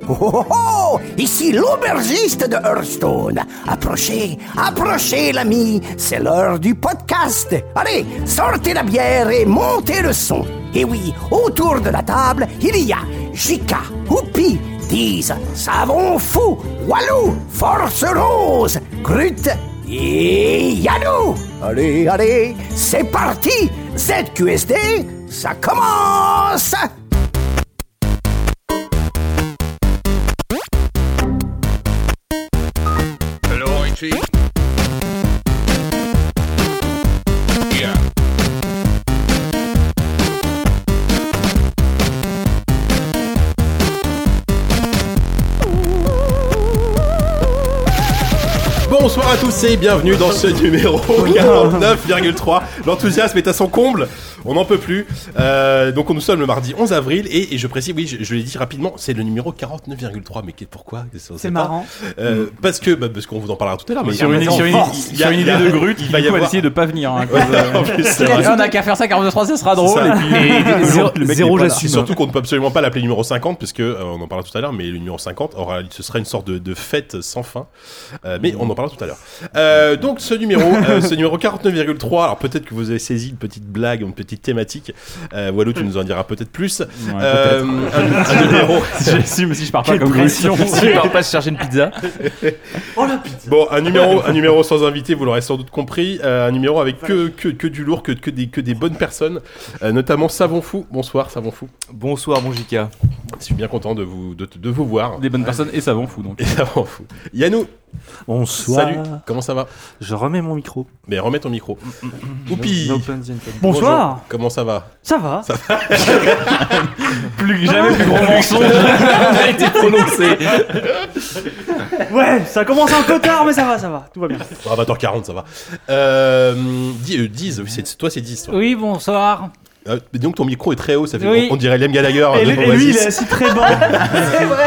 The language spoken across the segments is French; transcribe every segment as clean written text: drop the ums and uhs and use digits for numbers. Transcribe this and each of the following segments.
Oh oh oh! Ici l'aubergiste de Hearthstone. Approchez l'ami, c'est l'heure du podcast. Allez, sortez la bière et montez le son. Et oui, autour de la table, il y a Jika, Whoopi, Diz, Savon Fou, Walou, Force Rose, Grut et Yannou. Allez, c'est parti. ZQSD, ça commence. Hello, IT. Yeah. Bonsoir à tous et bienvenue dans ce numéro 49,3. L'enthousiasme est à son comble, on n'en peut plus. Donc nous sommes le mardi 11 avril et je précise, oui, je l'ai dit rapidement, c'est le numéro 49,3. Mais pourquoi ? C'est marrant. Parce qu'on vous en parlera tout à l'heure. Mais sur une idée de Grut, il va essayer de pas venir. Hein, en plus, c'est vrai. On a qu'à faire ça 42.3, ça sera drôle. Et Zéro, j'assume. Surtout qu'on ne peut absolument pas l'appeler numéro 50 puisque on en parlera tout à l'heure. Mais le numéro 50 ce sera une sorte de fête sans fin. Mais on en parlera tout à l'heure. Donc ce numéro 49,3. Alors peut-être que vous avez saisi une petite blague, une petite thématique. Walou, tu nous en diras peut-être plus. Ouais, un numéro. J'assume si je pars pas comme pression. Si je pars pas chercher une pizza. Oh la pizza. Bon, un numéro sans invité, vous l'aurez sans doute compris. Un numéro avec que du lourd, que des bonnes personnes, notamment Savon Fou. Bonsoir Savon Fou. Bonsoir mon Jika. Je suis bien content de vous voir. Des bonnes personnes et Savon Fou donc. Et Savon Fou. Yannou. Bonsoir. Salut, comment ça va ? Je remets mon micro. Mais remets ton micro. Oupi. Bonsoir. Comment ça va ? Ça va. Plus que jamais, plus gros mensonge a été prononcé. Ouais, ça commence un peu tard, mais ça va, tout va bien. À 20h40, ça va. Diz, toi c'est 10. Toi. Oui, bonsoir. Mais donc ton micro est très haut, ça fait Oui. on dirait Liam Gallagher. Et lui, il est assis très bas. C'est vrai.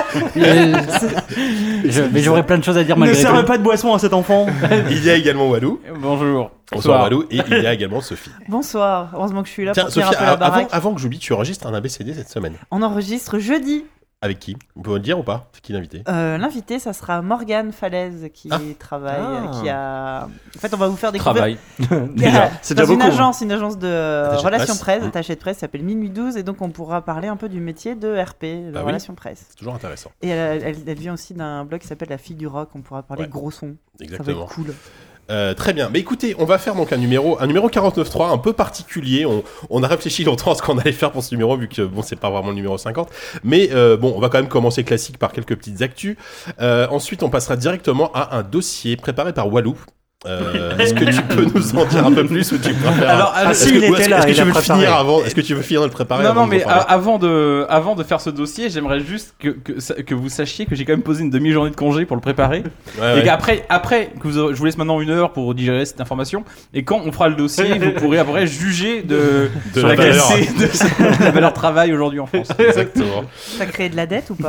Mais j'aurais plein de choses à dire malgré Ne tout. servez pas de boisson à cet enfant. Il y a également Walou. Bonjour. Bonsoir Walou. Et il y a également Sophie. Bonsoir, heureusement que je suis là Tiens, pour tenir Sophie, un peu la baraque. avant que j'oublie, tu enregistres un ABCD cette semaine. On enregistre jeudi. Avec qui ? Vous pouvez le dire ou pas ? C'est qui l'invité ? L'invité, ça sera Morgane Falaise qui travaille, qui a... En fait, on va vous faire découvrir... Travail. C'est dans déjà une beaucoup. agence de relations presse, Mmh. attachée de presse, s'appelle Minuit 12, et donc on pourra parler un peu du métier de RP, de Bah oui. relations presse. C'est toujours intéressant. Et elle vient aussi d'un blog qui s'appelle La Fille du Rock, on pourra parler Ouais. gros son. Ça va Exactement. être cool. Très bien. Mais écoutez, on va faire donc un numéro 49.3 un peu particulier. On a réfléchi longtemps à ce qu'on allait faire pour ce numéro vu que bon, c'est pas vraiment le numéro 50. Mais bon, on va quand même commencer classique par quelques petites actus. Ensuite, on passera directement à un dossier préparé par Walou. Est-ce que tu peux nous en dire un peu plus ou tu préfères... Alors, est-ce il que, était là, est-ce que il tu a veux le préparé. finir avant ? Est-ce que tu veux finir de le préparer Non, avant non, de nous mais en parler avant de faire ce dossier, j'aimerais juste que vous sachiez que j'ai quand même posé une demi-journée de congé pour le préparer. Ouais, Et qu'après que je vous laisse maintenant 1 heure pour digérer cette information. Et quand on fera le dossier, vous pourrez après juger de la la valeur. qualité de la valeur travail aujourd'hui en France. Exactement. Ça crée de la dette ou pas?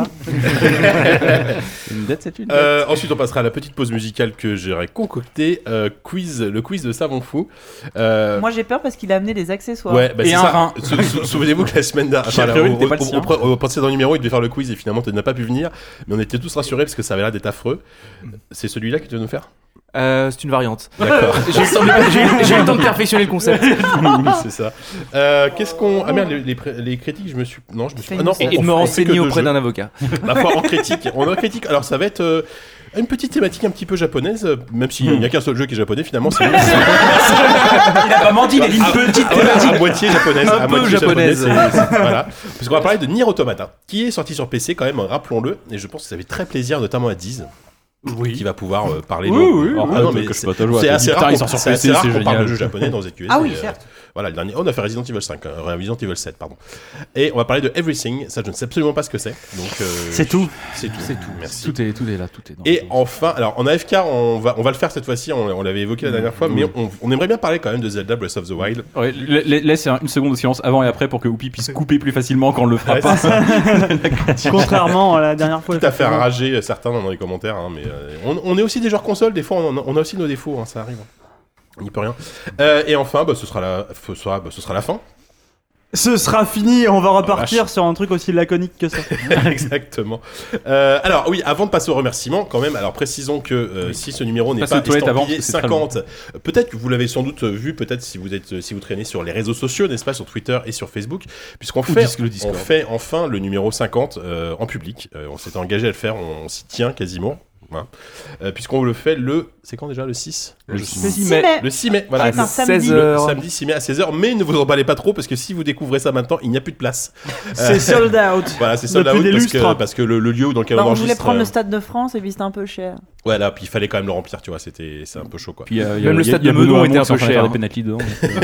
Une dette, c'est une dette. Ensuite, on passera à la petite pause musicale que j'aurais concoctée. Le quiz de Savon Fou. Moi j'ai peur parce qu'il a amené des accessoires. Ouais, bah Et c'est un ça. rein. Souvenez-vous que la semaine dernière, Qui, a priori, n'était pas le sien. au précédent numéro, il devait faire le quiz et finalement, tu n'as pas pu venir. Mais on était tous rassurés parce que ça avait l'air d'être affreux. C'est celui-là que tu veux nous faire ? C'est une variante. D'accord. J'ai eu le temps de perfectionner le concept. C'est ça. Qu'est-ce qu'on. Ah merde, les critiques, je me suis. Non, je me suis. Fais Ah non, une Et de me on fait que renseigner deux auprès jeux. d'un avocat. Ma foi en critique. On a en critique. Alors, ça va être. Une petite thématique un petit peu japonaise, même s'il n'y a qu'un seul jeu qui est japonais, finalement, c'est Il a pas menti, il a dit une petite thématique. à moitié japonaise. Un à peu moitié japonaise. voilà. Parce qu'on va parler de Nier Automata, qui est sorti sur PC quand même, rappelons-le, et je pense que ça fait très plaisir, notamment à Diz. Qui va pouvoir parler Oui, de. oui, Ah, oui, non, oui, mais que je peux pas te jouer. c'est assez Putain, rare. il sort sur C'est assez PC, rare c'est qu'on parle de génial. jeux japonais dans ZQS. Ah oui, certes. Voilà, le dernier. On a fait Resident Evil 5, Resident Evil 7, pardon. Et on va parler de Everything. Ça, je ne sais absolument pas ce que c'est. Donc. C'est tout. C'est tout. Merci. Tout est là, tout est dans Et enfin, alors en AFK, on va le faire cette fois-ci, on l'avait évoqué la dernière fois, mais on aimerait bien parler quand même de Zelda Breath of the Wild. Ouais, laisse une seconde de silence avant et après pour que Whoopi puisse couper plus facilement quand on le fera Ouais, pas. c'est ça. Contrairement à la dernière fois. Quitte à faire rager certains dans les commentaires, hein, mais on est aussi des joueurs consoles, des fois on a aussi nos défauts, hein, ça arrive. On n'y peut rien. Et enfin, ce sera la fin. Ce sera fini, on va repartir sur un truc aussi laconique que ça. Exactement. Alors oui, avant de passer aux remerciements, quand même, alors précisons que si ce numéro n'est Passe pas aux toilettes avant, estampillé parce que c'est très long. 50, peut-être que vous l'avez sans doute vu, peut-être si vous traînez sur les réseaux sociaux, n'est-ce pas, sur Twitter et sur Facebook, puisqu'on fait, le Discord. on fait enfin le numéro 50 en public. On s'était engagé à le faire, on s'y tient quasiment. Voilà. Puisqu'on le fait c'est quand déjà, le 6 Le 6 mai. Le 6 mai, voilà. C'est un samedi. Le samedi 6 mai à 16h, mais ne vous emballez pas trop parce que si vous découvrez ça maintenant, il n'y a plus de place. C'est sold out. Voilà, c'est sold Depuis out des parce lustres. que le lieu dans lequel Bah, on on voulait enregistre. prendre le Stade de France et puis c'était un peu cher. Voilà, puis il fallait quand même le remplir, tu vois, c'est un peu chaud quoi. Puis, Même le stade de Meudon était un peu cher. Des penalties dedans.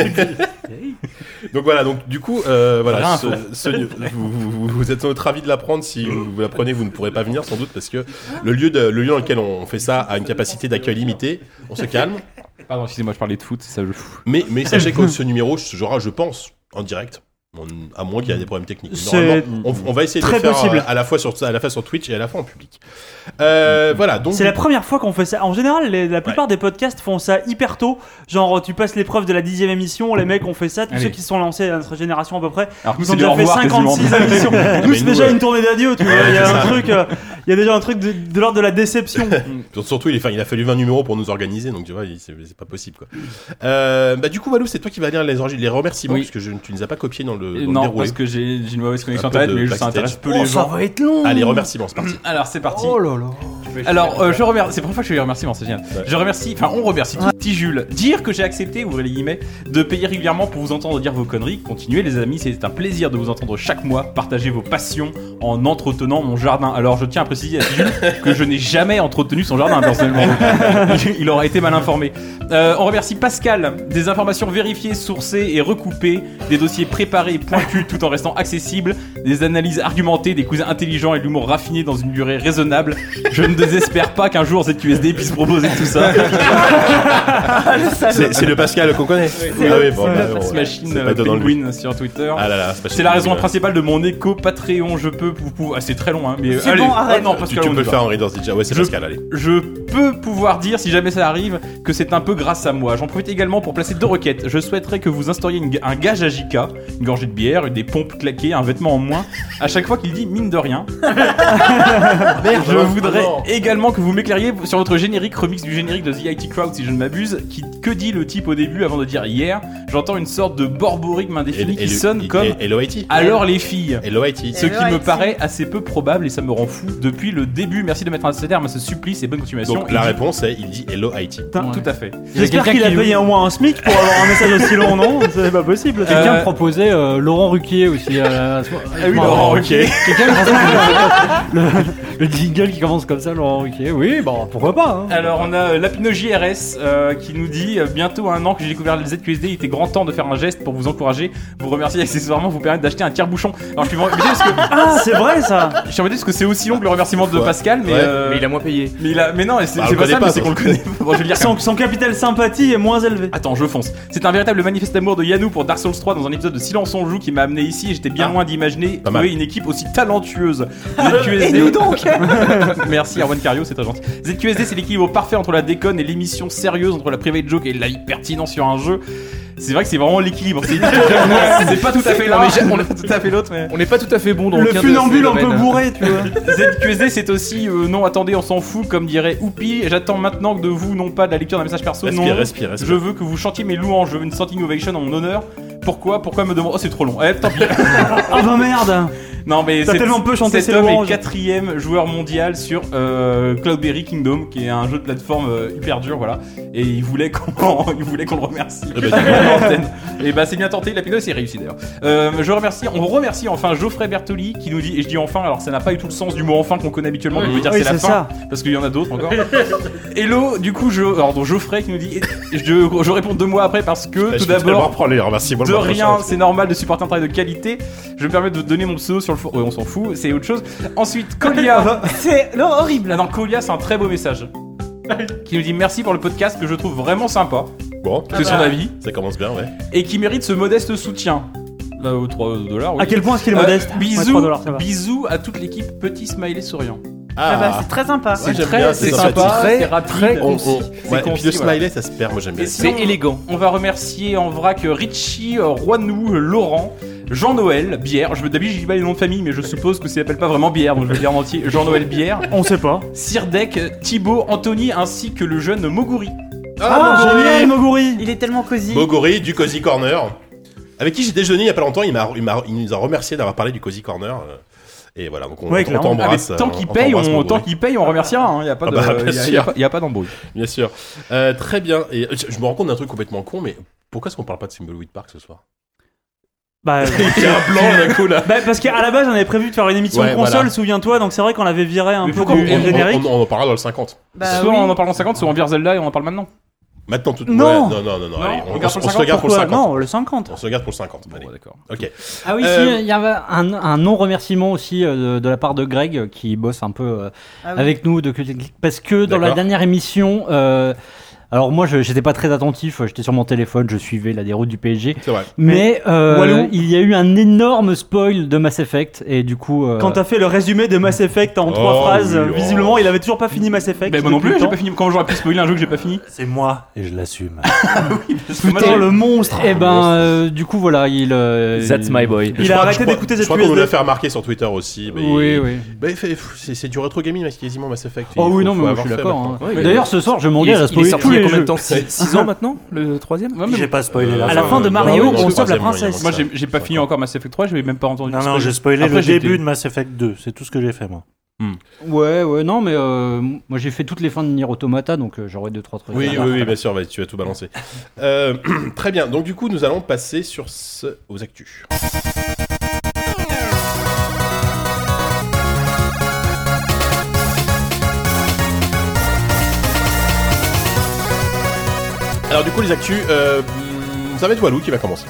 Donc voilà, donc du coup, voilà, Rien, vous êtes notre avis de l'apprendre. Si vous l'apprenez, vous ne pourrez pas venir sans doute parce que le lieu dans lequel on fait ça a une capacité d'accueil limitée. On se calme. Pardon, excusez-moi, je parlais de foot, c'est ça je fous. Mais sachez que ce numéro sera, je pense, en direct. À moins qu'il y ait des problèmes techniques. C'est Normalement, on va essayer de très le faire possible. à la fois sur Twitch et à la fois en public. Voilà, donc C'est la première fois qu'on fait ça. En général, la plupart des podcasts font ça hyper tôt. Genre, tu passes l'épreuve de la 10e émission, les mecs ont fait ça. Tous Allez. ceux qui se sont lancés à notre génération à peu près, Alors ils c'est ont bien déjà au fait revoir, 56 quasiment. émissions. mais Nous, c'est nous, déjà une tournée d'adieu, tu vois. Il y a c'est un ça. truc, il y a déjà un truc de l'ordre de la déception. Surtout, il a fallu 20 numéros pour nous organiser, donc tu vois, c'est pas possible quoi. Du coup, Walou, c'est toi qui vas lire les remerciements, Oui. puisque tu ne les as pas copiés dans le Non, déroulé. parce que j'ai une mauvaise connexion Un peu internet, de mais ça backstage. intéresse peu les gens. va être long. Allez, remerciements, c'est parti. Alors c'est parti. Oh là là. Alors je remercie, c'est la première fois que je fais les remerciements, c'est génial. Ouais. Je remercie, enfin on remercie tout petit Jules. Dire que j'ai accepté, ouvrez les guillemets, de payer régulièrement pour vous entendre dire vos conneries. Continuez les amis, c'est un plaisir de vous entendre chaque mois partager vos passions en entretenant mon jardin. Alors je tiens à préciser à Jules que je n'ai jamais entretenu son jardin personnellement. Il aura été mal informé. On remercie Pascal, des informations vérifiées, sourcées et recoupées, des dossiers préparés et pointus tout en restant accessibles, des analyses argumentées, des cousins intelligents et de l'humour raffiné dans une durée raisonnable. Je ne désespère pas qu'un jour ZQSD puisse proposer tout ça. C'est le Pascal qu'on connaît. Ah oui, bon, Cette machine c'est pas étonnant de lui. Penguin sur Twitter. Ah là là, C'est la raison principale de mon écho Patreon. Je peux ah, c'est très long, hein, mais C'est allez. bon, arrête. Non, Tu Pascal, peux on y le va. faire en Reader's Digest. Ouais, c'est Je- Pascal, allez. Je peux pouvoir dire, si jamais ça arrive, que c'est un peu grâce à moi. J'en profite également pour placer 2 requêtes. Je souhaiterais que vous instauriez un gage à JK, une gorgée de bière, des pompes claquées, un vêtement en moins, à chaque fois qu'il dit mine de rien. Je voudrais également que vous m'éclairiez sur votre générique, remix du générique de The IT Crowd, si je ne m'abuse. Que dit le type au début avant de dire hier? J'entends une sorte de borborigme indéfini qui sonne comme Hello IT. alors les filles. Hello IT. Ce qui Hello, me IT. paraît assez peu probable et ça me rend fou depuis le début. Merci de mettre un terme à ce supplice et bonne continuation. Donc la réponse est, il dit Hello IT. Putain. Tout à fait. J'espère quelqu'un qu'il a qui- payé au moins un SMIC pour avoir un message aussi long, non? C'est pas possible. Quelqu'un me proposait Laurent Ruquier aussi. Ah oui, Laurent Ruquier. Quelqu'un me proposait le jingle qui commence comme ça, Laurent Ruquier. Oui, bon, pourquoi pas. Hein. Alors on a Lapino JRS qui nous dit bientôt 1 an que j'ai découvert le ZQSD, il était grand temps de faire un geste pour vous encourager, vous remercier et accessoirement vous permettre d'acheter un tire-bouchon. Alors je suis embêté parce que Ah, c'est vrai ça. je suis embêté parce que c'est aussi long que le remerciement de Ouais. Pascal, mais, Ouais. Mais il a moins payé. mais non, c'est Bah, on c'est le pas connaît ça, pas, mais c'est ça. qu'on le connaît. Bon, je vais le dire. Son capital sympathie est moins élevé. Attends, je fonce. C'est un véritable manifeste d'amour de Yannou pour Dark Souls 3 dans un épisode de Silence on joue qui m'a amené ici et j'étais bien loin d'imaginer Pas trouver mal. une équipe aussi talentueuse. Et nous donc Merci Arwan Cario, c'est très gentil. ZQSD, c'est l'équilibre parfait entre la déconne et l'émission sérieuse, entre la private joke et la pertinence sur un jeu. C'est vrai que c'est vraiment l'équilibre. C'est pas tout à fait l'un, on est pas tout à fait l'autre, mais. On n'est pas tout à fait bon dans Le aucun de funambule ces un peu domaines. bourré, tu vois. ZQSD, c'est aussi non, attendez, on s'en fout, comme dirait Oupi. J'attends maintenant de vous, non pas de la lecture d'un message perso, non. Respire. Je veux que vous chantiez mes louanges, je veux une standing ovation en mon honneur. Pourquoi me demande. Oh, c'est trop long. Eh, tant pis. Ah bah merde. Non, mais T'as tellement peu chanté cet ses homme louanges. est 4ème joueur mondial sur Cloudberry Kingdom, qui est un jeu de plateforme hyper dur, voilà. Et il voulait qu'on le remercie. Eh ben, À l'antenne. Et bah c'est bien tenté, Lapino, c'est réussi d'ailleurs. On remercie enfin Geoffrey Bertoli qui nous dit, et je dis enfin, alors ça n'a pas du tout le sens du mot enfin qu'on connaît habituellement, mais on peut dire Oui, c'est la c'est fin, ça. parce qu'il y en a d'autres encore. Hello, du coup, donc Geoffrey qui nous dit, je réponds 2 mois après parce que tout d'abord, prends les remerciements. de rien, c'est normal de supporter un travail de qualité. Je me permets de donner mon pseudo sur le forum. On s'en fout, c'est autre chose. Ensuite, Colia. C'est non, horrible. Ah non, Colia, c'est un très beau message. Qui nous dit merci pour le podcast que je trouve vraiment sympa. Bon, C'est son avis. ça commence bien, ouais. Et qui mérite ce modeste soutien. Là, aux $3. Oui. À quel point est-ce qu'il est modeste? Ouais, Bisous, 3 $, ça va. bisous à toute l'équipe. Petit smiley souriant. Ah bah c'est très sympa. Ouais, j'aime bien, c'est c'est sympa, sympathique. c'est rapide. Ouais, et puis concis, le voilà. smiley, ça se perd, moi j'aime bien. Et sinon, C'est élégant. On va remercier en vrac Richie, Roinou, Laurent. Jean-Noël Bière. D'habitude, je dis pas les noms de famille, mais je suppose que ça s'appelle pas vraiment Bière, donc je vais le dire en entier. Jean-Noël Bière, On sait pas. Sirdek, Thibaut, Anthony, ainsi que le jeune Moguri. Génial, Moguri. Il est tellement cosy. Moguri du Cozy Corner, avec qui j'ai déjeuné il y a pas longtemps. Il nous a remercié d'avoir parlé du Cozy Corner. Et voilà, donc on t'embrasse. Tant qu'il paye, on remerciera. Il n'y a pas bien y a pas d'embrouille. Bien sûr. Très bien. Et je me rends compte d'un truc complètement con, mais pourquoi est-ce qu'on parle pas de Thimbleweed Park ce soir? Bah, Il y a un blanc d'un coup là. bah, parce qu'à la base on avait prévu de faire une émission Ouais, console, voilà. souviens-toi, donc c'est vrai qu'on l'avait viré un Mais peu pourquoi du générique. On en parlera dans le 50. Bah soit oui. on en parle en 50, soit on vire Zelda et on en parle maintenant. Maintenant tout. Non. Ouais, non. Allez, on on garde se pour le le garde pour le 50. Non, le 50. On se le garde pour le 50. Allez. Bon, d'accord. Ok. Ah oui, si, il y avait un non-remerciement aussi de la part de Greg qui bosse un peu Ah oui. avec nous de Culture Geek, parce que dans la D'accord. dernière émission, alors moi j'étais pas très attentif, j'étais sur mon téléphone, je suivais la déroute du PSG, C'est vrai. mais Walou. il y a eu un énorme spoil de Mass Effect et du coup Quand t'as fait le résumé de Mass Effect en 3 Oh, mais oui, visiblement il avait toujours pas fini Mass Effect. Mais moi non depuis plus, le j'ai temps. pas fini. Comment j'aurais pu spoiler un jeu que j'ai pas fini? C'est moi et je l'assume. Putain, le monstre. et ben du coup voilà That's my boy. Il a arrêté d'écouter Je cette crois qu'on nous l'a USB. fait remarquer sur Twitter aussi. Mais oui. Bah, c'est du rétro gaming, mais c'est quasiment Mass Effect. Oh Il oui, faut- non, mais faut moi, je avoir suis fait d'accord. maintenant. Hein. D'ailleurs, ce soir, je m'engage à Il est spoiler sorti tous il y a les combien de jeux. temps 6 ans maintenant, le troisième? J'ai pas spoilé la À fin. la fin de non, Mario, non, on le sauve la troisième, princesse. Moi j'ai pas fini encore Mass Effect 3, j'avais même pas entendu. Non, spoiler. j'ai spoilé Après, le j'étais- début de Mass Effect 2. C'est tout ce que j'ai fait, moi. Ouais, non, mais moi j'ai fait toutes les fins de Nier Automata, donc j'aurais 2-3 trucs. Oui, bien sûr, tu vas tout balancer. Très bien, donc du coup, nous allons passer aux actus. Alors du coup, les actus, ça va être Walou qui va commencer.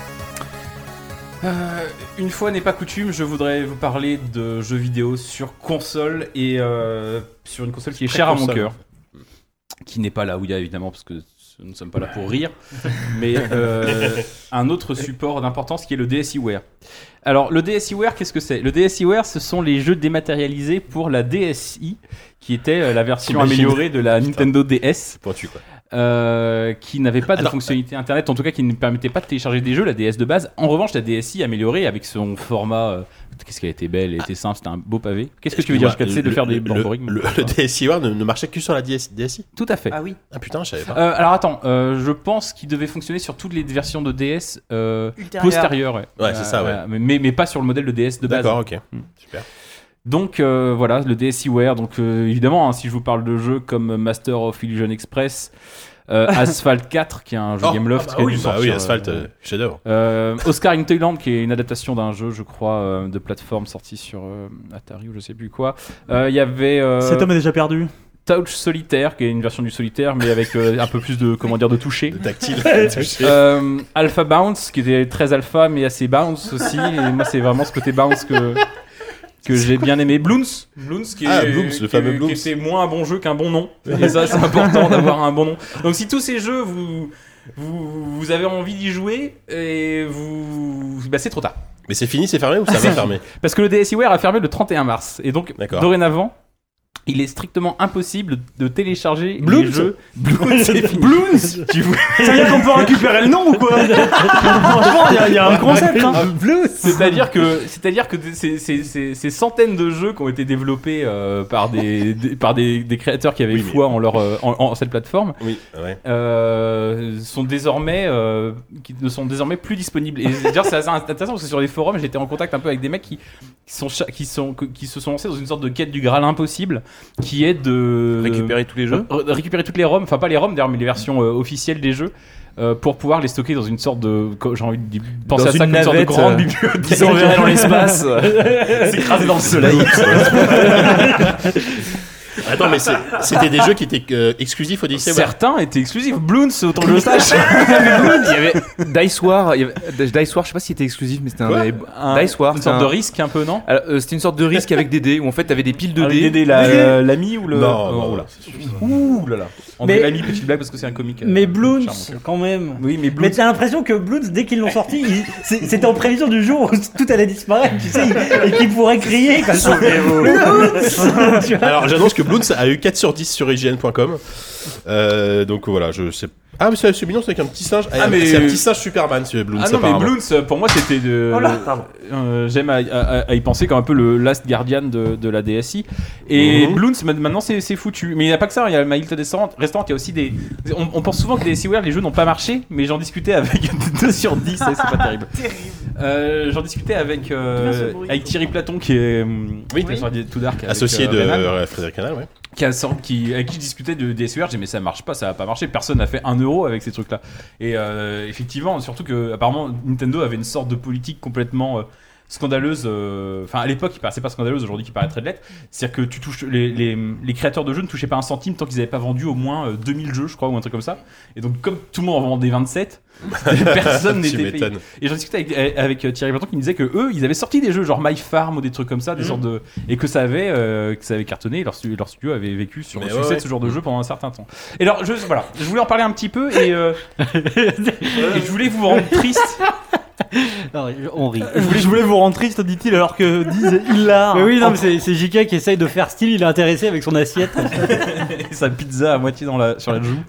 Une fois n'est pas coutume, je voudrais vous parler de jeux vidéo sur console et sur une console qui est Très chère à mon console. cœur. Qui n'est pas là où il y a évidemment parce que nous ne sommes pas là pour rire, mais un autre support d'importance qui est le DSiWare. Alors le DSiWare, qu'est-ce que c'est? Le DSiWare, ce sont les jeux dématérialisés pour la DSi, qui était la version T'imagines. améliorée de la Nintendo DS. Pointu, quoi. Qui n'avait pas de Alors, fonctionnalité internet, en tout cas qui ne permettait pas de télécharger des jeux, la DS de base. En revanche, la DSi améliorée avec son format. Qu'est-ce qu'elle était belle, elle était simple, c'était un beau pavé. Qu'est-ce que tu veux dire? Je sais de faire des algorithmes. Le DSiWare ne marchait que sur la DSi. Tout à fait. Ah oui. Ah putain, je savais pas. Alors attends, je pense qu'il devait fonctionner sur toutes les versions de DS postérieures. Ouais, c'est ça, ouais. Mais pas sur le modèle de DS de base. D'accord, ok. Super. Donc voilà, le DSiWare. Donc évidemment, si je vous parle de jeux comme Master of Illusion Express, Asphalt 4, qui est un jeu Gameloft qui a dû sortir. Oui, Asphalt, chef-d'œuvre. Oscar in Thailand, qui est une adaptation d'un jeu, je crois, de plateforme sorti sur Atari ou je sais plus quoi. Il y avait Cet homme est déjà perdu. Touch Solitaire, qui est une version du solitaire, mais avec un peu plus de de toucher. De tactile. touché. Alpha Bounce, qui était très alpha, mais assez bounce aussi. Et moi, c'est vraiment ce côté bounce que j'ai bien aimé. Bloons, qui est Bloons, le fameux Bloons. qui était moins un bon jeu qu'un bon nom. Et ça, c'est important d'avoir un bon nom. Donc, si tous ces jeux, vous avez envie d'y jouer, et c'est trop tard. Mais c'est fini, c'est fermé ou ça va fermer? Parce que le DSiWare a fermé le 31 mars. Et donc, D'accord. dorénavant, il est strictement impossible de télécharger Bloons les jeux. Bloons, c'est fini. Bloons. Tu vois- Ça veut dire qu'on peut récupérer le nom ou quoi? Franchement, il y a un concept. Hein. C'est-à-dire que ces centaines de jeux qui ont été développés par des créateurs qui avaient Oui, mais- foi en leur en cette plateforme Oui, ouais. sont désormais qui ne sont désormais plus disponibles. Et d'ailleurs c'est assez intéressant parce que sur les forums j'étais en contact un peu avec des mecs qui se sont lancés dans une sorte de quête du Graal impossible qui est de Récupérer tous les jeux. récupérer toutes les ROM, enfin pas les ROM d'ailleurs mais les versions officielles des jeux. Pour pouvoir les stocker dans une sorte de, j'ai envie de penser Dans à ça une comme une sorte de navette, grande bibliothèque Qui s'enverrait dans l'espace. s'écraser dans le soleil. Attends, mais c'était des jeux qui étaient exclusifs au DSiWare. Certains étaient exclusifs. Bloons, autant que je le sache. Il y avait Dice War, je sais pas s'il était exclusif, mais c'était Dice War. Une sorte de risque un peu, non? Alors, c'était une sorte de risque avec des dés où en fait t'avais des piles de Avec dés. Dédé, l'ami ou le. Non, oh là. c'est suffisant. Ouh là là. André Mais- l'ami, petite blague parce que c'est un comique. Mais Bloons, charmant. quand même. Oui, mais Bloons. Mais t'as l'impression que Bloons, dès qu'ils l'ont sorti, c'était en prévision du jour où tout allait disparaître, tu sais, et qu'ils pourraient crier comme ça. Bloons. Tu vois. Alors j'annonce que Bloons a eu 4 sur 10 sur IGN.com. Donc voilà, je sais Ah, mais c'est mignon, c'est avec un petit singe. mais- C'est un petit singe Superman, c'est Bloons. Ah non, mais apparemment. Bloons, pour moi, c'était de. Oh là, j'aime à y penser comme un peu le Last Guardian de la DSi. Et Bloons, maintenant, c'est foutu. Mais il n'y a pas que ça, il y a My Little Restaurant. Il y a aussi des. On pense souvent que DSiWare, les jeux n'ont pas marché, mais j'en discutais avec 2 sur 10, et c'est pas terrible. J'en discutais avec Thierry Platon, qui est. Oui. sur Too Dark. avec, Associé de Renan, Frédéric Canal, ouais. avec qui je discutais de DSiWare. J'ai dit, mais ça marche pas, ça va pas marcher. Personne n'a fait 1€ avec ces trucs-là. Et effectivement, surtout que apparemment Nintendo avait une sorte de politique complètement scandaleuse. Enfin, à l'époque, qui paraissait pas scandaleuse, aujourd'hui, qui paraîtrait de l'être. C'est-à-dire que tu touches les créateurs de jeux ne touchaient pas un centime tant qu'ils n'avaient pas vendu au moins 2000 jeux, je crois, ou un truc comme ça. Et donc, comme tout le monde en vendait 27, personne Tu n'était payé. m'étonnes. Et j'en discutais avec Thierry Platon qui me disait que eux, ils avaient sorti des jeux genre My Farm ou des trucs comme ça, des sortes de et que ça avait cartonné. Et leur studio avait vécu sur le succès de ce genre de jeu pendant un certain temps. Et alors, je voulais en parler un petit peu et je voulais vous rendre triste. Non, on rit. Je voulais vous rendre triste, dit-il, alors que disent hilar. Mais oui, non, mais c'est JK qui essaye de faire style, il est intéressé avec son assiette. Et sa pizza à moitié sur la joue.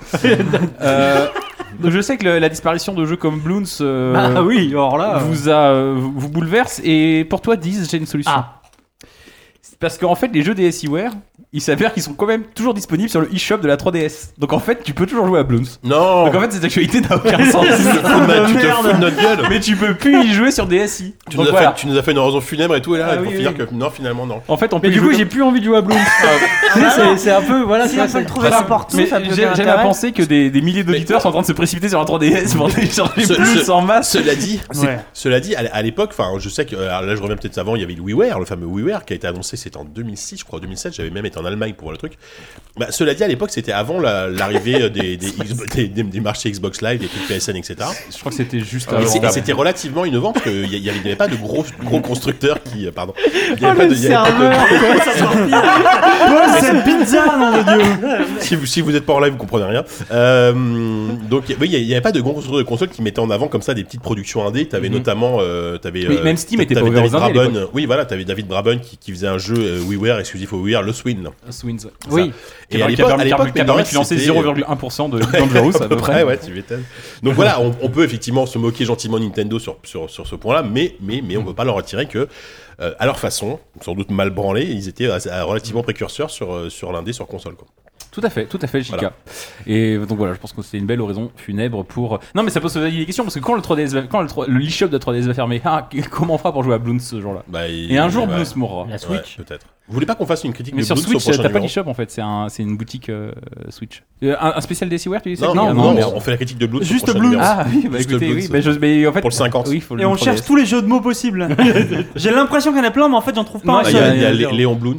Donc je sais que la disparition de jeux comme Bloons Ah oui, alors là. vous bouleverse. Et pour toi, Diz, j'ai une solution. Ah. Parce qu'en fait, les jeux DSiWare, il s'avère qu'ils sont quand même toujours disponibles sur le eShop de la 3DS. Donc en fait, tu peux toujours jouer à Bloons. Non. Donc en fait, cette actualité n'a aucun sens. Tu te fous de notre gueule. Mais tu peux plus y jouer sur DSi. Tu Donc nous, voilà. tu nous as fait une raison funèbre et tout, et là, Ah pour oui, finir oui. que non, finalement, non. En fait, on peut Mais y du coup, jouer j'ai plus envie de jouer à Bloons. c'est un peu. Voilà, Si on peut le trouver n'importe où, Mais ça peut j'aime faire à penser que des milliers d'auditeurs sont en train de se précipiter sur la 3DS pour télécharger Bloons en masse. Cela dit, à l'époque, enfin, je sais que alors là, je reviens peut-être avant, il y avait le WiiWare, le fameux WiiWare qui a été annoncé, c'était en 2006, je crois, 2007. J'avais même été en Allemagne pour voir le truc. Bah, cela dit, à l'époque, c'était avant l'arrivée des marchés Xbox Live, des trucs PSN, etc. Je crois que c'était juste Et avant. c'était relativement innovant parce qu'il n'y avait pas de gros constructeurs qui. Pardon. Il n'y Oh, avait pas de. le serveur, comment ça sortir cette pizza, nom de Dieu. Si vous n'êtes pas en live, vous comprenez rien. Donc, oui, il n'y avait pas de gros constructeurs de consoles qui mettaient en avant comme ça des petites productions indé. Tu avais notamment. Oui, même Steam était pas t'avais ouvert aux David indés à Braben. Oui, voilà, tu avais David Braben qui faisait un jeu WiiWare exclusif au WiiWare, le Swing. Swings. Oui. Et à l'époque, qui a permis de financer 0,1% de Dangerous à peu près. Ouais, tu m'étonnes. Donc voilà, on peut effectivement se moquer gentiment de Nintendo sur ce point-là, mais on ne peut pas leur retirer que, à leur façon, sans doute mal branlés, ils étaient relativement précurseurs sur l'indé sur console, quoi. Tout à fait, Chica. Voilà. Et donc voilà, je pense que c'est une belle oraison funèbre pour. Non, mais ça pose des questions parce que quand le eShop de 3DS va fermer, comment on fera pour jouer à Bloons ce jour-là? Et un jour, Bloons mourra. La Switch. Ouais, peut-être. Vous voulez pas qu'on fasse une critique Mais de sur Bloons au Switch, prochain t'as pas numéro? d'eShop en fait, c'est une boutique Switch. Un spécial DSiWare, tu dis ça? Non, merde. on fait la critique de Bloons. Juste au prochain Bloons. numéro. Ah oui, bah Juste écoutez, Bloons, oui, mais en fait. pour le 50. Oui, faut Et on cherche tous les jeux de mots possibles. J'ai l'impression qu'il y en a plein, mais en fait, j'en trouve pas Non, un Ah, il y a, seul. il y a Léon Bloons.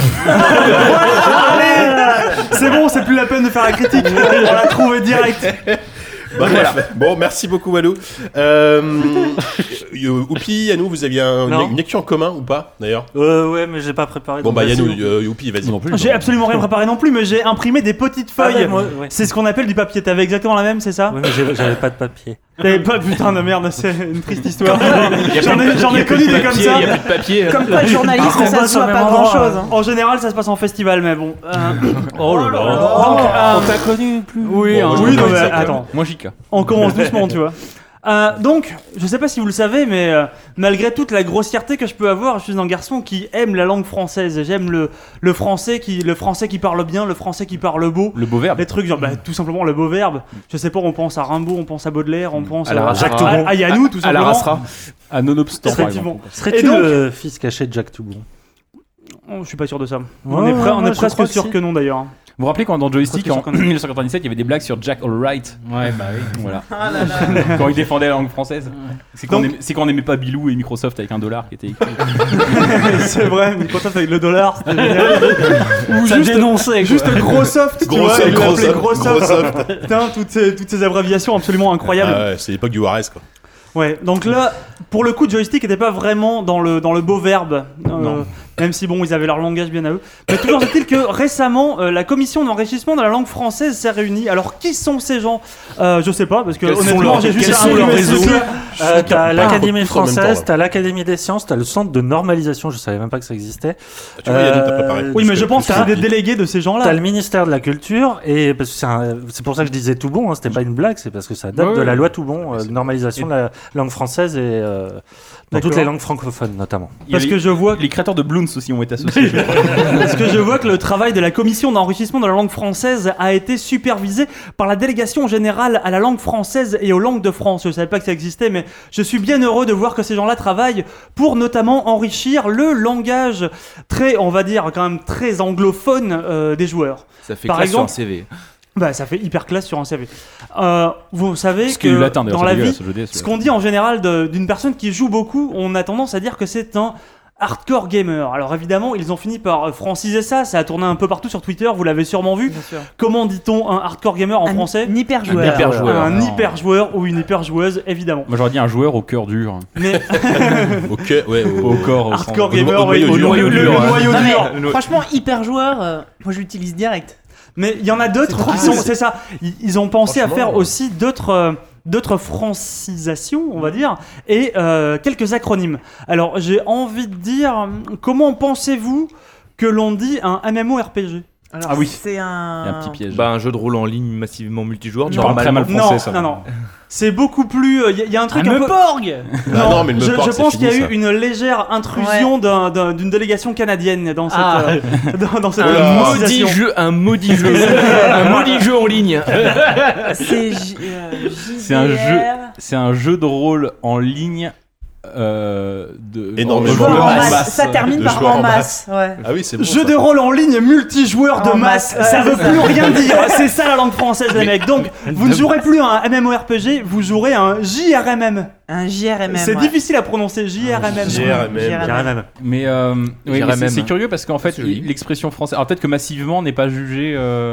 Allez, c'est bon, c'est plus la peine de faire la critique. On l'a trouvé direct. Voilà. Bon, merci beaucoup, Walou. Oupi, Yannou, vous aviez Non. une actu en commun ou pas, d'ailleurs? Ouais, mais j'ai pas préparé. Bon, donc bah, vas-y, Yannou, Oupi, vas-y. Non plus. J'ai absolument rien préparé non plus, mais j'ai imprimé des petites Ah, feuilles. ouais, moi, ouais. C'est ce qu'on appelle du papier. T'avais exactement la même, c'est ça? Ouais, mais j'avais pas de papier. T'avais pas, putain de merde, c'est une triste histoire. J'en ai connu des comme ça. Il y a plus de papier. Comme quoi, le journalisme, Par contre, ça se sur voit le pas même grand endroit, chose. En général, ça se passe en festival, mais bon. Oh là là. Donc, On t'a connu plus. oui, Bon, oui, je non, sais mais pas. attends. Moi, Chica. On commence doucement, tu vois. Donc, je sais pas si vous le savez, mais malgré toute la grossièreté que je peux avoir, je suis un garçon qui aime la langue française. J'aime le français qui parle bien, le français qui parle beau. Le beau verbe. Les trucs genre tout simplement le beau verbe. Je sais pas, on pense à Rimbaud, on pense à Baudelaire, on pense À la Jacques Rassera. Toubon, à Yannou tout À la simplement. Rassera. À Nonobstant, par Effectivement. exemple. Et Serais-tu donc- le fils caché de Jacques Toubon? Oh, je suis pas sûr de ça. Ouais, on est, ouais, je presque crois que sûr si. que non d'ailleurs. Vous vous rappelez quand dans Joystick, en Presque sûr 1997, il y avait des blagues sur Jack Allwright? Ouais, bah oui. Voilà. Ah là là. Quand il défendait la langue française. C'est quand, Donc- c'est quand on n'aimait pas Bilou et Microsoft avec $1 qui était écrit. C'est vrai, Microsoft avec le dollar, c'était génial. Ou Ça dénonçait, quoi. juste Grossoft, tu vois, il l'appelait Grossoft. Putain, toutes ces abréviations absolument incroyables. Ah ouais, c'est l'époque du Juarez, quoi. Ouais, donc là, pour le coup, Joystick n'était pas vraiment dans le beau verbe. Non. même si bon, ils avaient leur langage bien à eux. Mais toujours est-il que récemment, la commission d'enrichissement de la langue française s'est réunie. Alors, qui sont ces gens ? Je sais pas, parce que honnêtement, j'ai juste Quels sont leurs réseaux T'as l'Académie en même temps, française, là. t'as l'Académie des sciences, t'as le centre de normalisation, je savais même pas que ça existait. Tu vois, Yannick, t'as préparé. Oui, mais je pense que t'as- c'est des délégués de ces T'as gens-là. le ministère de la Culture, et parce que c'est pour ça que je disais tout bon, hein, c'était pas une blague, c'est parce que ça date de la loi tout bon, normalisation de la langue française et dans toutes D'accord. les langues francophones notamment. Parce que je vois Les créateurs de Bloons aussi ont été associés. Parce que je vois que le travail de la commission d'enrichissement de la langue française a été supervisé par la délégation générale à la langue française et aux langues de France. Je savais pas que ça existait, mais je suis bien heureux de voir que ces gens-là travaillent pour notamment enrichir le langage très, on va dire, quand même très anglophone des joueurs. Ça fait Par classe exemple, sur un CV. Bah, ça fait hyper classe sur un CV. Vous savez Ce qui est du que latin, d'ailleurs, dans c'est la vie, dégueulasse, le DS, ce qu'on dit en général d'une personne qui joue beaucoup, on a tendance à dire que c'est un hardcore gamer. Alors évidemment, ils ont fini par franciser ça, ça a tourné un peu partout sur Twitter, vous l'avez sûrement vu. Bien sûr. Comment dit-on un hardcore gamer en français ? Un hyper joueur. hyper joueur. Un non. hyper joueur ou une hyper joueuse, évidemment. Moi j'aurais dit un joueur au cœur dur. Mais Ok, ouais, Au corps, au hardcore au gamer, noyau oui, dur. le noyau Non, dur. mais franchement, hyper joueur, moi je l'utilise direct. Mais il y en a d'autres qui sont, c'est ça. Ils ont pensé à Franchement, faire aussi d'autres francisations, on va dire, et quelques acronymes. Alors, j'ai envie de dire, comment pensez-vous que l'on dit un MMORPG ? Alors, Ah oui. C'est Il y a un. un petit piège. Bah, un jeu de rôle en ligne massivement multijoueur. Tu parles très mal normalement. français, ça. Non, non. C'est beaucoup plus. Il y a un truc Un un peu. Meporg. Ah non, mais le je Meporg, c'est pense qu'il y a fini, eu ça. une légère intrusion d'une délégation canadienne dans cette, Ah. dans cette Un maudit francisation. jeu, un maudit jeu, un maudit jeu en ligne. C'est C'est un jeu. C'est un jeu de rôle en ligne. Énormément. Joueur de en masse. masse. Ça termine De par joueurs en en masse. Ouais. Ah oui, c'est bon. Jeu ça. de rôle en ligne multijoueur de En masse, masse, ça ouais. veut plus rien dire. C'est ça la langue française, les mecs. Donc, vous ne jouerez plus un MMORPG, vous jouerez un JRMM. Un JRMM. C'est ouais. difficile à prononcer, JRMM. JRMM. Mais, oui, mais JRMM. c'est curieux parce qu'en fait, C'est joli. l'expression française. Alors peut-être que massivement n'est pas jugé.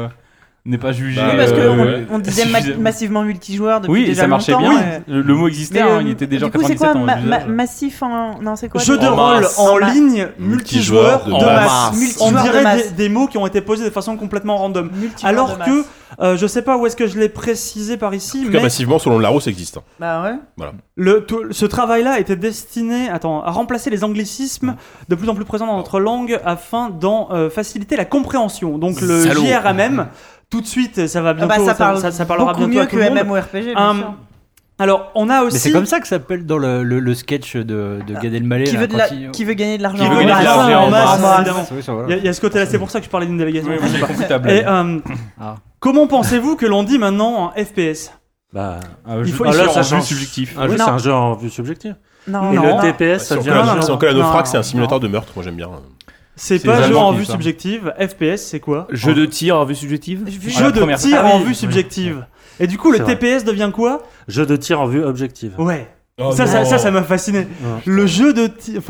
N'est pas jugé. Bah, Oui, parce ouais. qu'on disait suffisamment. massivement multijoueur depuis Oui, et déjà ça marchait longtemps. bien. ouais. Le mot existait, Mais, hein, il était déjà en du coup, c'est 97 quoi en usage. massif en. Non, c'est quoi Jeu de déjà rôle masse. en En masse. ligne multijoueur de masse. On Multijoueur de dirait masse. des mots qui ont été posés de façon complètement random. Multijoueur Alors de que, masse. je sais pas où est-ce que je l'ai précisé par ici, En tout cas, mais massivement, selon le Larousse, existe. Bah ouais. ce travail-là était destiné à remplacer les anglicismes de plus en plus présents dans notre langue afin d'en faciliter la compréhension. Donc le Salaud. JRMM, tout de suite, ça va Ah bientôt, bah, ça parlera beaucoup bientôt à mieux tout que le monde. MMORPG, bien sûr. Alors, on a Mais aussi... c'est comme ça que ça s'appelle dans le sketch de Gad Elmaleh. Qui là, veut, de quand la- il- qui veut gagner de l'argent Qui veut en gagner de masse. l'argent en masse, évidemment. Oui, ça, voilà. Il y a ce côté-là, c'est pour ça que je parlais d'une délégation. Oui, j'ai compris ta Et blague. comment pensez-vous que l'on dit maintenant un FPS ? Bah, Un il jeu- faut- un il jeu faut- en ça vue change. subjectif. un jeu, Non. c'est un jeu en vue subjective. Non, Et non, le non. TPS, ça Si on devient colle un un- jeu. si on colle un Non, naufrague, c'est un non. simulateur de meurtre. Moi, j'aime bien. C'est C'est pas les jeu Allemands en qui vue disent ça. subjective, FPS c'est quoi ? Jeu de tir en vue subjective. Jeu de première- tir Ah en oui, vue oui. subjective. Et du coup, le C'est vrai. TPS devient quoi ? Jeu de tir en vue objective. Ouais. Oh Ça m'a fasciné. Ouais. Le jeu de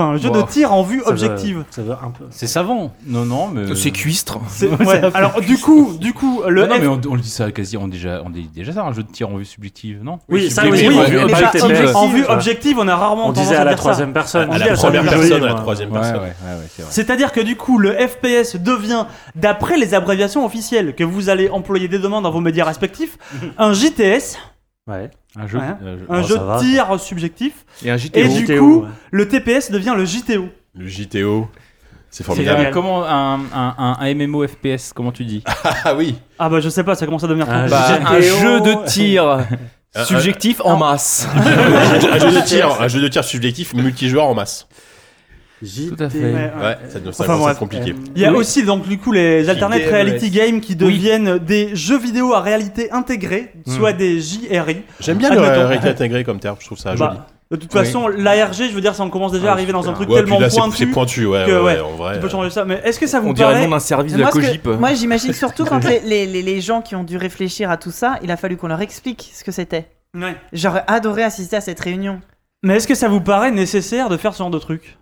tir en vue Ça veut- objective. Ça veut un peu. C'est savant. Non, mais. C'est cuistre. Ouais. Alors du coup, le Non, F- mais on le dit ça quasi. On dit déjà ça, un jeu de tir en vue subjective, non Oui, ça, subjective, oui, en oui, vue mais objective. pas TPS. en vue Ouais. objective, on a rarement On tendance disait à la dire ça. troisième personne. On À dit la première joli, personne, à la moi. troisième Ouais, personne. c'est vrai. C'est-à-dire que du coup, le FPS devient, d'après les abréviations officielles que vous allez employer dès demain dans vos médias respectifs, un JTS, Ouais. Un jeu. Ouais. un un jeu- jeu ça va. de tir subjectif, Et un et JTO. du JTO, coup, ouais. le TPS devient le JTO. Le JTO. C'est C'est formidable. génial. Comment un MMO FPS, comment tu dis? Ah oui. Ah bah je sais pas, ça commence à devenir Un compliqué. Bah, un jeu de tir subjectif en masse. Un jeu de tir subjectif multijoueur en masse. Tout à fait. Ouais, ouais. Ouais, ça Enfin, commence à bref. être compliqué. Il y a Oui. aussi donc du coup les alternate JDRS. reality games qui deviennent des jeux vidéo à réalité intégrée, soit des JRI. J'aime bien le Admettons. réalité intégrée comme terme, je trouve ça joli. Bah, de toute façon, l'ARG, je veux dire, ça on commence déjà à arriver dans un truc Ouais, tellement puis là, c'est pointu. pointu, ouais, que, ouais, ouais, en vrai. Tu peux changer ça, mais est-ce que ça vous On dirait le paraît nom d'un service de Mais la moi, Cogip. moi, j'imagine surtout quand les gens qui ont dû réfléchir à tout ça, il a fallu qu'on leur explique ce que c'était. Ouais. J'aurais adoré assister à cette réunion. Mais est-ce que ça vous paraît nécessaire de faire ce genre de truc?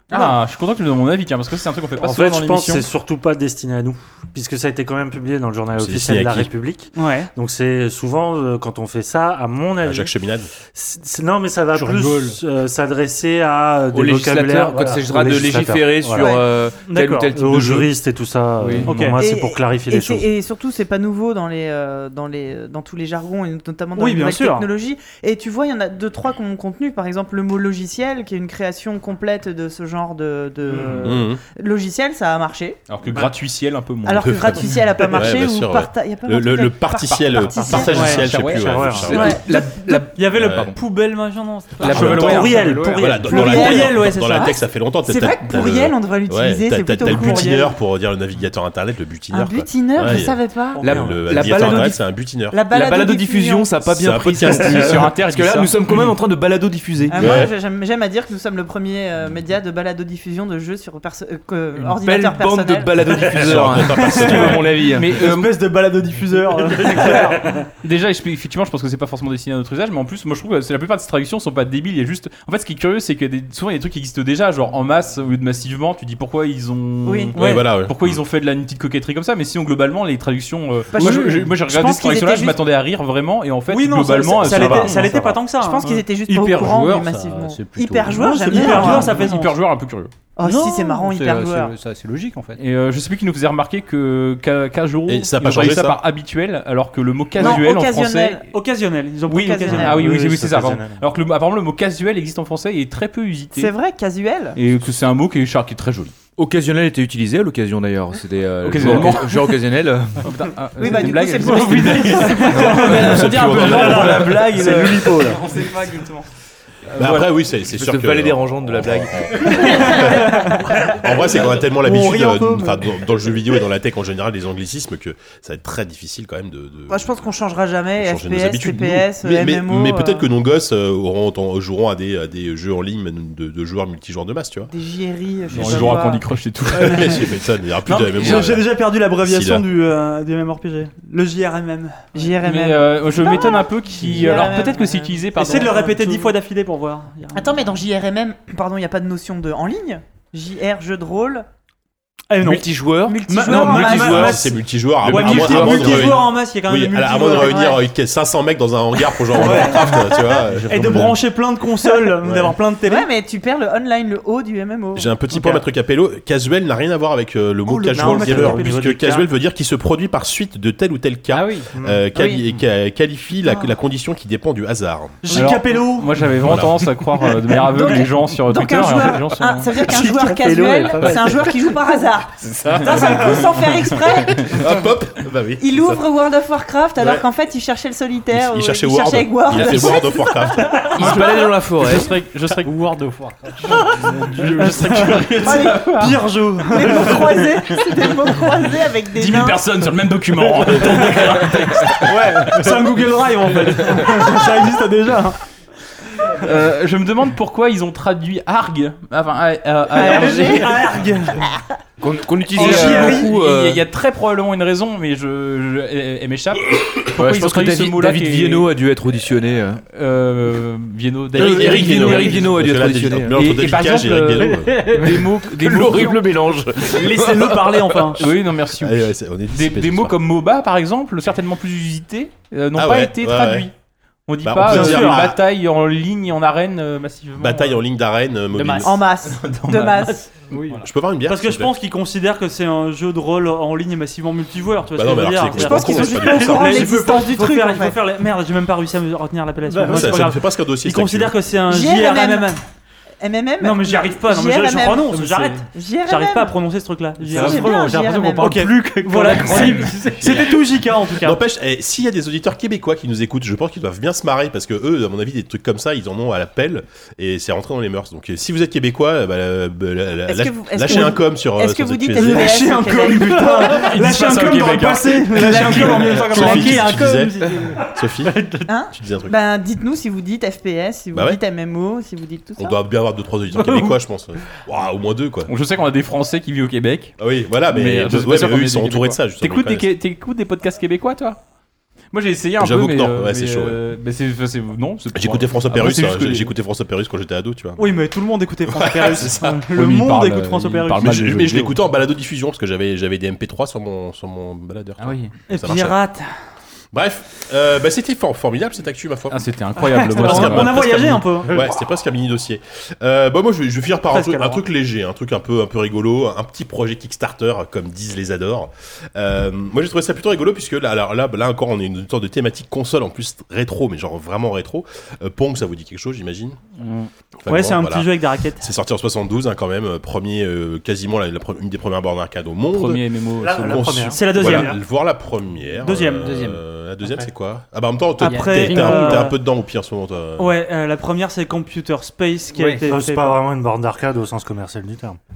Ah, je suis content que tu me donnes mon avis, tiens, parce que c'est un truc qu'on fait pas En souvent fait, dans je pense que l'émission. c'est surtout pas destiné à nous, puisque ça a été quand même publié dans le journal C'est officiel de la destiné à qui République. Ouais. Donc c'est souvent quand on fait ça, à mon À avis. Jacques Cheminade. Non, mais ça va Je plus s'adresser à des Aux législateurs, vocabulaires. quand il s'agira de légiférer sur tel ou D'accord. tel type Aux de jeu. juristes et tout ça. Oui. Non, Ok. moi, c'est Et- pour clarifier et les c'est- choses. Et surtout, c'est pas nouveau dans tous les jargons, et notamment dans Oui, les bien nouvelles sûr. technologies. Et tu vois, il y en a 2-3 qui ont contenu. Par exemple, le mot logiciel, qui est une création complète de ce genre de Mmh. logiciel, ça a marché. Alors que gratuitiel, un peu moins. Alors que gratuitiel a pas marché. bien ou sûr, il y a pas un truc Le avec particiel, particiel. partagiciel, je sais Ouais, plus. ouais, ouais. Ouais. Il y avait le Ouais. poubelle machin, non c'était pas La ça. chevelure. Pourriel, Voilà, dans Pluriel. la Pluriel, ouais, c'est dans ça. la tech, ça fait longtemps. C'est vrai que pourriel, on devrait l'utiliser. T'as C'est plutôt le courriel. butineur pour dire le navigateur internet, le Un butineur. quoi. butineur, Ouais, je savais pas. La- Le la navigateur balado- internet, c'est un butineur. La La balado-diffusion, ça a pas C'est bien un pris. podcast sur Inter, Parce que là, nous sommes quand même en train de balado-diffuser. Ah, moi, Ouais. j'aime à dire que nous sommes le premier média de balado-diffusion de jeux sur Une belle ordinateur bande de personnel. balado-diffuseurs, hein, si tu veux mon avis. Mais Espèce de balado-diffuseur. déjà, effectivement, je pense que c'est pas forcément destiné à notre usage, mais en plus, moi je trouve que la plupart de ces traductions sont pas débiles. Il y a juste. En fait, ce qui est curieux, c'est que souvent il y a des trucs qui existent déjà, genre en masse au lieu de massivement. Tu dis pourquoi ils ont. Oui. Ouais, voilà, ouais. Pourquoi ils ont fait de une petite coquetterie comme ça, mais sinon globalement les traductions. Bah, moi je- j'ai je regardé pense cette qu'ils traduction là, étaient je m'attendais à rire vraiment, et en fait Oui, non, globalement ça va. l'était ça pas tant que ça. Je pense hein. qu'ils étaient juste pas au Hyper courant joueur, du ça, massivement. c'est plutôt- Hyper joueur, Non, j'aime c'est bien. hyper moi. joueur, ça fait sens. Hyper joueur un peu curieux. Oh si, c'est marrant, hyper joueur. C'est logique en fait. Et je sais plus qui nous faisait remarquer que Kajuro Et ça a pas ils ont traduit changé, ça par habituel, alors que le mot casuel en français. occasionnel. Occasionnel. Ils ont pris Oui, occasionnel. ah oui, Oui, c'est c'est ça. pardon. occasionnel. Alors que apparemment le mot casuel existe en français et est très peu usité. C'est vrai, casuel. Et que c'est un mot qui est très joli. Occasionnel était utilisé à l'occasion d'ailleurs. C'était Occasionnellement. genre occasionnel. Oui, bah, une du blague. coup, c'est Non, pour- oui, on se dit un peu pour la blague. C'est l'Ulipo, là. On sait pas exactement. Mais Voilà. après, oui, c'est sûr Cette que. vallée dérangeante de la blague. En vrai, c'est qu'on a tellement On l'habitude, rit un peu, enfin, dans le jeu vidéo et dans la tech en général, des anglicismes, que ça va être très difficile quand même de. Moi, je pense qu'on changera jamais. changer nos FPS, habitudes, TPS, nous. Mais MMO. peut-être que nos gosses joueront à des jeux en ligne de joueurs multijoueurs de masse, tu vois. Des JRI, je On sais jouera à pas. Candy Crush, c'est tout. Mais j'ai fait ça, il n'y aura plus Non, de mais MMO. j'ai déjà perdu l'abréviation Si, du MMORPG. Le JRMM. JRMM. Mais je m'étonne un peu qui. JRMM, Alors peut-être que c'est utilisé par. Essaye de le répéter 10 fois d'affilée pour voir. Attends, mais dans JRMM, pardon, il n'y a pas de notion de en ligne. JR, jeu de rôle, Eh non. Multijoueur. multijoueur. non, Multijoueur, ma- si c'est multijoueur, à Ouais, moins de multijoueur en masse, il y a quand même oui, des à moins de multijoueurs. réunir 500 mecs dans un hangar pour jouer en Warcraft, tu vois. Et de brancher plein de consoles, d'avoir plein de télé. Ouais, mais tu perds le online, le haut du MMO. J'ai un petit point, Maître Capello. Casual n'a rien à voir avec le mot le casual Maître gamer, Capello. puisque casual veut dire qui se produit par suite de tel ou tel cas, Ah oui. qualifie la condition qui dépend du hasard. J'ai Alors, Capello. Moi j'avais vraiment tendance à croire de manière aveugle Donc- les gens sur Donc Twitter un et en fait joueur, les gens sont. ça veut dire qu'un J'ai joueur Capello, casual, elle est pas mal. c'est un joueur qui joue par hasard. C'est ça. D'un seul coup, sans faire exprès, Hop, hop. Bah oui. il ouvre World of Warcraft alors Ouais. qu'en fait il cherchait le solitaire. Il ou cherchait il Word. cherchait avec Word. Il a fait World of Warcraft. Il se baladait dans la forêt. Je serais World of Warcraft. je serais curieux. Ah, Pire jeu. les mots croisés, c'est des mots croisés avec des 10 000 nains. personnes sur le même document. C'est un Google Drive en fait. Ça existe déjà. Je me demande pourquoi ils ont traduit ARG. Enfin, ARG. Arg. Qu'on utilisait JRI. beaucoup. Il y a très probablement une raison, mais elle m'échappe. Pourquoi Ouais, je ils ont pense que traduit ce mot-là David qui est- Viennot a dû être auditionné. Viennot, Eric Viennot a dû être auditionné. Mais entre David par Cage et exemple, Eric Viennot. des mots L'horrible mélange. Laissez-le parler enfin. Oui, non, merci. Allez, ouais, on est Des dissipés ce mots soir. comme MOBA par exemple, certainement plus usités, n'ont Ah pas ouais, été ouais, traduits. ouais. On dit Bah, pas on peut dire, bataille en ligne, en arène massivement. Bataille en ligne d'arène mobile. masse. En masse. De masse. Je peux avoir une bière Parce que s'il je te pense qu'ils considèrent que c'est un jeu de rôle en ligne massivement multijoueur. Tu vois Bah ce que non, je veux mais dire alors, Je pense qu'ils sont c'est juste pas pas au du courant tout de ça. l'existence du truc. en Il faut fait. faire Merde, j'ai même pas réussi à me retenir l'appellation. plaît. Moi, c'est pas Ça me grave. fait presque un dossier. Ils considèrent que c'est un JRMM. JRMM. MMM. Non, mais j'y arrive pas. Non, mais je prononce. J'arrête. J'arrive pas à prononcer ce truc-là. C'est bien, J'ai l'impression qu'on JRMM. parle Ok. plus que Voilà. C'était tout JK en tout cas. N'empêche, s'il y a des auditeurs québécois qui nous écoutent, je pense qu'ils doivent bien se marrer parce que eux, à mon avis, des trucs comme ça, ils en ont à l'appel et c'est rentré dans les mœurs. Donc, si vous êtes québécois, bah, lâchez un com sur. Est-ce que sur vous cette dites QSD. FPS au Québec Lâchez un com dans le passé. Lâchez un com en 1980. Sophie, un tu com. disais Sophie, Hein tu disais un truc. Ben, dites-nous si vous dites FPS, si vous Bah ouais. dites MMO, si vous dites tout ça. On doit bien avoir 2-3 auditeurs québécois, je pense. Waouh, au moins 2 quoi. Donc, je sais qu'on a des Français qui vivent au Québec. Ah oui, voilà, mais je sais pas ouais, sûr mais qu'on eux ait ils sont des entourés de Québécois. ça justement. T'écoutes des podcasts québécois toi? Moi j'ai essayé un J'avoue peu, que mais non, ouais, c'est chaud, mais non. J'écoutais François Après, Pérus, c'est juste que- j'écoutais François Pérus quand j'étais ado, tu vois. Oui, mais tout le monde écoutait François Pérus. c'est ça. Le Oui, mais il monde parle, écoute François il Pérus. parle Mais mal je, des jeux mais je vidéo. l'écoutais en balado diffusion parce que j'avais des MP3 sur mon baladeur. Ah oui. Et ça marchait. pirate. Bref, c'était formidable cette actu ma foi. Ah, c'était incroyable. Parce On qu'à a presque voyagé à un peu. Ouais, c'était presque un mini dossier. Moi, je vais finir par Presque, un alors. truc léger, un truc un peu rigolo, un petit projet Kickstarter, comme disent les adores. Moi, j'ai trouvé ça plutôt rigolo puisque là encore, on est une sorte de thématique console en plus rétro, mais genre vraiment rétro. Pong, ça vous dit quelque chose, j'imagine. Ouais, c'est un petit jeu avec des raquettes. C'est sorti en 72, quand même, premier, quasiment une des premières bornes arcade au monde. Premier MMO. La Conçu- première. C'est la deuxième. Voilà, voir la première. Deuxième. La deuxième, c'est quoi? Ah bah en même temps, Après, t'es un peu dedans au pire en ce moment. toi. Ouais, la première c'est Computer Space qui a Ouais. été. Non, c'est pas vraiment une borne d'arcade au sens commercial du terme.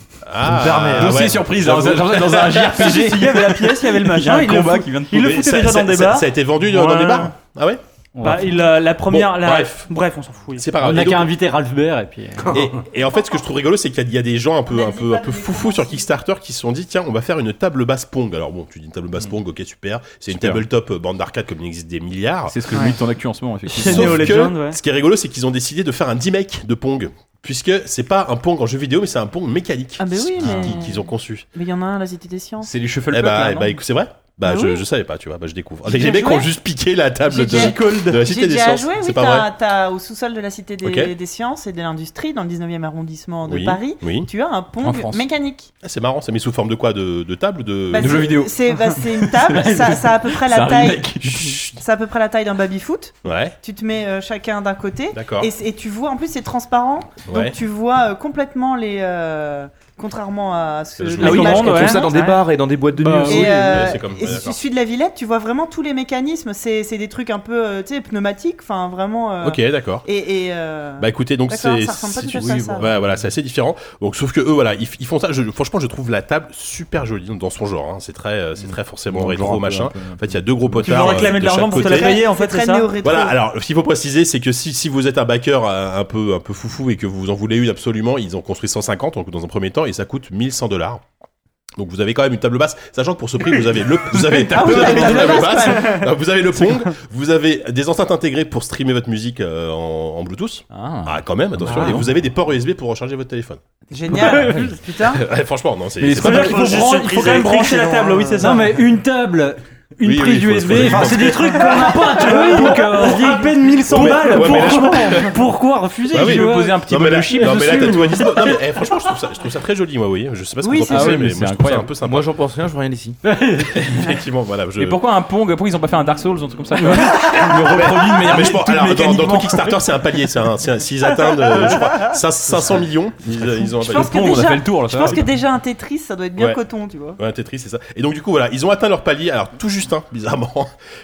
Ah, Dossier ouais. surprise, J'avoue. dans un JRPG. Il y avait la pièce, il y avait le Il y a machin. un Il le combat fout- qui vient de il le Mais foutait ça- déjà dans ça- des bars. Ça a été vendu dans Ouais. des bars? Ah ouais? Bah, la première. Bon, bref, on s'en fout. C'est pas grave. On n'a Et donc- qu'à inviter Ralph Baer et puis. Et en fait, ce que je trouve rigolo, c'est qu'il y a des gens un peu foufous sur Kickstarter qui se sont dit, tiens, on va faire une table basse Pong. Alors bon, tu dis une table basse Pong, ok, super. C'est une Super. tabletop bande d'arcade comme il existe des milliards. C'est ce que je me dis de ton actu en ce moment, effectivement. C'est Sauf Neo que, Legend, ouais. ce qui est rigolo, c'est qu'ils ont décidé de faire un remake de Pong. Puisque c'est pas un Pong en jeu vidéo, mais c'est un Pong mécanique Ah, mais oui, mais. qu'ils ont conçu. Mais il y en a un à la Cité des Sciences. C'est les Shuffle Eh Puck, là, bah, non écoute, c'est vrai? Bah, Ah oui. je savais pas, tu vois, bah, je découvre. J'ai Les déjà mecs joué. ont juste piqué la table J'ai de déjà- de la Cité J'ai des déjà Sciences. joué, C'est oui, pas vrai? t'as au sous-sol de la Cité des, Ok. des Sciences et de l'Industrie, dans le 19e arrondissement de Oui, Paris. oui. Tu as un En Pong France. mécanique. Ah, c'est marrant, ça met sous forme de quoi? De table ou de. Bah, de c'est- jeux vidéo. C'est une table, ça a à peu près C'est la un taille. remake. C'est à peu près la taille d'un baby-foot. Ouais, Tu te mets chacun d'un côté. d'accord. Et tu vois, en plus, c'est transparent. Ouais. Donc tu vois complètement les. Contrairement à ce Je que vois. Ah oui, commandes, on ouais. trouve ça dans des bars et dans des boîtes de nuit Bah, aussi. Et, oui, c'est comme- et ouais, si d'accord. tu suis de la Villette, tu vois vraiment tous les mécanismes. C'est des trucs un peu tu sais, pneumatiques. Enfin, vraiment. Ok, d'accord. Bah, Bah écoutez, donc D'accord, c'est ça ressemble pas si tout tu- à fait à oui, ça. bon, ouais, voilà, c'est assez différent. Donc sauf que eux voilà, ils font ça. Franchement, je trouve la table super jolie dans son genre. Hein. C'est très forcément Dans le genre rétro un peu, machin. un peu. En fait, il y a deux gros Tu potards. veux réclamer de l'argent chaque pour te la côté. payer en fait, très c'est ça néo-rétro. Voilà, alors ce qu'il faut préciser, c'est que si vous êtes un backer un peu foufou et que vous en voulez une absolument, ils ont construit 150 donc dans un premier temps et ça coûte $1100. Donc vous avez quand même une table basse, sachant que pour ce prix vous avez vous avez Ah oui, vous avez la une table table basse, basse, vous avez le Pong, vous avez des enceintes intégrées pour streamer votre musique en Bluetooth. Ah. Ah quand même, attention, et vous avez des ports USB pour recharger votre téléphone. Génial. Putain. Ouais, franchement, non, c'est Mais c'est pas C'est-à-dire qu'il faut quand même brancher la table, oui, c'est ça. Non, mais une table, une Oui, oui, prise faut- USB, faut- enfin, c'est des trucs qu'on n'a pas, tu vois. Donc, on se dit, À peine 1100 balles. Ouais, mais là, pourquoi refuser Bah oui, tu je vois. poser un petit non, mais peu là, de chip non, mais là, dessus. t'as tout à dire. Non, mais franchement, je trouve ça très joli, moi, oui. Je sais pas ce que Oui, vous en c'est pensez, vrai. mais Ah oui, moi, c'est je trouve ça un incroyable. peu sympa. Moi j'en pense rien, je vois rien ici. Effectivement, voilà. Et pourquoi un Pong? Pourquoi ils ont pas fait un Dark Souls, un truc comme ça? Le reproduit de manière Mais je pense, toute alors, dans mécaniquement. Kickstarter, c'est un palier. S'ils atteignent, je crois, 500 millions, ils ont un Je palier. pense que Pong, on a déjà- fait le tour là. Je pense que déjà un Tetris, ça doit être bien Ouais. coton, tu vois. Ouais, Tetris, c'est ça. Et donc, du coup, voilà, ils ont atteint leur palier. Alors, tout juste, hein, bizarrement.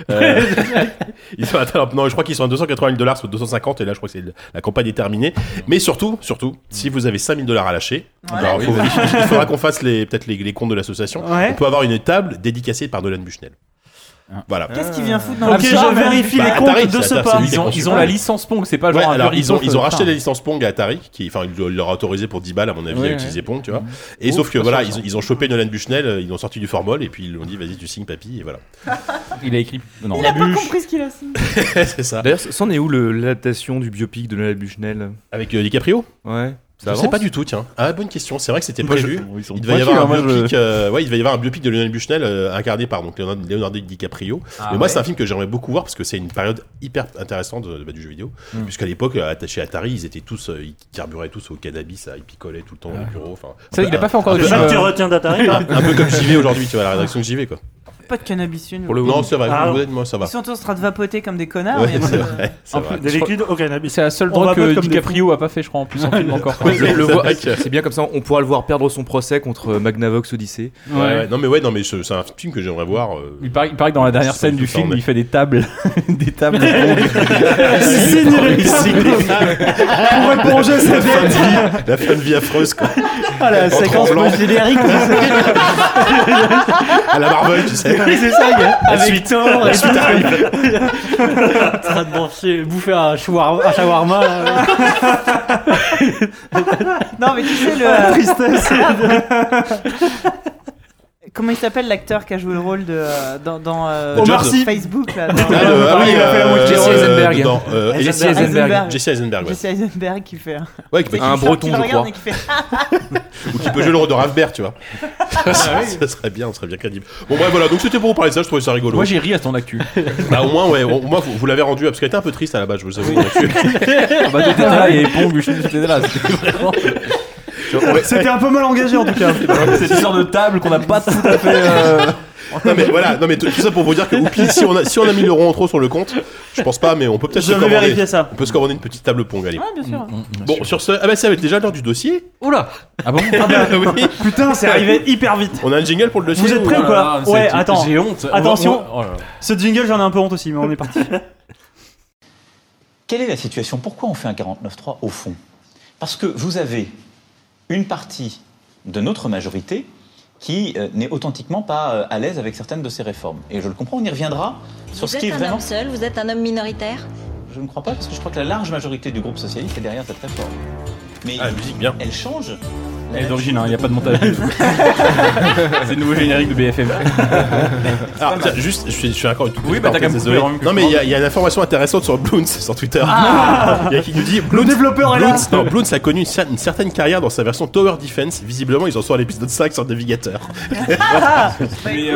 Ils ont atteint leur... Non, je crois qu'ils sont à $280 sur 250. Et là, je crois que la campagne est terminée. Mais surtout, si vous avez $5000 à lâcher, Voilà. alors, il faudra qu'on fasse peut-être les comptes de l'association. Ouais. On peut avoir une table dédicacée par Nolan Bushnell. Voilà. Qu'est-ce qui vient foutre dans Ok, le je champ, vérifie Bah, les Atari, comptes de c'est ce Atari, pas. c'est lui. Ils ont la licence Pong, c'est pas genre Ouais, un alors pur ils ont licence, racheté putain. la licence Pong à Atari, il leur a autorisé pour 10 balles à mon avis Ouais, à utiliser Pong, tu vois. Mhm. Et Ouf, sauf que pas voilà, sûr, ils ont chopé Nolan Bushnell, ils ont sorti du formol et puis ils lui ont dit vas-y tu signes papy et voilà. Il a écrit. Non, Il a pas compris ce qu'il a signé. C'est ça. D'ailleurs, c'en est où l'adaptation du biopic de Noël Bushnell? Avec DiCaprio Ouais. Je sais pas du tout, tiens. Ah bonne question, c'est vrai que c'était Moi, prévu. ils sont Il devait y avoir un pointus, hein, moi, biopic, ouais, il devait y avoir un biopic de Lionel Bushnell incarné par donc Leonardo DiCaprio. Ah Mais moi, ouais. c'est un film que j'aimerais beaucoup voir parce que c'est une période hyper intéressante du jeu vidéo. Puisqu'à l'époque, attachés à Atari, ils étaient tous, ils carburaient tous au cannabis, ils picolaient tout le temps dans le bureau. Enfin, Ça, il a pas fait encore de C'est ça que tu film. retiens d'Atari là un peu comme JV aujourd'hui, tu vois, la rédaction de JV quoi. Pas de cannabis chez nous. Pour le Non, c'est vrai, Ah. moi ça va. Ils sont tous en train de vapoter comme des connards. Ouais, mais moi, c'est vrai, c'est En vrai. Des liquides au cannabis. C'est la seule On va drogue pas que comme des DiCaprio a pas fait, je crois, en plus en film encore. C'est bien comme ça, on pourra le voir perdre son procès contre Magnavox Odyssey. Ouais. Non mais c'est un film que j'aimerais voir. Il paraît que dans la dernière Ça scène me du fait film, tourner. il fait des tables. Des tables. Pour éponger sa dette. La fin de vie affreuse quoi. Ah, la séquence tremblant. post-générique, À la Marvel, tu sais. c'est ça, gars. Avec Thor et Ensuite tout. arrive. En train de bouffer un shawarma. Là. Non, mais tu sais, le. Tristesse. Comment il s'appelle l'acteur qui a joué le rôle de dans Omar Sy. Facebook là, Jesse Eisenberg. Jesse Eisenberg, ouais. Jesse Eisenberg qui fait Ouais, un breton, je crois. Ou qui peut jouer le rôle de Ravbert, tu vois. Ça serait bien crédible. Bon, bref, voilà, donc c'était pour vous parler de ça, je trouvais ça rigolo. Moi j'ai ri à ton actu. Bah, au moins, vous l'avez rendu, parce qu'elle était un peu triste à la base, je vous avoue. T'étais là, il y avait Pong, j'étais là, c'était vraiment. C'était un peu mal engagé en tout cas. C'est une sorte de table qu'on n'a pas tout à fait. Non mais tout ça pour vous dire que Oupi, si on a 1000 € en trop sur le compte, je pense pas, mais on peut peut-être Je vais vérifier ça. On peut se commander une petite table Pong, allez. Ouais, bien sûr. Bon, sur ce, ça va être déjà l'heure du dossier. Oula. Ah bon? Oui. Putain, c'est arrivé hyper vite. On a un jingle pour le dossier. Vous êtes prêts ou quoi? Ouais, attends. J'ai honte. Attention. Ce jingle, j'en ai un peu honte aussi, mais on est parti. Quelle est la situation? Pourquoi on fait un 49.3 au fond? Parce que vous avez une partie de notre majorité qui n'est authentiquement pas à l'aise avec certaines de ces réformes. Et je le comprends, on y reviendra sur ce qui est vraiment... Vous êtes un homme seul, vous êtes un homme minoritaire? Je ne crois pas, parce que je crois que la large majorité du groupe socialiste est derrière cette réforme. Mais musique, bien. Elle change. Elle est d'origine, il n'y a pas de montage. C'est le nouveau générique de BFM. Alors, tiens, juste, je suis encore une toute Oui, bah t'as qu'à me couper, Non, mais il y a une information intéressante sur Bloons sur Twitter. Il y a qui nous dit Le développeur est là. Bloons a connu une certaine carrière dans sa version Tower Defense. Visiblement, ils en sont à l'épisode 5 sur Navigator. Mais il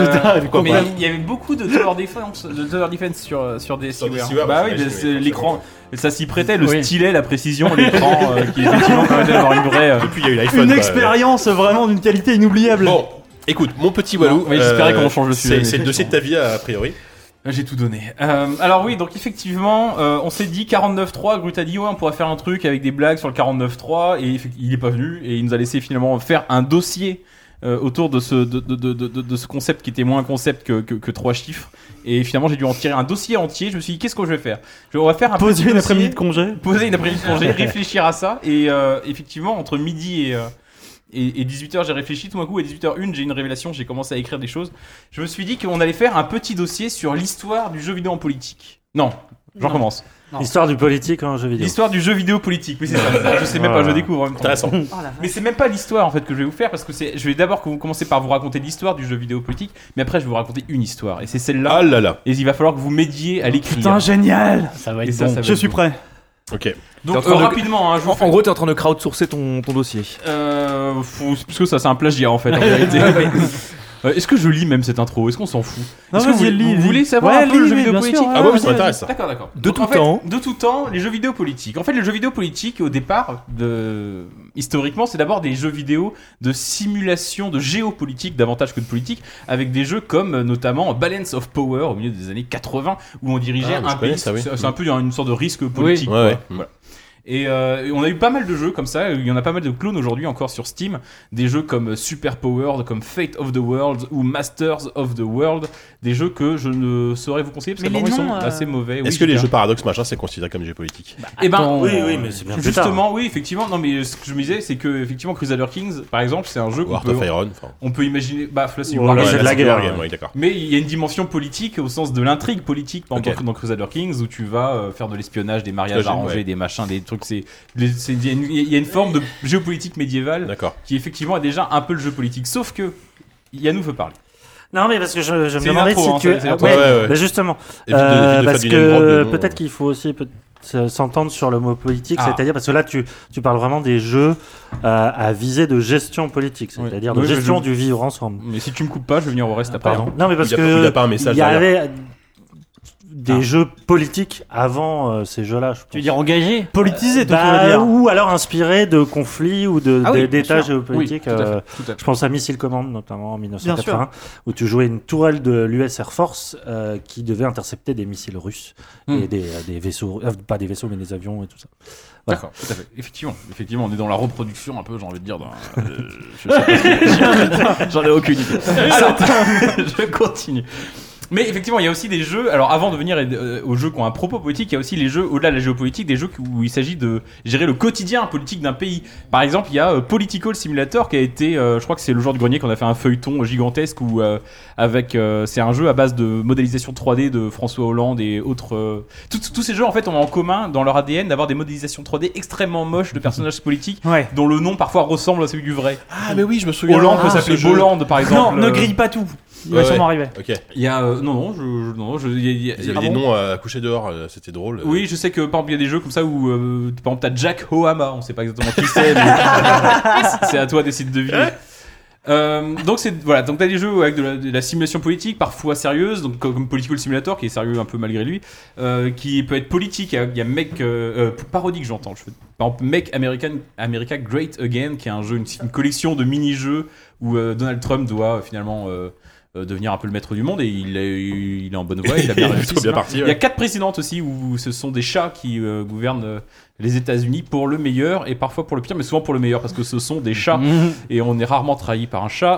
y avait beaucoup de Tower Defense sur des Seaware. Bah oui, l'écran. Ça s'y prêtait, le stylet, la précision, l'écran, qui effectivement permettait d'avoir une vraie. Depuis, il y a eu l'iPhone. Une expérience vraiment d'une qualité inoubliable. Bon, écoute, mon petit Walou. J'espérais qu'on change le sujet. C'est le dossier de ta vie, a priori. J'ai tout donné. Alors oui, donc effectivement, on s'est dit 49.3, Grut a dit ouais, on pourrait faire un truc avec des blagues sur le 49.3, et il est pas venu, et il nous a laissé finalement faire un dossier autour de ce concept qui était moins un concept que 3 chiffres. Et finalement, j'ai dû en tirer un dossier entier. Je me suis dit, qu'est-ce que je vais faire? On va faire un poser une après-midi de congé. Poser une après-midi de congé, réfléchir à ça. Et effectivement, entre midi et 18h, j'ai réfléchi tout d'un coup. À 18h01, j'ai une révélation. J'ai commencé à écrire des choses. Je me suis dit qu'on allait faire un petit dossier sur l'histoire du jeu vidéo en politique. Non, je recommence. L'histoire du politique en jeu vidéo. L'histoire du jeu vidéo politique, oui c'est ça. Je sais même pas, je découvre en même temps. Intéressant. Mais c'est même pas l'histoire en fait que je vais vous faire parce que je vais d'abord commencer par vous raconter l'histoire du jeu vidéo politique, mais après je vais vous raconter une histoire et c'est celle-là. Ah là là. Et il va falloir que vous m'aidiez à l'écrire. Putain génial. Ça va être bon. Je suis prêt. Ok. Donc rapidement, hein, en gros, t'es en train de crowdsourcer ton dossier. Parce que ça c'est un plagiat en fait en réalité. Est-ce que je lis même cette intro? Est-ce qu'on s'en fout? Est-ce que vous voulez savoir un peu le jeu vidéo politique? Ah ouais, ça m'intéresse. D'accord. De tout temps, les jeux vidéo politiques. En fait, les jeux vidéo politiques, au départ, historiquement, c'est d'abord des jeux vidéo de simulation de géopolitique davantage que de politique, avec des jeux comme notamment Balance of Power au milieu des années 80, où on dirigeait un pays. C'est un peu une sorte de risque politique. Oui. Ouais. Voilà. Et on a eu pas mal de jeux comme ça, il y en a pas mal de clones aujourd'hui encore sur Steam, des jeux comme Super Powered, comme Fate of the World ou Masters of the World, des jeux que je ne saurais vous conseiller parce qu'apparemment ils sont assez mauvais. Est-ce que les jeux Paradox machin c'est considéré comme géopolitique? Eh ben oui, mais c'est bien justement, oui, effectivement. Non, mais ce que je me disais, c'est que effectivement Crusader Kings, par exemple, c'est un jeu on peut imaginer. Bah, là, c'est de la guerre. Oui, d'accord. Mais il y a une dimension politique au sens de l'intrigue politique, par exemple dans Crusader Kings, où tu vas faire de l'espionnage, des mariages arrangés, des machins, des trucs. Il y a une forme de géopolitique médiévale qui effectivement a déjà un peu le jeu politique. Sauf que Yannou veut parler. Non mais parce que je me demandais si tu... Ouais. Justement. Parce que peut-être qu'il faut aussi s'entendre sur le mot politique, c'est-à-dire parce que là tu parles vraiment des jeux à visée de gestion politique, c'est-à-dire de gestion du vivre ensemble. Mais si tu me coupes pas, je vais venir au reste après. Non mais parce que il y a pas un message. Il y avait des jeux politiques avant ces jeux-là. Tu veux dire engagés, politisés, tu veux dire, ou alors inspirés de conflits ou d'états géopolitiques. Oui, tout à fait. Je pense à Missile Command notamment en 1981, où tu jouais une tourelle de l'US Air Force qui devait intercepter des missiles russes et des vaisseaux, pas des vaisseaux mais des avions et tout ça. Voilà. D'accord, tout à fait. Effectivement, on est dans la reproduction un peu, j'ai envie de dire. Je sais pas j'en ai aucune idée. Alors, je continue. Mais effectivement, il y a aussi des jeux. Alors, avant de venir aux jeux qui ont un propos politique, il y a aussi les jeux au-delà de la géopolitique, des jeux où il s'agit de gérer le quotidien politique d'un pays. Par exemple, il y a Political Simulator qui a été, je crois que c'est le jour de grenier qu'on a fait un feuilleton gigantesque où c'est un jeu à base de modélisation 3D de François Hollande et autres. Tous ces jeux en fait ont en commun dans leur ADN d'avoir des modélisations 3D extrêmement moches de personnages politiques dont le nom parfois ressemble à celui du vrai. Ah mais oui, je me souviens. Hollande peut s'appeler Bolland par exemple. Non, ne grille pas tout. Il va sûrement arriver. Ok. Il y a il y avait des noms à coucher dehors, c'était drôle. Oui, je sais que par exemple il y a des jeux comme ça où par exemple t'as Jack Hohama, on sait pas exactement qui c'est, mais c'est à toi d'essayer de deviner. Donc t'as des jeux avec de la simulation politique parfois sérieuse, donc comme Political Simulator qui est sérieux un peu malgré lui, qui peut être politique. Il y a Make parodique, j'entends. Par exemple Make America Great Again, qui est un jeu, une collection de mini-jeux où Donald Trump doit finalement devenir un peu le maître du monde, et il est en bonne voie, il a bien réussi. Il y a 4 précédentes aussi où ce sont des chats qui gouvernent les États-Unis pour le meilleur et parfois pour le pire, mais souvent pour le meilleur parce que ce sont des chats et on est rarement trahi par un chat.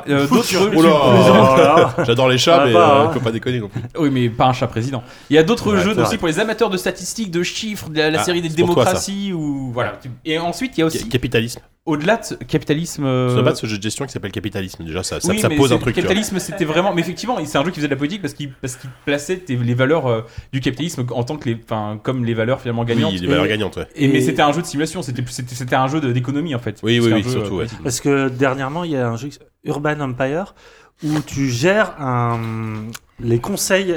J'adore les chats, mais faut pas déconner non plus. Oui, mais pas un chat président. Il y a d'autres jeux aussi pour les amateurs de statistiques, de chiffres, de la série des démocraties ou voilà. Et ensuite il y a aussi capitalisme. Au-delà de capitalisme, ça va de ce jeu de gestion qui s'appelle capitalisme. Déjà, ça pose un truc. Capitalisme, c'était vraiment. Mais effectivement, c'est un jeu qui faisait de la politique parce qu'il plaçait les valeurs du capitalisme en tant que comme les valeurs finalement gagnantes. Oui, les valeurs gagnantes. Ouais. Mais c'était un jeu de simulation. C'était un jeu d'économie en fait. Oui, surtout. Ouais. Parce que dernièrement, il y a un jeu Urban Empire où tu gères les conseils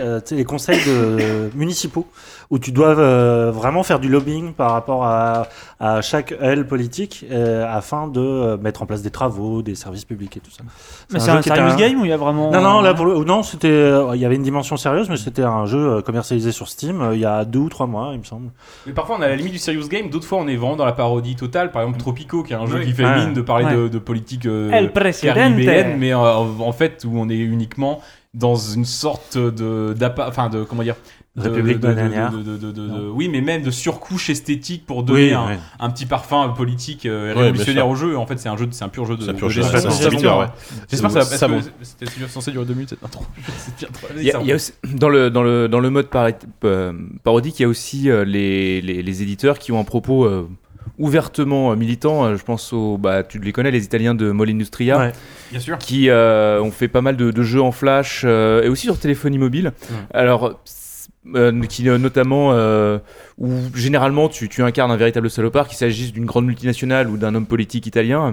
municipaux, où tu dois vraiment faire du lobbying par rapport à chaque aile politique afin de mettre en place des travaux, des services publics et tout ça. Mais c'est un serious game où il y a vraiment... Non, là il y avait une dimension sérieuse, mais c'était un jeu commercialisé sur Steam il y a 2 ou 3 mois, il me semble. Mais parfois on a la limite du serious game, d'autres fois on est vraiment dans la parodie totale. Par exemple Tropico, qui est un jeu qui fait mine de parler de politique caribéenne, mais en fait où on est uniquement dans une sorte de comment dire, République bananière. Oui, mais même de surcouche esthétique pour donner un petit parfum politique révolutionnaire au jeu. En fait, c'est un pur jeu de. C'est un pur jeu. J'espère que ça va. C'était censé durer 2 minutes cette intro. Il y a aussi dans le mode parodique, il y a aussi les éditeurs qui ont un propos ouvertement militant. Je pense tu les connais, les Italiens de Mole Industria. Ouais. Bien sûr. Qui ont fait pas mal de jeux en flash et aussi sur téléphonie mobile. Alors qui notamment où généralement tu incarnes un véritable salopard, qu'il s'agisse d'une grande multinationale ou d'un homme politique italien,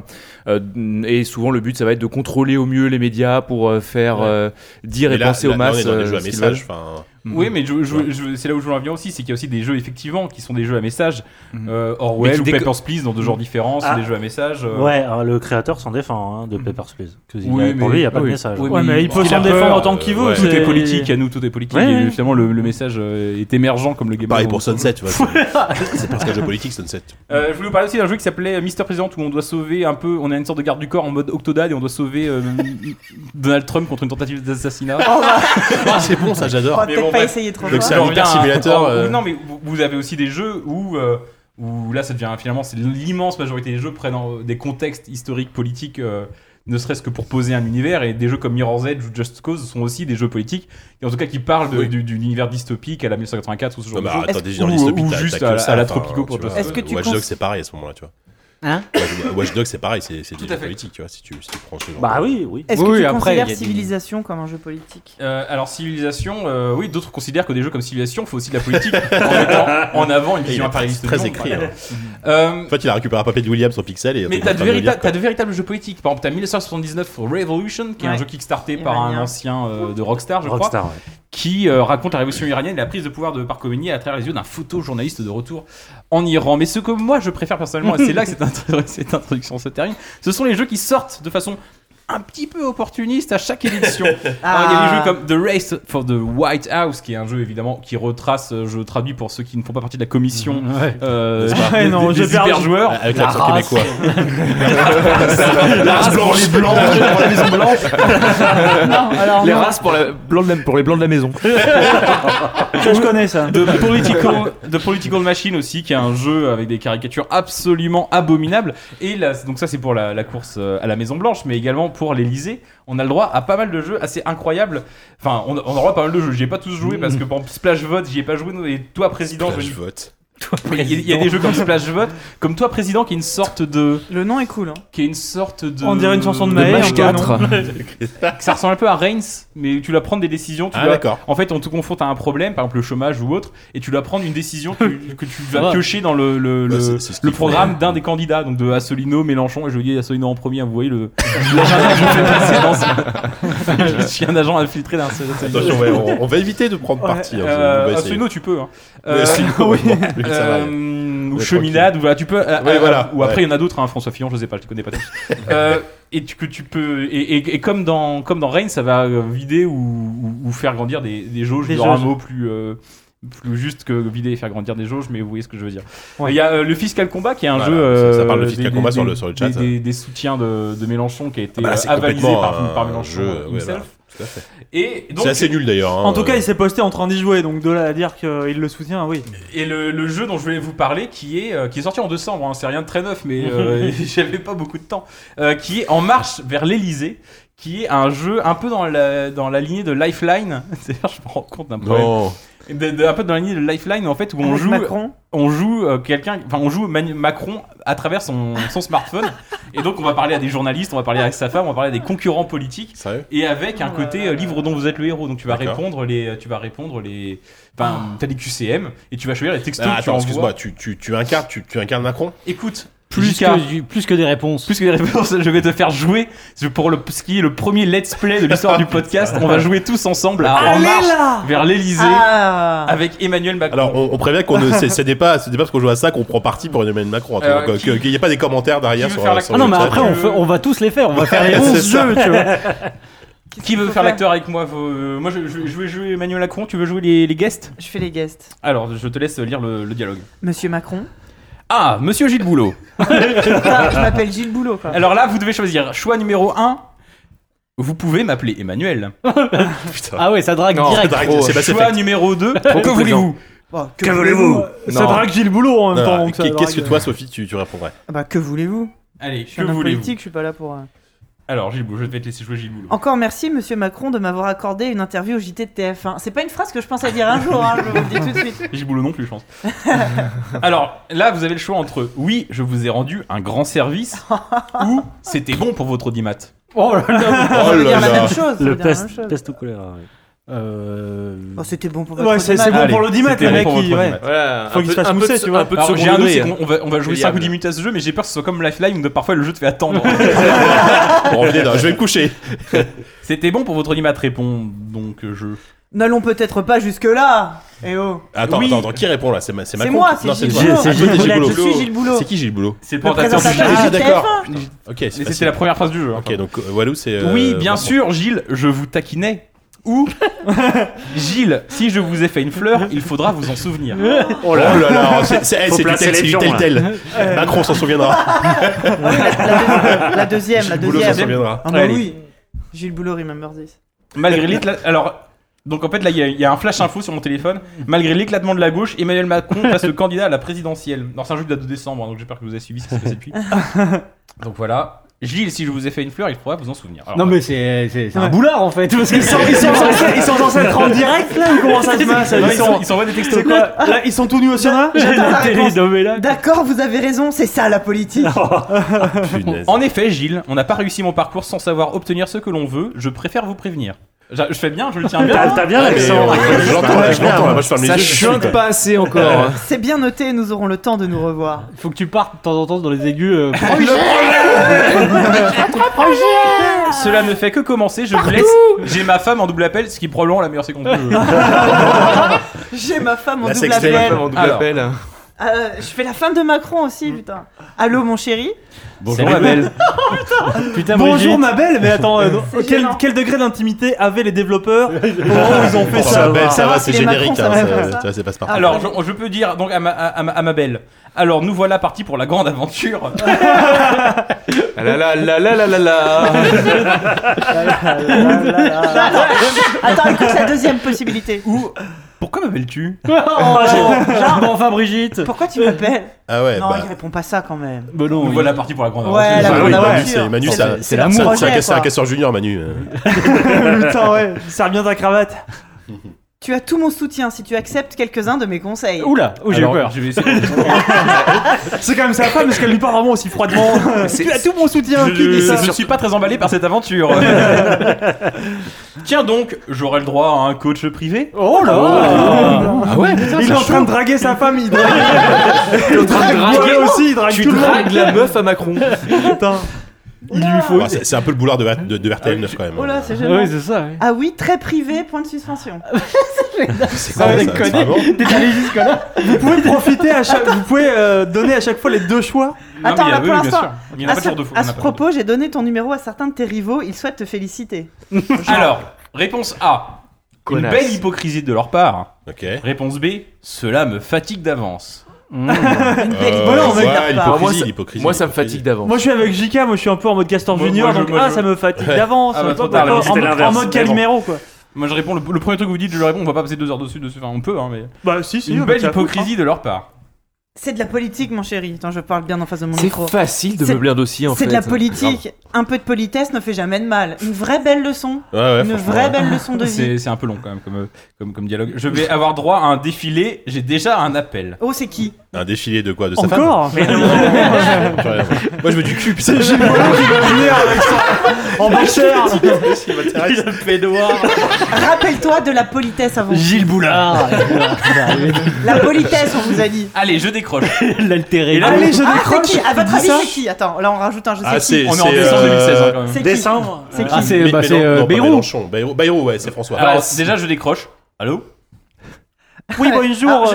et souvent le but ça va être de contrôler au mieux les médias pour faire dire et penser aux masses. On est dans des jeux à message, oui, mais c'est là où je veux en venir aussi, c'est qu'il y a aussi des jeux effectivement qui sont des jeux à message. Orwell ou Papers, Please dans 2 genres différents, c'est des jeux à message. Ouais, le créateur s'en défend de Papers, Please. Pour lui, il n'y a pas de message. Oui, mais il peut s'en défendre en tant qu'il veut. Tout est politique, à nous, tout est politique. Et finalement, le message est émergent comme le game. Pareil pour Sunset, tu vois. C'est presque un jeu politique, Sunset. Je voulais vous parler aussi d'un jeu qui s'appelait Mr. President, où on doit sauver un peu. On a une sorte de garde du corps en mode Octodad et on doit sauver Donald Trump contre une tentative d'assassinat. C'est bon, ça, j'adore. On va peut-être pas essayer trop fort. C'est un hyper simulateur. Non, mais vous avez aussi des jeux où là ça devient finalement, c'est l'immense majorité des jeux prennent des contextes historiques, politiques, ne serait-ce que pour poser un univers, et des jeux comme Mirror's Edge ou Just Cause sont aussi des jeux politiques, et en tout cas qui parlent d'une univers dystopique à la 1984 ou ce genre de jeu. Ou juste à la Tropico pour Just Cause. Watch Dogs c'est pareil à ce moment-là, tu vois. Hein? Watch Dogs c'est pareil, c'est des jeux politiques, tu vois, si tu prends ce genre. Bah oui. Est-ce que tu considères Civilisation comme un jeu politique? Alors Civilisation, oui, d'autres considèrent que des jeux comme Civilisation font aussi de la politique en mettant en avant une vision impérialiste. Très écrit. En fait, il a récupéré un papier de Williams en pixel et. Mais t'as de véritables jeux politiques. Par exemple, t'as 1979 Revolution, qui est un jeu kickstarté par un ancien de Rockstar, je crois. Qui raconte la révolution iranienne et la prise de pouvoir de Park Khomeini à travers les yeux d'un photojournaliste de retour en Iran. Mais ce que moi je préfère personnellement, et c'est là que cette introduction se termine, ce sont les jeux qui sortent de façon un petit peu opportuniste à chaque édition. Alors, il y a des jeux comme The Race for the White House, qui est un jeu évidemment qui retrace, je traduis pour ceux qui ne font pas partie de la commission, des hyper joueurs. Avec l'accent québécois. La race pour les blancs, pour la maison blanche. Les races pour les blancs de la maison. Je connais ça. The Political Machine aussi, qui est un jeu avec des caricatures absolument abominables. Et là, donc ça c'est pour la course à la Maison Blanche, mais également pour l'Elysée, on a le droit à pas mal de jeux assez incroyables. Enfin, on a le droit à pas mal de jeux. J'y ai pas tous joué parce que par exemple, Splash Vote, j'y ai pas joué. Et toi, président, Splash Vote. il y a des jeux comme Splash Vote, comme toi, président, qui est une sorte de. Le nom est cool. Hein. Qui est une sorte de. On dirait une chanson de Maë. Match 4. Ça ressemble un peu à Reigns, mais tu dois prendre des décisions. D'accord. En fait, on te confronte à un problème, par exemple le chômage ou autre, et tu dois prendre une décision que tu vas piocher dans le programme d'un des candidats, donc de Asselineau, Mélenchon, et je dis Asselineau en premier, vous voyez l'agenda que je fais passer dans je suis un agent infiltré d'un seul. Attention, ouais, on va éviter de prendre parti. Asselineau, tu peux. Hein. Ou Ouais, Cheminade, ou voilà, tu peux. voilà. Ou après, il y en a d'autres, hein, François Fillon, je sais pas, je les connais pas tous. Et que tu peux. Et comme dans Reigns, ça va vider ou faire grandir des jauges. Des un mot plus juste que vider et faire grandir des jauges, mais vous voyez ce que je veux dire. Il y a le Fiscal Combat qui est un jeu. Ça parle de Fiscal Combat sur le chat. Des soutiens de Mélenchon qui a été avalisé par Mélenchon himself. Tout à fait. Et donc, c'est assez nul d'ailleurs. En tout cas, il s'est posté en train d'y jouer, donc de là à dire qu'il le soutient, oui. Et le jeu dont je voulais vous parler, qui est sorti en décembre, hein, c'est rien de très neuf, mais j'avais pas beaucoup de temps, qui est En marche vers l'Elysée, qui est un jeu un peu dans la lignée de Lifeline. D'ailleurs, je me rends compte d'un problème. Non. Un peu dans la lignée de Lifeline, en fait, où on joue Macron. On joue Macron à travers son smartphone. Et donc on va parler à des journalistes, on va parler avec sa femme, on va parler à des concurrents politiques. Sérieux ? Et avec un côté livre dont vous êtes le héros. Donc tu vas répondre les t'as des QCM et tu vas choisir les textos que tu envoies. Excuse-moi, tu incarnes Macron ? Écoute, plus que des réponses. Plus que des réponses, je vais te faire jouer pour ce qui est le premier let's play de l'histoire du podcast. On va jouer tous ensemble En marche vers l'Elysée avec Emmanuel Macron. Alors on prévient qu'on ne c'est pas parce qu'on joue à ça qu'on prend parti pour Emmanuel Macron. Qu'il n'y ait pas des commentaires derrière sur Ah non, mais après on va tous les faire. On va faire les 11 jeux, tu vois. Qui veut faire l'acteur avec moi ? Moi je vais jouer Emmanuel Macron. Tu veux jouer les guests ? Je fais les guests. Alors je te laisse lire le dialogue. Monsieur Macron. Ah, Monsieur Gilles Boulot. Je m'appelle Gilles Boulot. Quoi. Alors là, vous devez choisir choix numéro 1. Vous pouvez m'appeler Emmanuel. Ah ouais, ça drague direct. Choix numéro 2. Que voulez-vous ? Que voulez-vous ? Ça drague Gilles Boulot en même temps. Qu'est-ce que toi, Sophie, tu répondrais ? Que voulez-vous ? Allez, je suis un homme politique, je suis pas là pour. Alors, Gilles Boulot, je vais te laisser jouer Gilles Boulot. Encore merci, Monsieur Macron, de m'avoir accordé une interview au JT de TF1. C'est pas une phrase que je pense à dire un jour, hein, je vous le dis tout de suite. Gilles Boulot non plus, je pense. Alors, là, vous avez le choix entre oui, je vous ai rendu un grand service ou c'était bon pour votre audimat. Oh là là, ça veut dire la même chose. Le peste ou choléra, oui. C'était bon pour votre audimat. C'est bon pour l'audimat, le mec. Faut qu'il se fasse mousser, tu vois. Alors, j'ai un doute, c'est qu'on va jouer 5 ou 10 minutes à ce jeu, mais j'ai peur que ce soit comme Lifeline où parfois le jeu te fait attendre. Bon, je vais me coucher. C'était bon pour votre audimat, répond donc je. N'allons peut-être pas jusque-là. Attends, qui répond là ? C'est Macron ? C'est moi, c'est Gilles Boulot. Je suis Gilles Boulot. C'est qui Gilles Boulot ? C'est le présentateur du jeu. Ah d'accord. Ok, c'était la première phrase du jeu. Ok, donc Walou c'est. Oui, bien sûr, Gilles, je vous taquinais. Ou Gilles, si je vous ai fait une fleur, il faudra vous en souvenir. Oh là là, c'est du tel. Macron s'en souviendra. La deuxième. S'en souviendra. Ah bah oui. Gilles Boulot, remember this. Malgré l'éclatement, alors donc en fait là il y a un flash info sur mon téléphone. Malgré l'éclatement de la gauche, Emmanuel Macron reste le candidat à la présidentielle. Non, c'est un jeu qui date de décembre, hein, donc j'espère que vous avez suivi ce qui s'est passé depuis. Donc voilà. Gilles, si je vous ai fait une fleur, il faudra vous en souvenir. Alors, non mais c'est un boulard en fait. Parce qu'ils sont censés être en direct là ou comment ça se passe ? Ils s'envoient des textos. C'est quoi là, ils sont tout nus au Sénat ? D'accord, vous avez raison, c'est ça la politique. En effet, Gilles, on n'a pas réussi mon parcours sans savoir obtenir ce que l'on veut. Je préfère vous prévenir. Je fais bien, je le tiens bien. T'as bien l'accent. Je l'entends, moi je ferme les yeux. Ça chante pas assez encore. C'est bien noté, nous aurons le temps de nous revoir. Il faut que tu partes de temps en temps dans les aigus. Cela ne fait que commencer, je vous laisse. J'ai ma femme en double appel, ce qui est probablement la meilleure séquence du jeu. J'ai ma femme en La double sextape. appel. Je fais la femme de Macron aussi, putain. Allô, mon chéri. Bonjour ma belle. Putain, bonjour ma belle, mais attends, quel degré d'intimité avaient les développeurs au moment où ils ont fait ça ? Ça va, c'est générique, ça c'est passe-partout. Alors, je peux dire donc à ma belle. Alors, nous voilà partis pour la grande aventure. Attends, écoute la deuxième possibilité. Pourquoi m'appelles-tu? Bon, enfin, Brigitte. Pourquoi tu m'appelles? Ah ouais, Non, bah. il répond pas ça quand même. Bon, non, Nous voilà parti pour la grande Ouais, aventure. la Ah grande oui, aventure. Manu, C'est c'est leur projet, c'est un quoi. casseur junior, Manu. Putain, ouais, serre bien ta cravate. Tu as tout mon soutien si tu acceptes quelques-uns de mes conseils. Oula, j'ai eu Alors, peur. je vais essayer. C'est quand même sa femme parce qu'elle lui parle vraiment aussi froidement. Tu as tout mon soutien. Qui dit ça Je suis pas très emballé par cette aventure. Tiens donc, j'aurai le droit à un coach privé. Oh là. Ah ouais, Il est en train de draguer sa femme. Il drague. t'es en train de draguer Moi aussi, il drague Tu tout le monde. dragues la meuf à Macron. Putain. Il lui faut. Ouais, c'est un peu le boulard de RTL 9 quand même. Oh là, c'est gênant. Oui, c'est ça. Ouais. Ah oui, très privé, point de suspension. C'est quoi ça, vraiment T'es allé jusque-là? Vous pouvez profiter à chaque. Vous pouvez donner à chaque fois les deux choix. Non, Attends, mais là, oui, pour bien l'instant, sûr. Il y en a à pas ce, toujours deux fois. à il y en ce a pas propos, j'ai donné ton numéro à certains de tes rivaux, ils souhaitent te féliciter. Alors, réponse A. Une Connasse. belle hypocrisie de leur part. Ok. Réponse B. Cela me fatigue d'avance. Une belle Voilà, on va hypocrisie de ouais, leur part. l'hypocrisie. Moi, ça me fatigue d'avance. Moi je suis avec JK, moi je suis un peu en mode Castor Moi, Junior, moi, donc je- ça me fatigue Ouais. d'avance. Ah bah, Pas trop tard, là, en, c'était en l'inverse. mode Calimero quoi. Moi je réponds, le premier truc que vous dites, je le réponds, on va pas passer 2 heures dessus. Enfin, on peut, hein, mais. Bah si, Une belle hypocrisie de leur part. C'est de la politique, mon chéri. Attends, je parle bien en face de mon C'est micro. facile de C'est- meubler un dossier en fait. C'est de la politique. Un peu de politesse ne fait jamais de mal. Une vraie belle leçon. Ouais, Une franchement, vraie ouais. belle leçon de vie. C'est un peu long quand même comme dialogue. Je vais avoir droit à un défilé, j'ai déjà un appel. Oh, c'est qui? Un défilé de quoi? De sa femme? Encore. Moi je veux du cul, putain. C'est Gilles Boileau qui va venir avec son en boxeur. Le pédoir. Rappelle-toi de la politesse avant. Gilles Boulard. La politesse, on vous a dit. Allez, je décroche. L'altéré. Et là, Allez, je Ah, c'est décroche. qui? À votre Dis avis, ça. c'est qui? Attends, là on rajoute un je sais Ah, qui. c'est. On est en décembre 2016 hein, quand même. C'est qui? Décembre. C'est qui? Ah, c'est Mais non, pas Bayrou. Mélenchon. Bayrou, ouais, c'est François. Alors, déjà, je décroche. Allô? Oui, bonjour.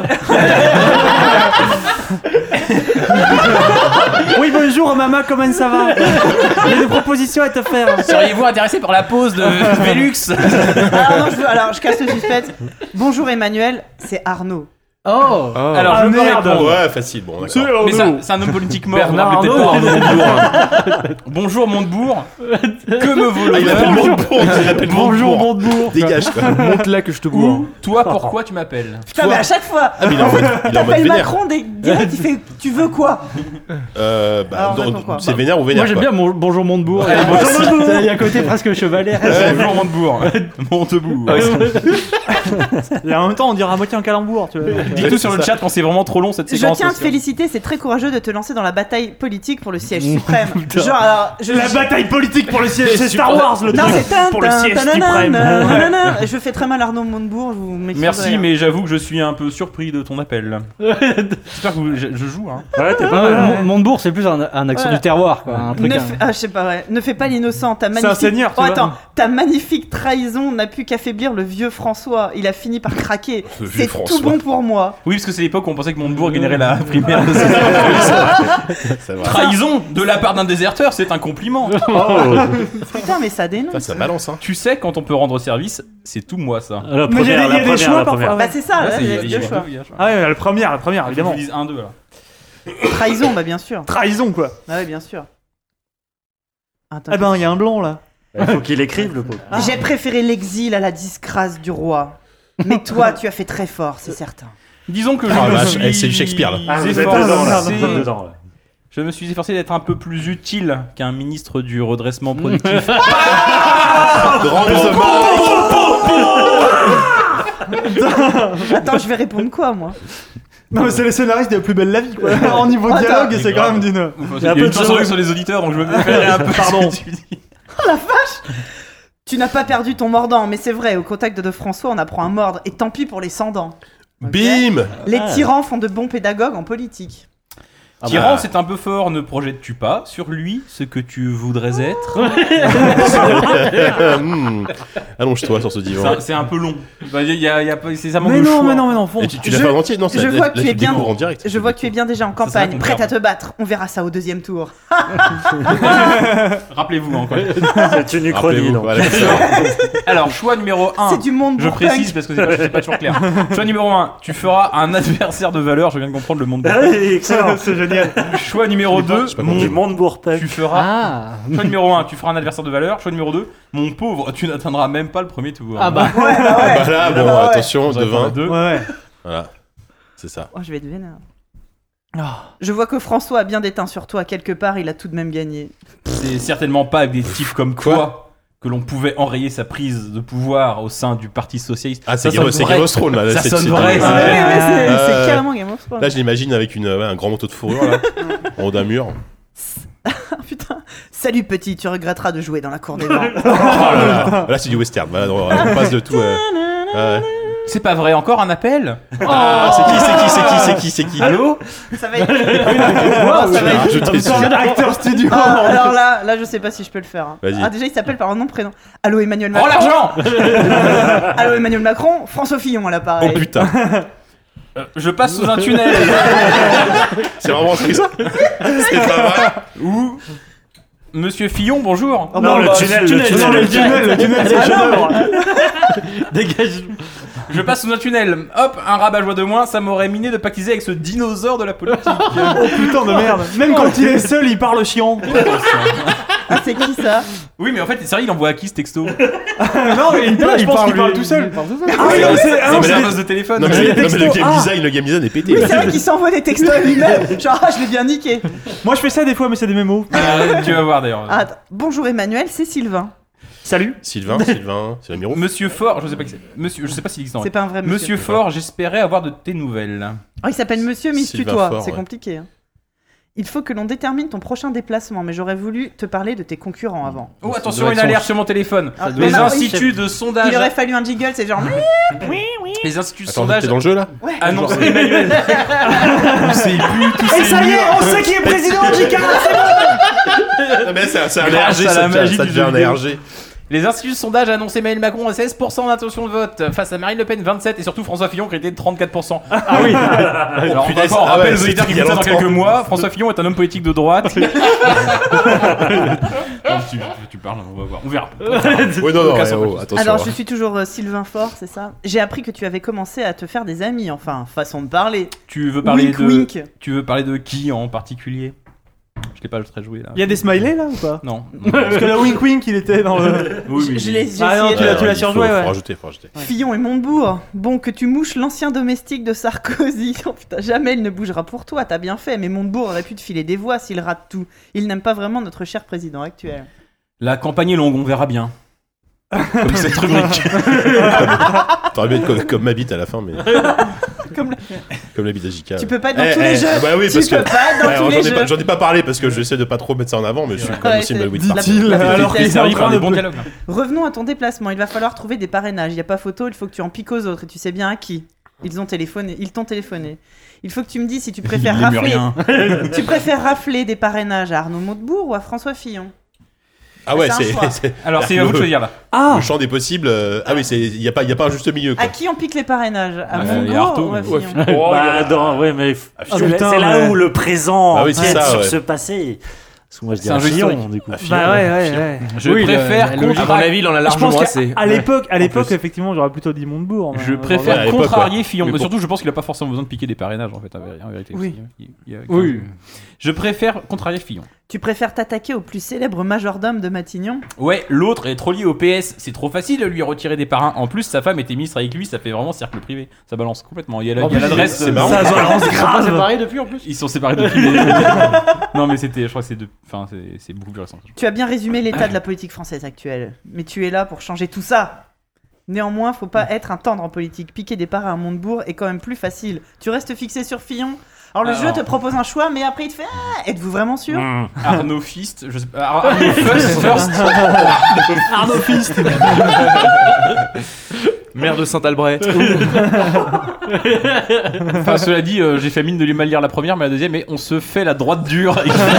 Oui, bonjour, maman, comment ça va? J'ai des propositions à te faire. Seriez-vous intéressé par la pause de Velux? Alors, je casse le suspense. Bonjour Emmanuel, c'est Arnaud. Oh. Alors, Ah, je me merde. réponds. Ouais, facile, bon, d'accord. Mais c'est un homme politique mort. Bernard on l'appelait Arnault. peut-être pas Arnaud. Bonjour Montebourg. Que me vaut Ah, il appelle l'honneur? Montebourg, il appelle Bonjour, Montebourg. Montebourg. Dégage, quoi. Monte là que je te bourre. Ou toi, pourquoi tu m'appelles? Putain, mais à chaque fois, Ah, mais il est en mode t'appelles vénère. Macron, direct, il fait tu veux quoi? Bah, Alors, non, pourquoi c'est vénère ou vénère? Moi j'aime quoi. bien bonjour Montebourg. Allez, moi aussi. Il y a un côté presque chevalier. Bonjour Montebourg. Montebourg. Et en même temps, on dirait à moitié un calembour, tu vois. Dites-nous sur le chat quand c'est vraiment trop long cette Je séquence. tiens à te aussi. féliciter, c'est très courageux de te lancer dans la bataille politique pour le siège suprême. Genre, alors, La bataille politique pour le siège, c'est Star Wars le Non, truc. c'est Pour le siège suprême. Je fais très mal Arnaud Montebourg, je vous m'excuserez. Merci, mais j'avoue que je suis un peu surpris de ton appel. J'espère que je joue. Hein. Ouais, t'es Ah, pas ouais, mal. Montebourg, c'est plus un accent Ouais. du terroir, quoi. Un truc. Ne fais- je sais pas, ouais. Ne fais pas l'innocent, ta C'est un magnifique... seigneur, tu Oh, vois. attends, ta magnifique trahison n'a pu qu'affaiblir le vieux François. Il a fini par craquer. Le vieux C'est François. tout bon pour moi. Oui, parce que c'est l'époque où on pensait que Montebourg gagnerait la primaire de C'est vrai. Trahison de la part d'un déserteur, c'est un compliment. Putain, mais ça dénonce. Ça balance, hein. Tu sais, quand on peut rendre service, c'est tout moi ça. La Mais il y a première, des la choix première, la parfois. première. Bah, c'est ça, Là, ouais, c'est- il y a deux choix. Ah ouais, la première, évidemment. Je dis 1, 2 là. Trahison, bah bien sûr. Trahison quoi. Ah ouais, bien sûr. Attends, Eh ben, il y a un blanc là. Il faut qu'il écrive le pauvre. J'ai préféré l'exil à la disgrâce du roi. Mais toi, tu as fait très fort, c'est certain. Disons que je Ah, me vache, suis eh, c'est du Shakespeare, là. Ah, vous êtes efforcé- dedans là. Vous êtes dedans là. Je me suis efforcé d'être un peu plus utile qu'un ministre du redressement productif. Grand Attends, je vais répondre quoi, moi? Non mais c'est les scénaristes de Plus belle la vie quoi. En niveau Attends. dialogue, c'est quand même d'une. Enfin, Il il y y a a un peu une de chance jeu. sur les auditeurs, donc je me préférerais un peu. Pardon. ce que tu dis. Tu n'as pas perdu ton mordant, mais c'est vrai, au contact de François, on apprend à mordre. Et tant pis pour les sans-dents. Bim. Les tyrans font de bons pédagogues en politique. Tyran, c'est un peu fort, ne projettes-tu pas sur lui ce que tu voudrais être? Allonge-toi sur ce divan. C'est un peu long. Bah, y a pas, ça manque Mais de non, choix. mais non, Et tu l'as fait en entier? Non, je vois que tu es bien. découvres en direct. Je vois que tu es bien déjà en Ça campagne, qu'on prête à perd. te battre. On verra ça au deuxième tour. Rappelez-vous encore. C'est une uchronie Rappelez-vous, donc. voilà, c'est ça. Alors, choix numéro 1. C'est du monde Je bourpunk. précise parce que c'est pas toujours clair. Choix numéro 1. Tu feras un adversaire de valeur. Je viens de comprendre le monde. Ah oui, excellent. C'est génial. dire. Choix numéro 2, Du Montebourg Punk. tu feras. Ah. Choix numéro 1, tu feras un adversaire de valeur. Choix numéro 2, mon pauvre, tu n'atteindras même pas le premier tour. Ah bah. Bah là, bon, attention, J'aurais devin. fait 2. Ouais. Voilà, c'est ça. Oh, je vais être vénère. Je vois que François a bien déteint sur toi. Quelque part, il a tout de même gagné. C'est certainement pas avec des types comme toi que l'on pouvait enrayer sa prise de pouvoir au sein du Parti Socialiste. Ah, c'est Ça sonne Game vrai. of Thrones là. Ça c'est- sonne c'est- vrai, c'est- c'est vrai. C'est carrément Game of Thrones. Là, je l'imagine avec un grand manteau de fourrure là, en haut d'un mur. Putain. Salut petit, tu regretteras de jouer dans la cour des vents. Oh là là, là c'est du western. Voilà, on passe de tout. C'est pas vrai, encore un appel. Ah, c'est qui Allô? Ça va être. Non, ça va être. Rajouter celui-là. Acteur studio. Ah, alors là, je sais pas si je peux le faire. Hein. Vas-y. Ah, déjà, il s'appelle par un nom prénom. Allô Emmanuel Oh Macron. l'argent. Allô Emmanuel Macron. François Fillon à Oh l'appareil. putain, Je passe sous un tunnel. c'est vraiment ça? C'est pas vrai. Ou Monsieur Fillon, bonjour. Non, le tunnel, le tunnel, c'est chef-d'œuvre. Dégage. Je passe sous un tunnel. Hop, un rabat-joie de moins, ça m'aurait miné de pactiser avec ce dinosaure de la politique. Oh putain de merde. Même quand il est seul, il parle chiant. Ah, c'est qui ça? Oui, mais en fait, c'est vrai, il envoie à qui ce texto? Non, mais je pense qu'il parle tout seul. Ah oui, C'est mais là- un poste de téléphone. Non, mais le game design est pété. c'est vrai qu'il s'envoie des textos à lui-même. Genre, ah, je l'ai bien niqué. Moi, je fais ça des fois, mais c'est des mémos. Tu vas voir d'ailleurs. Ah, attends. Bonjour Emmanuel, c'est Sylvain. Salut. Sylvain, c'est l'Amiro. Monsieur Fort, je sais pas qui c'est. Monsieur, je sais pas s'il existe en C'est vrai. pas un vrai monsieur. Monsieur Fort, j'espérais avoir de tes nouvelles. Oh, il s'appelle Monsieur, mais il se Sylvain tutoie. Faure, C'est ouais. compliqué. Hein. Il faut que l'on détermine ton prochain déplacement, mais j'aurais voulu te parler de tes concurrents avant. Oh, Ça attention, doit une être alerte son- sur mon téléphone. Ah, Les non, non, instituts de sondage. Il aurait fallu un jingle, c'est genre. Les instituts de Attends, sondage t'es dans le jeu là? annoncent Emmanuel. Tous ces buts, tous Et ces ça y est, murs. on sait qui est président, JK. Non, mais c'est un Grâce ARG, à la magie ça du devient jeu un vidéo. ARG. Les instituts de sondage annoncent Emmanuel Macron à 16% d'intention de vote face à Marine Le Pen 27% et surtout François Fillon qui était de 34%. Ah oui. Alors punaise, on ah rappelle ouais, aux auditeurs qui c'était il y a écoutent ça dans longtemps. quelques mois, François Fillon est un homme politique de droite. Non, tu parles, on va voir, on verra. Oui, non, Aucun non, sans attention. Alors, je suis toujours Sylvain Fort, c'est ça? J'ai appris que tu avais commencé à te faire des amis, enfin, façon de parler. Tu veux parler Wink, de wink. Tu veux parler de qui en particulier? Je l'ai pas très joué là. Il y a des smileys là ou pas? Non. Parce que le wink wink, il était dans le. Oui, oui. Je l'ai j'ai Ah non, essayé tu l'as- de- tu l'as il surjoué, faut ouais. rajouter. Fillon et Montebourg. Bon, que tu mouches l'ancien domestique de Sarkozy. Oh putain, jamais il ne bougera pour toi, t'as bien fait. Mais Montebourg aurait pu te filer des voix s'il rate tout. Il n'aime pas vraiment notre cher président actuel. La campagne est longue, on verra bien. Comme cette rubrique. T'aurais bien être comme ma bite à la fin, mais. Comme Comme la bite d'Ajika. Tu peux pas être dans tous les jeux. Bah oui, Tu parce que. peux pas être dans tous les jeux. J'en ai pas parlé parce que j'essaie de pas trop mettre ça en avant, mais je suis quand même Ouais, aussi une c'est- belle wit la- party. Dit-il, alors T'es qu'il est en servi train par de. des bons dialogues. là. Revenons à ton déplacement. Il va falloir trouver des parrainages. Il n'y a pas photo, il faut que tu en piques aux autres. Et tu sais bien à qui. Ils t'ont téléphoné. Il faut que tu me dises si tu préfères Il aime rafler. rien. Tu préfères rafler des parrainages à Arnaud Montebourg ou à François Fillon? Ah ouais, C'est un choix. c'est. Alors c'est à vous de choisir là. Ah. Le champ des possibles. Ah oui, il y a pas un juste milieu. Quoi. À qui on pique les parrainages? À il y a Montebourg Artaud, ou à mais- Fillon? Bah, non, ouais, mais Fillon. c'est Putain, c'est là ouais. où le présent Ah oui, c'est empiète ça, sur ouais. ce passé. Parce que moi, je C'est un dirais jeu Fillon, historique. du coup. Bah ouais. Je Oui, préfère à mon contrarier. avis, il en a Je largement pense assez. qu'à l'époque, plus. effectivement, j'aurais plutôt dit Montebourg. Je à préfère l'époque, contrarier ouais. Fillon. Mais Mais bon. surtout, je pense qu'il a pas forcément besoin de piquer des parrainages en fait, en vérité. Oui. Oui. Je préfère contrarier Fillon. Tu préfères t'attaquer au plus célèbre majordome de Matignon? Ouais, l'autre est trop lié au PS. C'est trop facile de lui retirer des parrains. En plus, sa femme était ministre avec lui. Ça fait vraiment cercle privé. Ça balance complètement. Il y a l'adresse. c'est marrant. Ça balance Ils sont pas séparés depuis en plus. Ils sont séparés depuis. Non, mais c'était. Je crois que c'est Enfin, c'est beaucoup plus récent. Tu as bien résumé l'état de la politique française actuelle. Mais tu es là pour changer tout ça. Néanmoins, faut pas être un tendre en politique. Piquer des parrains à Montebourg est quand même plus facile. Tu restes fixé sur Fillon. Alors le jeu te propose un choix, mais après il te fait êtes-vous vraiment sûr? Arnaud Fist, je sais pas. Arnaud First. Arnaud Fist. Maire de Saint-Albrecht. Enfin, cela dit, j'ai fait mine de lui mal lire la première, mais la deuxième, et on se fait la droite dure.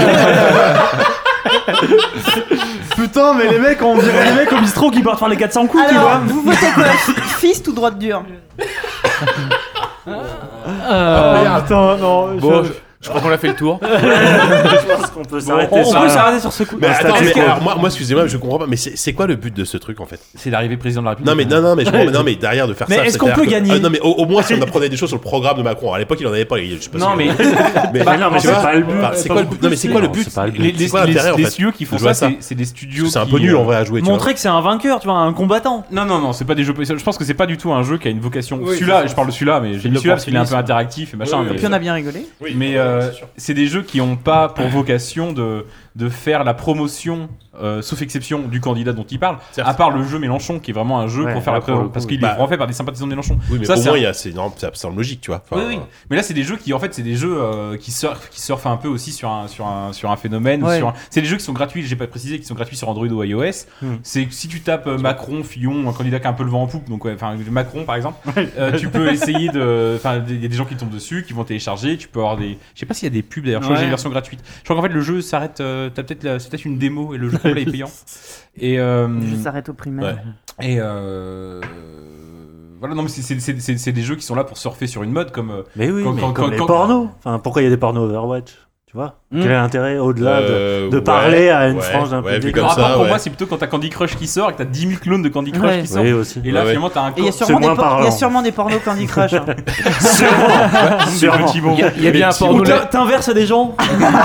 Putain, mais les mecs, on dirait les mecs au bistrot qui partent faire les 400 coups, tu vois. Alors, vous votez quoi? Fist ou droite dure? Putain, non. Bon, Je crois qu'on a fait le tour. Je pense qu'on peut s'arrêter On peut s'arrêter sur ce coup. Mais attends, mais alors, moi, excusez-moi, je comprends pas. Mais c'est quoi le but de ce truc en fait? C'est l'arrivée président de la République. Non, mais je comprends. Non, mais derrière de faire Mais ça. est-ce qu'on c'est-à-dire peut gagner Non, mais au moins si on apprenait des choses sur le programme de Macron. À l'époque, il en avait pas. Je sais pas. Non, mais Mais non, mais tu c'est vois, pas le but. c'est quoi le but? Non, mais c'est quoi le but? c'est pas le but. les C'est quoi l'intérêt, en fait, studios qui font de jouer ça, à ça c'est des studios. C'est un qui, peu nul en vrai à jouer. tu vois. Montrer que c'est un vainqueur, tu vois, un combattant. Non, c'est pas des jeux. Je pense que c'est pas du tout un jeu qui a une vocation. Celui-là, je parle de celui-là, mais j'ai mis celui-là parce qu'il est un peu interactif et machin. Oui, mais- Et puis on a bien rigolé. Mais c'est des jeux qui ont pas pour vocation de faire la promotion, sauf exception, du candidat dont il parle. Certes. À part le jeu Mélenchon, qui est vraiment un jeu Ouais, pour faire là, la pour le présentation, coup, parce qu'il oui. est vraiment fait par des sympathisants de Mélenchon. Oui, mais Ça, au c'est moins, un- ça semble logique, tu vois. Enfin, Oui. Mais là, c'est des jeux qui, en fait, c'est des jeux qui surfent un peu aussi sur un phénomène. Ouais. C'est des jeux qui sont gratuits, j'ai pas précisé, qui sont gratuits sur Android ou iOS. C'est que si tu tapes Macron, Fillon, un candidat qui a un peu le vent en poupe, donc enfin Macron par exemple, tu peux essayer de. Enfin, il y a des gens qui tombent dessus, qui vont télécharger. Tu peux avoir des. Je sais pas s'il y a des pubs d'ailleurs. Je crois que j'ai une version gratuite. Je crois qu'en fait le jeu s'arrête. C'est peut-être une démo et le jeu complet est payant. Et Je s'arrête au primaire. et voilà, non mais c'est des jeux qui sont là pour surfer sur une mode comme. Mais oui, Quand- mais quand- comme les quand- pornos. Enfin, pourquoi il y a des pornos Overwatch? Tu vois? Quel est l'intérêt au-delà de ouais, parler à une ouais, frange d'un ouais, public? vu comme Le rapport ça, pour ouais. moi, c'est plutôt quand t'as Candy Crush qui sort et que t'as 10 000 clones de Candy Crush Ouais. qui sortent. Oui, aussi. Et là, Ouais, finalement, t'as un Et il y a corps. sûrement, moins il y a parlant. sûrement des pornos Candy Crush. Hein. Sûrement. Petit bon. Il y a bien un porno. T'inverses des gens.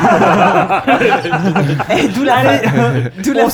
Et d'où la, d'où la,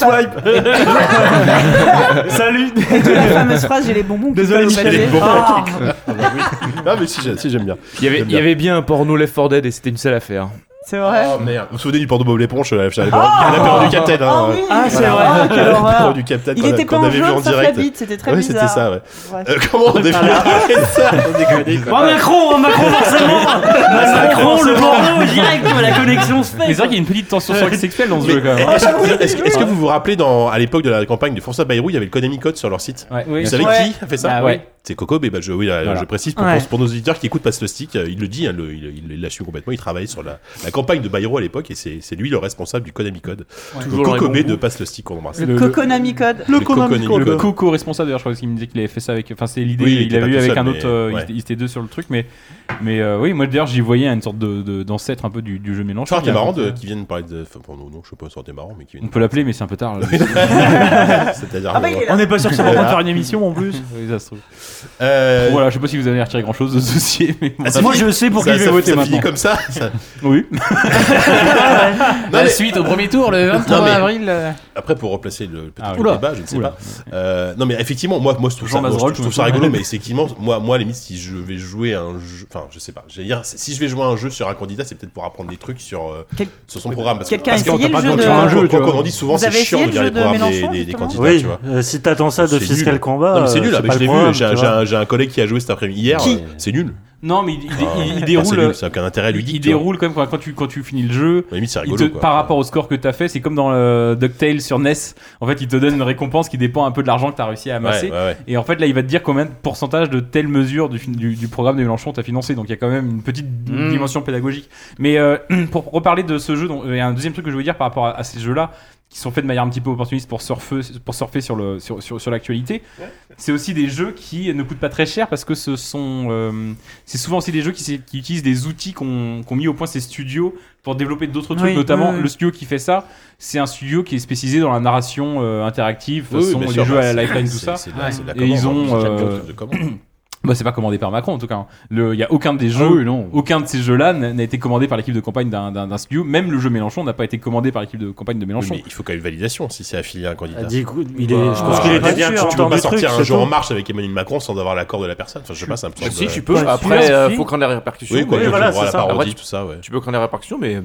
Salut. d'où la fameuse phrase j'ai les bonbons qui Désolé, collent au Michel. papier. Les bonbons. Ah. Ah, mais si j'aime bien. Il y avait bien un porno Left 4 Dead et c'était une seule affaire. C'est vrai. Oh merde. Vous vous souvenez du porno Bob l'éponge à la période du Captain, Ah hein. oui. Ah, c'est vrai. Ah, quelle La horreur. période du Captain Il était pas qu'on en avait vu en jaune, sauf la direct. bite, c'était très Ouais, bizarre. c'était ça, ouais. Bref. Comment on définit ça? Macron forcément. Macron, le porno direct, la connexion se fait. Mais c'est vrai qu'il y a une petite tension sexuelle dans ce jeu quand même. Est-ce que vous vous rappelez à l'époque de la campagne de François Bayrou, il y avait le Konami Code sur leur site? Ouais. Vous savez Ouais. qui a fait ça? Ah ouais. C'est Coco, mais je précise Ouais. pour nos auditeurs qui écoutent Passe le Stick, il le dit, hein, il l'assume complètement, il travaille sur la campagne de Bayrou à l'époque et c'est lui le responsable du Konami Code. Toujours Coco dans les B bons de Passe le Stick, on embrasse. Le Coconami Code. Le Konami Le Code. Coco responsable d'ailleurs, je crois qu'il me disait qu'il avait fait ça avec. Enfin, c'est l'idée, Oui, il il était avait pas eu tout avec seul, un autre. mais ouais. Ils étaient deux sur le truc, mais oui, moi d'ailleurs, j'y voyais une sorte d'ancêtre un peu du jeu Mélenchon. Je crois qu'il est marrant qu'ils viennent parler de. Enfin, pour nous, non, je sais pas, ça aurait été marrant, mais qui On viennent. peut l'appeler, mais c'est un peu tard. Là. C'est-à-dire. Ah bah, il est là. On n'est pas sûr que ça va en train de faire une émission en plus. Oui, ça se trouve. Euh, Voilà, je sais pas si vous avez retiré grand chose de ce dossier, mais bon. ah, c'est Moi, fini. je sais pour Ça- qui je vais ça- voter ça maintenant. finit comme ça. Oui. Non, mais- suite au premier tour, le 23 Non, mais- avril. Après, pour replacer le Ah, petit oula. débat, je ne sais Oula. pas. Non, mais effectivement, moi, je trouve Jean ça, moi, Mazerolle, je trouve ça rigolo, mais effectivement, moi, limite, si je vais jouer à un jeu, enfin, je sais pas, j'allais dire, si je vais jouer à un jeu sur un candidat, c'est peut-être pour apprendre des trucs sur son programme. Parce que Quelqu'un a parce que essayé t'as le pas jeu de- de- un jeu, tu vois. on dit souvent, Vous c'est avez chiant essayé de lire le les jeu de programmes Mélenchon, des justement candidats, Oui, tu vois. si t'attends ça de C'est fiscal nul. combat, Non, mais c'est nul, c'est mais pas je l'ai le vu, problème, j'ai tu vois. j'ai un collègue qui a joué cet après-midi hier, Qui c'est nul. Non, mais il C'est déroule. nul, ça n'a aucun intérêt ludique. Il tu vois. déroule quand même quand tu finis le jeu. À la limite, c'est Il rigolo, te- quoi. par rapport au score que tu as fait, c'est comme dans DuckTales sur NES. En fait, il te donne une récompense qui dépend un peu de l'argent que tu as réussi à amasser. Ouais. Et en fait, là, il va te dire combien de pourcentage de telle mesure du programme de Mélenchon t'as financé. Donc, il y a quand même une petite dimension pédagogique. Mais pour reparler de ce jeu, il y a un deuxième truc que je voulais dire par rapport à ces jeux-là, qui sont faits de manière un petit peu opportuniste pour surfer sur l'actualité. Ouais. C'est aussi des jeux qui ne coûtent pas très cher parce que c'est souvent aussi des jeux qui utilisent des outils qu'ont mis au point ces studios pour développer d'autres trucs, notamment le studio qui fait ça, c'est un studio qui est spécialisé dans la narration interactive, façon les jeux à la Lifeline, tout ça. Et ils ont bah, c'est pas commandé par Macron en tout cas. Il y a aucun des jeux, aucun de ces jeux-là n'a été commandé par l'équipe de campagne d'un studio. Même le jeu Mélenchon n'a pas été commandé par l'équipe de campagne de Mélenchon. Oui, mais il faut quand même une validation si c'est affilié à un candidat. Je pense qu'il était bien Tu peux content pas du truc. sortir un jeu en marche avec Emmanuel Macron sans avoir l'accord de la personne. Enfin, je sais pas, ça me semble. Si, tu peux. Après, faut prendre les répercussions. Oui, quoi, Oui, voilà, tu vois la c'est ça. parodie, Après, tout ça, ouais. Tu peux prendre les répercussions, mais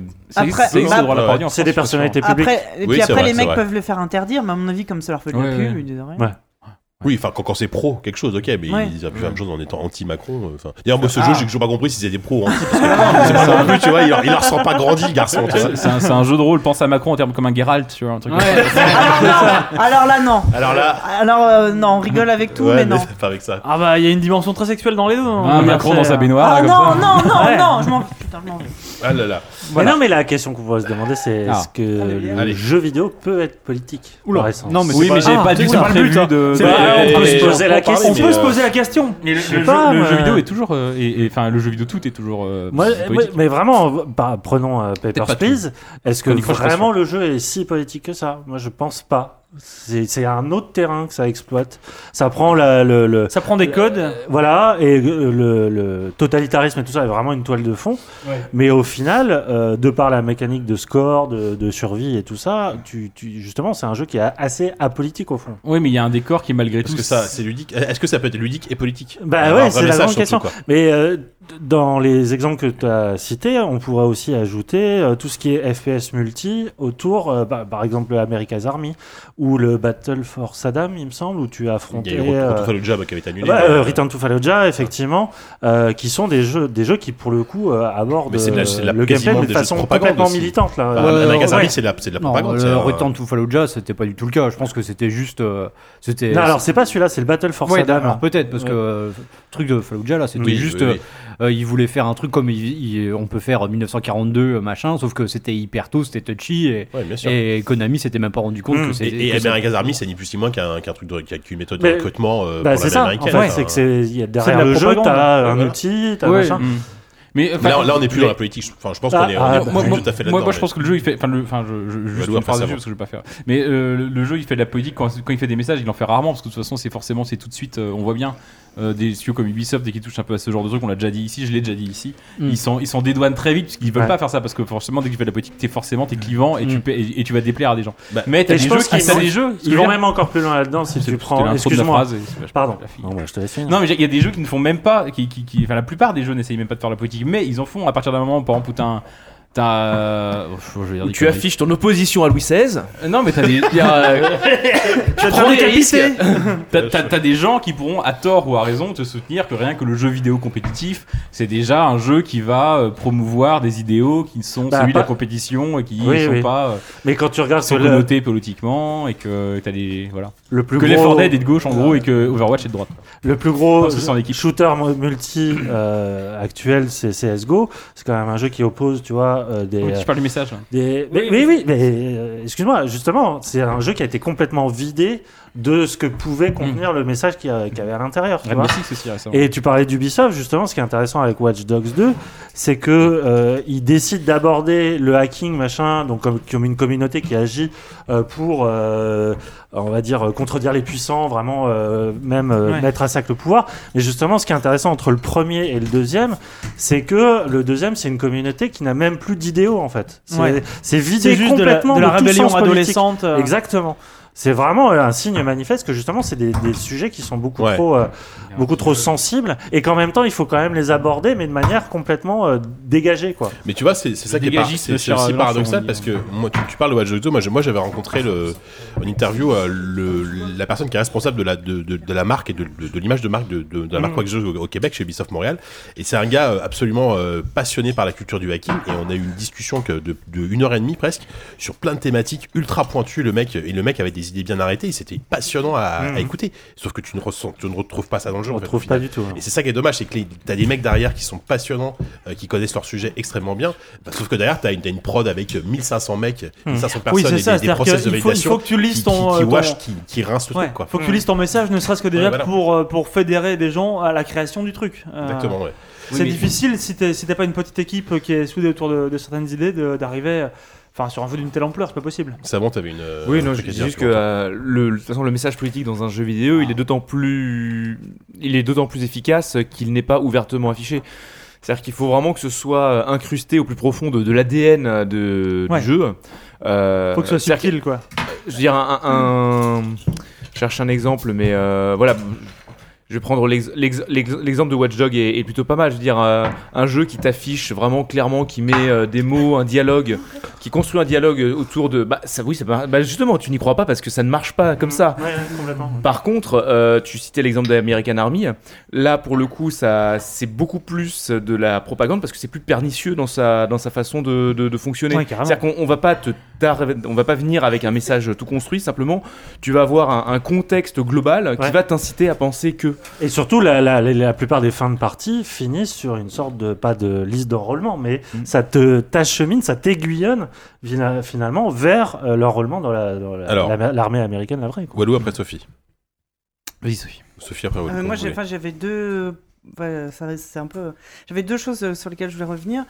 C'est des personnalités publiques. Et puis après, les mecs peuvent le faire interdire, mais à mon avis, comme ça leur fait de la pub, ils disent rien. Oui, enfin, quand c'est pro, quelque chose, ok, mais ils disent un peu la même chose en étant anti-Macron. D'ailleurs, moi, ce jeu, j'ai toujours pas compris si c'était pro ou anti, parce que c'est pas non plus, tu vois, il leur sent pas grandi, le garçon, tu vois. C'est un jeu de rôle, pense à Macron en termes comme un Geralt, tu vois, un truc. Alors là, non. Alors, non, on rigole avec tout, mais non. Pas avec ça. Ah bah, il y a une dimension très sexuelle dans les deux. Ah, Macron dans sa baignoire, Ah là, non, comme ça. non, je m'en putain, je m'en vais. Ah là là. Mais non, mais la question qu'on pourrait se demander, c'est est-ce que Allez. le jeu vidéo peut être politique? Oula. par essence Non, mais Oui, mais j'ai pas du tout prévu de. on peut se poser la question. On peut se poser la question. Mais le jeu vidéo est toujours, enfin le jeu vidéo tout est toujours. Mais vraiment, prenons Papers, Please. Est-ce que Candy Crush, vraiment le jeu est si politique que ça ? Moi, je pense pas. C'est un autre terrain que ça exploite. Ça prend ça prend des codes. Voilà, et le totalitarisme et tout ça est vraiment une toile de fond. Ouais. Mais au final, de par la mécanique de score, de survie et tout ça, justement, c'est un jeu qui est assez apolitique au fond. Oui, mais il y a un décor qui malgré tout. Parce que ça, c'est ludique. Est-ce que ça peut être ludique et politique ? Bah ouais, c'est la grande surtout, question. quoi. Mais dans les exemples que tu as cités, on pourrait aussi ajouter tout ce qui est FPS multi autour, par exemple America's Army ou le Battle for Saddam, il me semble, où tu affrontais. Il y a eu Return to Fallujah qui avait été annulé. Return to Fallujah, effectivement, qui sont des jeux qui pour le coup abordent le gameplay de façon complètement aussi. Militante. Là. America's Army, c'est de la propagande. Return to Fallujah, c'était pas du tout le cas. Je pense que c'était juste. Non, alors c'est pas celui-là, c'est le Battle for Saddam. Alors peut-être parce que le truc de Fallujah là, c'était juste. Ils voulaient faire un truc comme on peut faire 1942 machin, sauf que c'était hyper tôt, c'était touchy et Konami s'était même pas rendu compte que c'était. Et America's Army, c'est ni plus ni moins qu'un truc qu'une méthode de recrutement pour c'est ça. l'américaine. En fait, c'est que derrière le jeu, t'as un outil, t'as machin. Mais là, on n'est plus dans la politique. Enfin, je pense qu'on est tout à fait là-dedans. Moi, je pense que le jeu, il fait. Je dois faire parce que je vais pas faire. Mais le jeu, il fait de la politique quand il fait des messages, il en fait rarement parce que de toute façon, c'est tout de suite. On voit bien des studios comme Ubisoft dès qu'ils touchent un peu à ce genre de truc. On l'a déjà dit ici, je l'ai déjà dit ici. Ils s'en dédouanent très vite parce qu'ils veulent pas faire ça parce que forcément, dès que tu fais de la politique, t'es clivant et tu vas déplaire à des gens. Mais t'as des jeux qui vont même encore plus loin là-dedans si tu prends. Excuse-moi. Pardon. Je te laisse finir. Non, mais il y a des jeux qui ne font même pas. Enfin, la plupart des jeux n'essayent même pas de faire la politique, mais ils en font à partir d'un moment, par exemple, où tu affiches ton opposition à Louis XVI. Non, mais t'as des. T'as des gens qui pourront, à tort ou à raison, te soutenir que rien que le jeu vidéo compétitif, c'est déjà un jeu qui va promouvoir des idéaux qui sont celui de la compétition et qui sont pas. Mais quand tu regardes connotés politiquement et que t'as des. Voilà. Le plus que gros... Left 4 Dead est de gauche en gros et que Overwatch est de droite. Le plus gros shooter multi actuel, c'est CSGO. C'est quand même un jeu qui oppose, tu vois, je parle du message. Mais excuse-moi, justement, c'est un jeu qui a été complètement vidé de ce que pouvait contenir le message qu'il y avait à l'intérieur. Tu vois. Et tu parlais d'Ubisoft, justement, ce qui est intéressant avec Watch Dogs 2, c'est que ils décident d'aborder le hacking, machin, donc comme une communauté qui agit pour, on va dire, contredire les puissants, vraiment mettre à sac le pouvoir. Mais justement, ce qui est intéressant entre le premier et le deuxième, c'est que le deuxième, c'est une communauté qui n'a même plus d'idéaux, en fait. C'est vidé complètement de la rébellion adolescente. Exactement. C'est vraiment un signe manifeste que justement c'est des sujets qui sont beaucoup trop sensibles et qu'en même temps il faut quand même les aborder mais de manière complètement dégagée quoi. Mais tu vois c'est ça qui est aussi paradoxal parce que moi tu parles de Watch Dogs 2, moi j'avais rencontré en interview la personne qui est responsable de la marque et de l'image de marque de la marque Watch Dogs au Québec chez Ubisoft Montréal et c'est un gars absolument passionné par la culture du hacking et on a eu une discussion de 1h30 presque sur plein de thématiques ultra pointues. Le mec avait des idées bien arrêtées, c'était passionnant à écouter. Sauf que tu ne retrouves pas ça dans le jeu. On ne retrouve pas du tout. Et c'est ça qui est dommage, c'est que t'as des mecs derrière qui sont passionnants, qui connaissent leur sujet extrêmement bien. Sauf que derrière, t'as une prod avec 1500 mecs, 1500 personnes et des process de validation. Il faut que tu lises qui rince le truc. Quoi. Faut que tu lises ton message, ne serait-ce que déjà pour fédérer des gens à la création du truc. Exactement, ouais. C'est difficile si t'es pas une petite équipe qui est soudée autour de certaines idées d'arriver. Enfin, sur un jeu d'une telle ampleur, c'est pas possible. Savon, t'avais une. Oui, non, je dis juste que de toute façon, le message politique dans un jeu vidéo, il est d'autant plus efficace qu'il n'est pas ouvertement affiché. C'est-à-dire qu'il faut vraiment que ce soit incrusté au plus profond de l'ADN du jeu. Faut que ce soit subtil, quoi. Je veux dire, je cherche un exemple, mais voilà. Je vais prendre l'exemple de Watch Dogs est plutôt pas mal. Je veux dire, un jeu qui t'affiche vraiment clairement, qui met des mots, un dialogue, qui construit un dialogue autour de. Justement, tu n'y crois pas parce que ça ne marche pas comme ça. Ouais, complètement. Par contre, tu citais l'exemple d'American Army. Là, pour le coup, c'est beaucoup plus de la propagande parce que c'est plus pernicieux dans sa façon de fonctionner. Ouais, c'est-à-dire qu'on va pas venir avec un message tout construit. Simplement, tu vas avoir un contexte global qui va t'inciter à penser que. Et surtout, la plupart des fins de partie finissent sur une sorte de, pas de liste d'enrôlement, mais ça t'achemine, ça t'aiguillonne finalement vers l'enrôlement dans l'armée américaine, la vraie. Walou après Sophie. Vas-y, Sophie. Sophie, après, Walou, moi, j'avais deux. Ouais, c'est un peu. J'avais deux choses sur lesquelles je voulais revenir.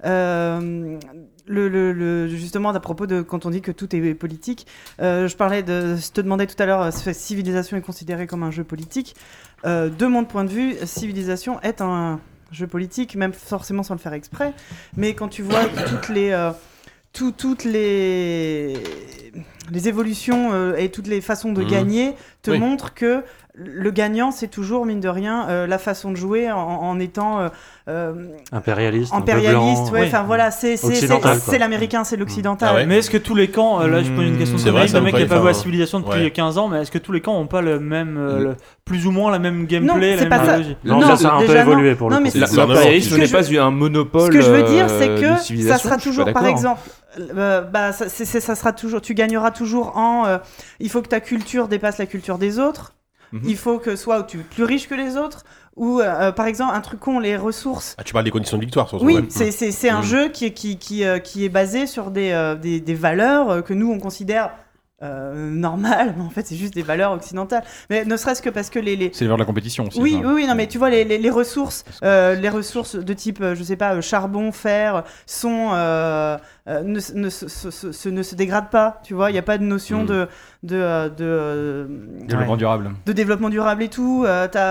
Justement, à propos de quand on dit que tout est politique, je te demandais tout à l'heure, Civilisation est considérée comme un jeu politique. De mon point de vue, Civilisation est un jeu politique, même forcément sans le faire exprès. Mais quand tu vois toutes les évolutions et toutes les façons de gagner te montrent que le gagnant, c'est toujours, mine de rien, la façon de jouer en étant impérialiste, ouais, enfin voilà, c'est l'américain, c'est l'occidental. Ah ouais. Mais est-ce que tous les camps, là je pose une question, c'est vrai, le mec qui n'a pas joué à Civilisation depuis 15 ans, mais est-ce que tous les camps n'ont pas le même, plus ou moins la même gameplay, la même idéologie? Non, ça a un peu évolué pour le coup. L'impérialisme n'est pas un monopole. Ce que je veux dire, c'est que ça sera toujours, par exemple, ça sera toujours, tu gagneras toujours il faut que ta culture dépasse la culture des autres. Il faut que soit tu es plus riche que les autres, ou par exemple un truc con, les ressources. Ah, tu parles des conditions de victoire, surtout. Oui, c'est un jeu qui est basé sur des valeurs que nous on considère normales, mais en fait c'est juste des valeurs occidentales. Mais ne serait-ce que parce que c'est les valeurs de la compétition aussi. Oui, non, mais tu vois les ressources de type, je sais pas, charbon, fer, sont ne se dégradent pas. Tu vois, il y a pas de notion de développement durable. De développement durable et tout.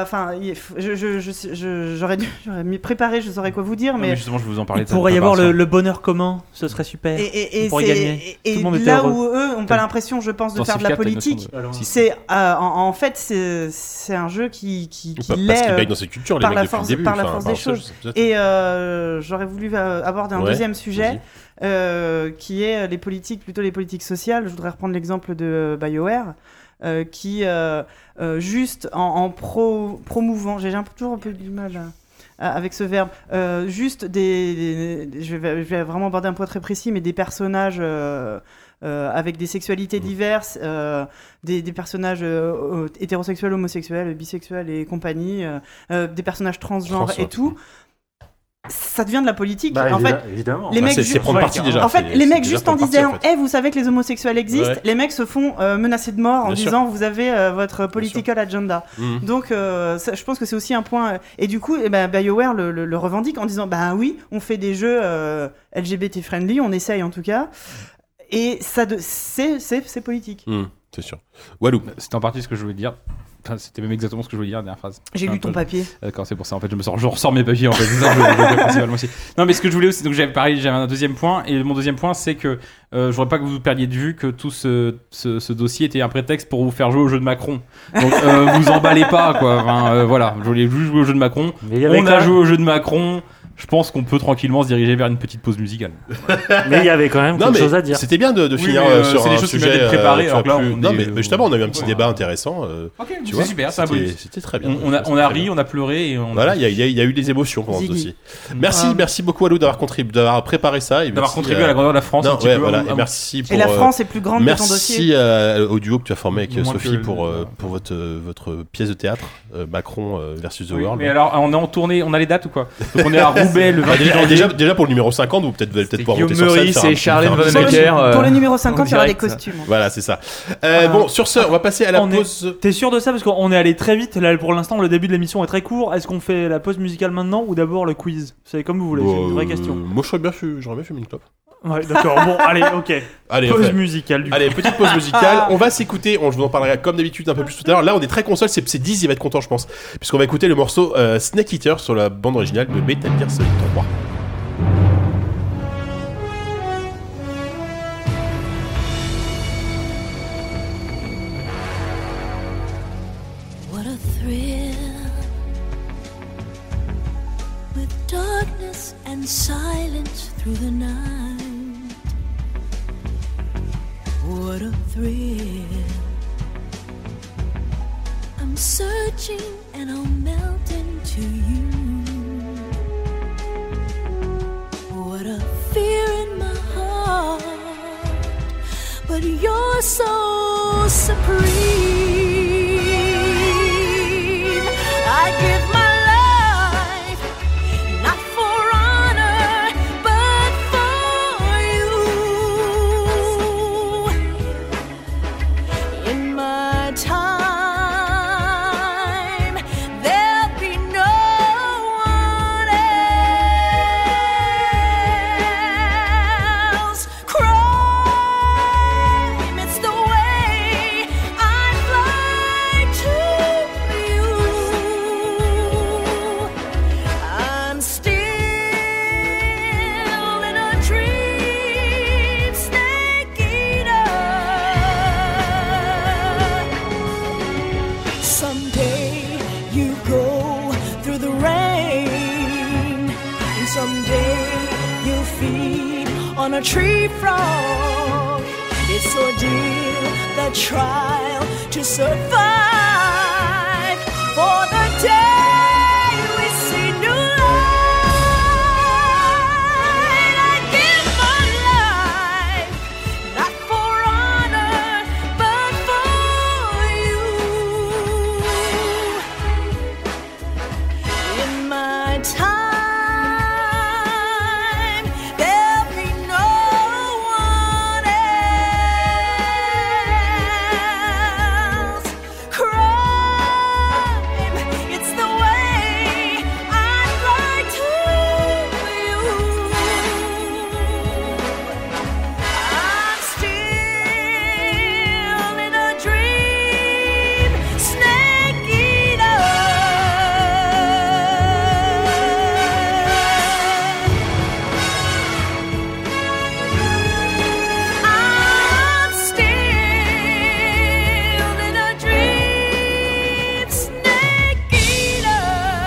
J'aurais m'y préparé, je saurais quoi vous dire, mais justement, je vous en parlais. Il pourrait y avoir le bonheur commun, ce serait super. Et on pourrait gagner. Et là où eux n'ont pas l'impression, je pense, de faire de la politique, c'est en fait c'est un jeu qui l'est parce qu'ils baignent dans cette culture, par la force des choses. Et j'aurais voulu aborder un deuxième sujet. Qui est plutôt les politiques sociales. Je voudrais reprendre l'exemple de BioWare, qui juste en promouvant, j'ai toujours un peu du mal avec ce verbe, juste je vais vraiment aborder un point très précis, mais des personnages avec des sexualités diverses, des personnages hétérosexuels, homosexuels, bisexuels et compagnie, des personnages transgenres et tout. Ça devient de la politique. En fait, évidemment. Les mecs c'est prendre parti déjà. En fait, les mecs juste en disant, vous savez que les homosexuels existent, les mecs se font menacer de mort en disant, vous avez votre political agenda. Donc, je pense que c'est aussi un point. Et du coup, BioWare le revendique en disant, oui, on fait des jeux LGBT friendly, on essaye en tout cas. Et ça, c'est politique. C'est sûr. Walou. C'était en partie ce que je voulais dire. Enfin, c'était même exactement ce que je voulais dire, la dernière phrase. J'ai lu ton papier. D'accord, c'est pour ça. En fait, je ressors mes papiers. En fait, c'est ça, je principalement aussi. Non, mais ce que je voulais aussi, donc j'avais un deuxième point, et mon deuxième point, c'est que je voudrais pas que vous perdiez de vue que tout ce dossier était un prétexte pour vous faire jouer au jeu de Macron. Donc, vous emballez pas, quoi. Enfin, voilà, je voulais juste jouer au jeu de Macron. On a joué au jeu de Macron. Je pense qu'on peut tranquillement se diriger vers une petite pause musicale. Mais il y avait quand même quelque chose à dire. C'était bien de finir sur un sujet préparé. Non, mais justement, on a eu un petit débat intéressant. Tu vois, c'est super, c'était très bien. On a ri, on a pleuré. Voilà, il y a eu des émotions pendant ce dossier. Merci beaucoup Walou d'avoir préparé ça et d'avoir contribué à la grandeur de la France. Et merci pour. Et la France est plus grande que ton dossier. Merci au duo que tu as formé avec Sophie pour votre pièce de théâtre Macron versus The World. Mais alors, on est en tournée, on a les dates ou quoi? Donc on est à Roubaix le 28 janvier. Déjà pour le numéro 50, vous peut-être pouvoir monter sur scène. Guillaume Meurice et Charlène Vanhoenacker. Pour le numéro 50, il y aura des costumes. Voilà, c'est ça. Bon, sur ce, on va passer à la pause. T'es sûr de ça? Parce qu'on est allé très vite. Là, pour l'instant, le début de l'émission est très court. Est-ce qu'on fait la pause musicale maintenant ou d'abord le quiz? C'est comme vous voulez, c'est une vraie question. Moi, j'aurais bien fait une top. Ouais, d'accord. Bon, allez, ok. Pause musicale. Allez, petite pause musicale. On va s'écouter. Je vous en parlerai comme d'habitude un peu plus tout à l'heure. Là, on est très console. C'est 10, il va être content, je pense. Puisqu'on va écouter le morceau Snake Eater sur la bande originale de Metal Gear Solid 3. What a thrill with darkness and silence through the night. What a thrill. I'm searching and I'll melt into you. What a fear in my heart, but you're so supreme. I give my life not for honor, but for you. In my time a tree frog. It's ordeal, the trial to survive. For the day we see new light, I give my life, not for honor, but for you. In my time, there'll be no one else. Crime, it's the way I'd like to you. I'm still in a dream, snake eater. I'm still in a dream, snake eater.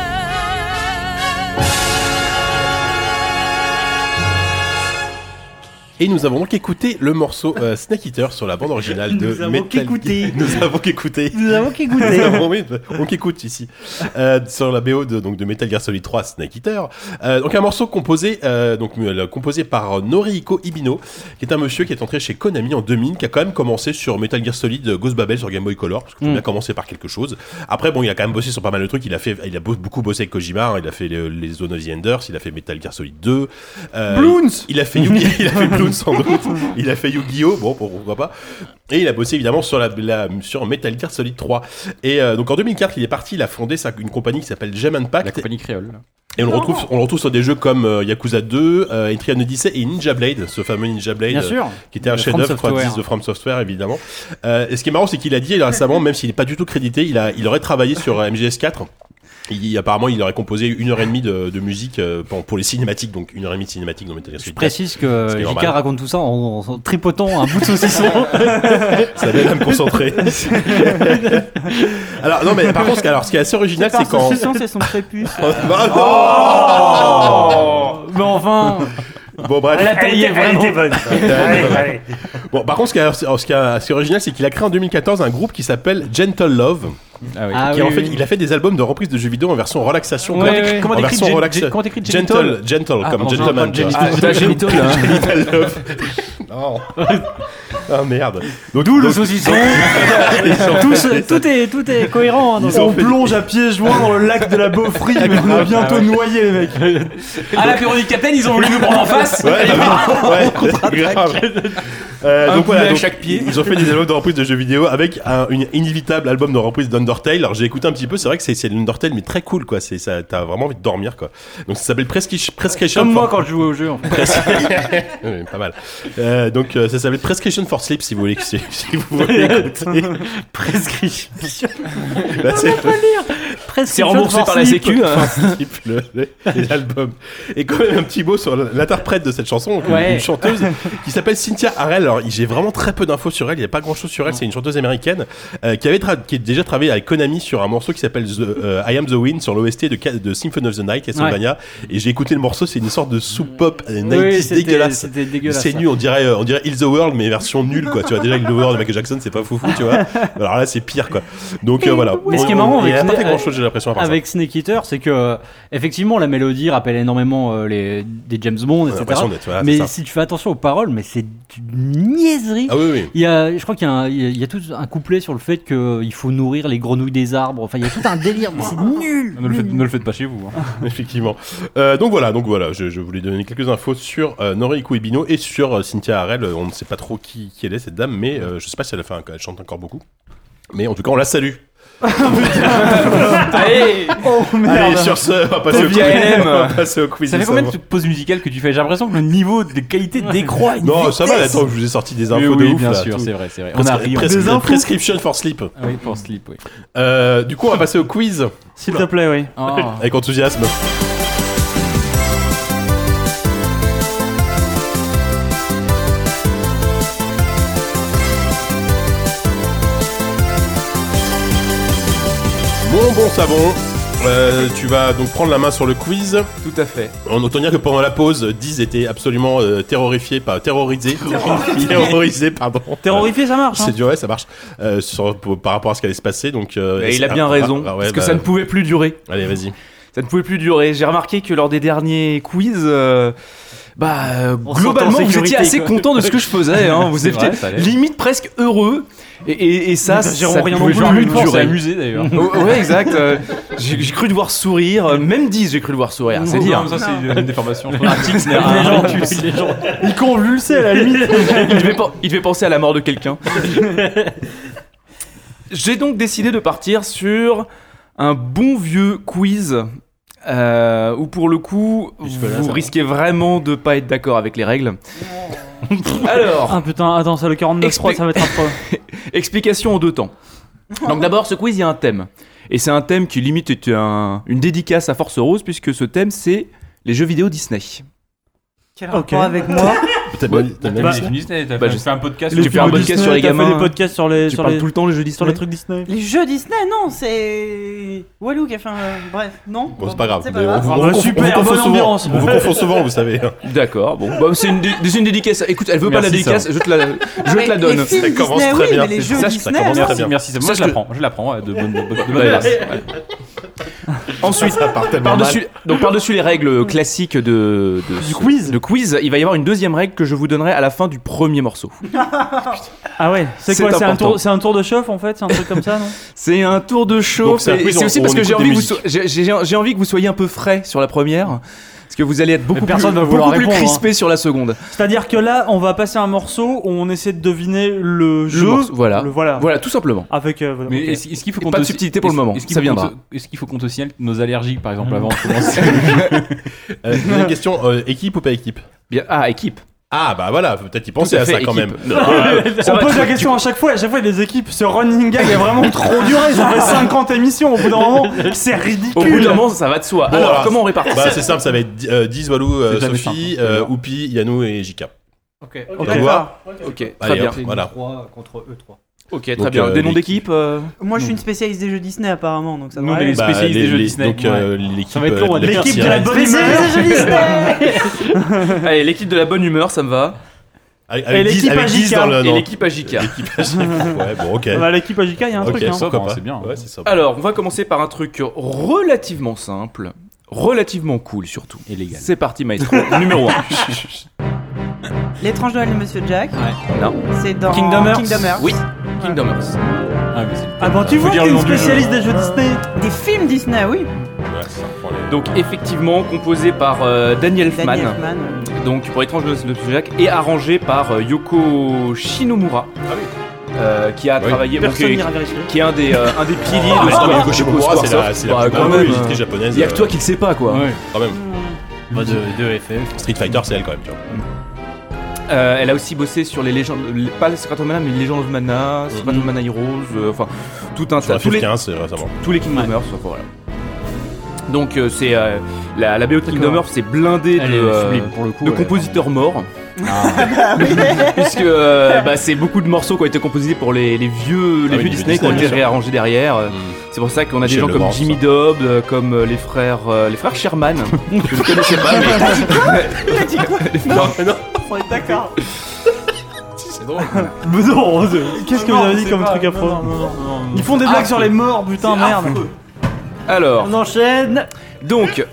Et nous avons donc écouté le morceau Snake Eater sur la bande originale de Nous avons Metal qu'écouté. Nous avons qu'écouté. Nous avons qu'écouté. Nous avons- oui, on qu'écoute ici. Sur la BO de Metal Gear Solid 3 Snake Eater. Donc un morceau composé, composé par Norihiko Ibino, qui est un monsieur qui est entré chez Konami en 2000, qui a quand même commencé sur Metal Gear Solid Ghost Babel sur Game Boy Color, parce qu'il faut bien commencer par quelque chose. Après, bon, il a quand même bossé sur pas mal de trucs. Il a beaucoup bossé avec Kojima. Hein. Il a fait les Zone of the Enders, il a fait Metal Gear Solid 2. Bloons. Il a fait il a fait Bloons sans doute. Il a fait Yu-Gi-Oh! Bon, pourquoi pas. Et il a bossé évidemment sur sur Metal Gear Solid 3. Et donc en 2004, il est parti, il a fondé une compagnie qui s'appelle Gem Impact. La compagnie créole. Et on le retrouve sur des jeux comme Yakuza 2, Etrian Odyssey et Ninja Blade, ce fameux Ninja Blade, Bien sûr. qui était un De chef-d'œuvre From Software. de From Software évidemment. Et ce qui est marrant, c'est qu'il a dit récemment, même s'il n'est pas du tout crédité, il aurait travaillé sur MGS4. Apparemment, il aurait composé 1h30 de musique pour les cinématiques, donc 1h30 de cinématiques dans Metal Gear Je Solid 4. précise que Ce qui est JK normal. raconte tout ça en tripotant un bout de saucisson. Ça m'aide à me concentrer. Alors, non, mais par contre, ce qui est assez original, c'est quand. C'est son prépuce. Mais enfin, Bon, bref. Elle était vraiment bonne. Allez. Bon, par contre, ce qui est original, c'est qu'il a créé en 2014 un groupe qui s'appelle Gentle Love. Ah oui. En fait, il a fait des albums de reprises de jeux vidéo en version relaxation. Comment en t'écris version comment t'écris Gentle, comme gentleman. tu vois. Genital, Genital Love. Non. Ah merde. d'où le saucisson. Tout est cohérent. Hein, dans Ils ont fait- Plonge à pieds joints dans le lac de la Beaufry, mais on est bientôt noyé, les mecs. À l'apéro du Capitaine, ils ont voulu nous prendre en face. Ouais, grave. Donc voilà, poulet à donc, chaque pied. ils ont fait des albums de reprise de jeux vidéo avec une inévitable album de reprise d'Undertale. Alors j'ai écouté un petit peu, c'est vrai que c'est l'Undertale mais très cool quoi. C'est ça, t'as vraiment envie de dormir quoi. Donc ça s'appelle Prescription. Comme moi quand je jouais au jeu. En fait. Oui, pas mal. Donc ça s'appelle Prescription for Sleep si vous voulez si vous voulez écouter. Prescription. Bah, C'est remboursé par la Sécu. Sleep, les albums. Et quand même un petit mot sur l'interprète de cette chanson, donc Ouais. une chanteuse qui s'appelle Cynthia Harrell. Alors j'ai vraiment très peu d'infos sur elle, il n'y a pas grand chose sur elle, c'est une chanteuse américaine qui a déjà travaillé avec Konami sur un morceau qui s'appelle I Am the Wind sur l'OST de Symphony of the Night, Castlevania. Et j'ai écouté le morceau, c'est une sorte de soup pop 90s dégueulasse. C'était dégueulasse. C'est nul, on dirait Heal the World mais version nulle quoi. Tu vois déjà Heal the World de Michael Jackson, c'est pas foufou, tu vois. Alors là c'est pire quoi. Donc voilà. Mais ce qui est marrant il n'y a avec- pas fait grand chose, j'ai l'impression à part ça. Avec Snake Eater, c'est que effectivement la mélodie rappelle énormément des James Bond, etc. l'impression d'être- voilà, c'est mais ça. si tu fais attention aux paroles, mais c'est une niaiserie. Ah oui oui. Je crois qu'il y a tout un couplet sur le fait qu'il faut nourrir les grenouilles des arbres. Enfin, il y a tout un délire, mais c'est nul. Ne le faites pas chez vous. Hein. Effectivement. Donc voilà, je voulais donner quelques infos sur Norihiko Ibino et sur Cynthia Harrell. On ne sait pas trop qui elle est cette dame, mais je sais pas si elle chante encore beaucoup. Mais en tout cas, on la salue. Allez, Allez, sur ce, on va passer au quiz. VLM. On va passer au quiz. ça fait du combien de savoir. pauses musicales que tu fais? J'ai l'impression que le niveau de qualité décroît. à une Non, ça va, vitesse. attends, je vous ai sorti des Oui, infos oui, de ouf. bien là, sûr, tout. c'est vrai. On a ri. Prescription for Sleep. Ah oui, pour Sleep, oui. Du coup, on va passer au quiz S'il te plaît, oui. Oh. avec enthousiasme. Mon bon savon, Tu vas donc prendre la main sur le quiz. Tout à fait. On autant dire que pendant la pause, Diz était absolument terrorisé, pardon. Terrorifié, ça marche. C'est dur, ouais, ça marche. Par rapport à ce qui allait se passer, donc. Et il a bien raison, parce que ça ne pouvait plus durer. Allez, vas-y. Ça ne pouvait plus durer. J'ai remarqué que lors des derniers quiz, globalement, vous étiez assez content de ce que je faisais. Hein. Vous étiez limite presque heureux. Et ça, ça rien pouvait plus durer. C'est amusé d'ailleurs. Ouais, exact. J'ai cru devoir sourire. Même 10, j'ai cru devoir sourire. C'est dire. Ça, c'est une déformation. Il convulsait à la limite. Il devait penser à la mort de quelqu'un. J'ai donc décidé de partir sur un bon vieux quiz où pour le coup vous risquez vraiment de pas être d'accord avec les règles. Alors, ah putain, attends, ça le 49.3, ça va être un peu. Explication en 2 temps. Donc d'abord, ce quiz, il y a un thème. Et c'est un thème qui limite est une dédicace à Force Rose, puisque ce thème, c'est les jeux vidéo Disney. Quel rapport avec moi? T'as fait un podcast. Tu fais un podcast sur les gamins. Tu fais des podcasts sur les. Tu parles tout le temps les jeux Disney. Sur les trucs Disney. Les jeux Disney, non, c'est Walou qui a fait un. Bref, non. Bon, c'est pas grave. Super, bonne ambiance. On vous confond souvent, vous savez. D'accord, bon. C'est une dédicace. Écoute, elle veut pas la dédicace, je te la donne. Ça commence très bien. Les jeux Disney, merci. Moi, je la prends de bonne base. Ensuite, par-dessus les règles classiques du quiz, il va y avoir une deuxième règle que je vous donnerai à la fin du premier morceau. Ah ouais, c'est quoi? C'est un tour de chauffe en fait? C'est un truc comme ça, non? C'est un tour de chauffe. C'est aussi parce que j'ai envie que vous soyez un peu frais sur la première. Parce que vous allez être beaucoup plus crispé sur la seconde. C'est-à-dire que là, on va passer un morceau où on essaie de deviner le jeu. Voilà, tout simplement. Avec. Mais est-ce qu'il faut qu'on pas de subtilité pour le moment. Ça viendra. Est-ce qu'il faut qu'on te signale nos allergies, par exemple, avant de commencer? Une question, équipe ou pas équipe? Bien, équipe. Ah bah voilà, peut-être y penser à ça quand même. On pose la question à chaque fois, il y a des équipes. Ce running gag est vraiment trop duré, ça fait 50 émissions, au bout d'un moment, c'est ridicule. Au bout d'un moment, ça va de soi. Alors, comment on répartit ça? C'est simple, ça va être Diz, Walou, Sophie, Oupi, Yanou et Jika. Ok, très bien. Voilà. 3 contre E3. Ok, très bien. Des noms d'équipe Moi, je suis une spécialiste des jeux Disney apparemment, donc ça va. Nous, on est les spécialistes des jeux Disney. Donc l'équipe de la bonne humeur. Allez, l'équipe de la bonne humeur, ça me va. Avec 10 dans le nom. Et l'équipe AJK. Ouais, bon, ok. L'équipe AJK, il y a un truc. C'est bien. Ouais, c'est ça. Alors, on va commencer par un truc relativement simple, relativement cool surtout. Et légal. C'est parti, maestro. Numéro 1. L'étrange Noël de Monsieur Jack. Non. C'est dans Kingdom Hearts. Oui, Kingdom Hearts. Ah bon, tu vois, t'es une spécialiste des jeux Disney. Des films Disney, oui. Donc effectivement composé par Daniel Elfman. Donc pour Étrange Noël de Monsieur Jack et arrangé par Yoko Shinomura. Qui a travaillé, qui est un des piliers de Yoko Shinomura, c'est la plus grande industrie japonaise. Il y a que toi qui le sais pas quoi. Quand même. De FF. Street Fighter, c'est elle quand même, tu vois. Elle a aussi bossé sur les légendes, pas les Secret of Mana, mais les Legend of Mana, Secret of Mana Heroes, enfin tout un tas. Tous les 15 récemment. Tous les Kingdom Hearts, voilà. Donc c'est la BO de Kingdom Hearts, c'est blindé de compositeurs morts. Puisque c'est beaucoup de morceaux qui ont été composés pour les vieux Disney qui ont été réarrangés derrière. C'est pour ça qu'on a des gens comme Jimmy Dobb, comme les frères Sherman. Je ne connaissais pas, mais. Il a dit quoi? Non, on est d'accord. C'est drôle. Mais non, qu'est-ce que vous avez dit comme truc affreux? Ils font des blagues sur les morts, putain, merde. Alors, on enchaîne. Donc,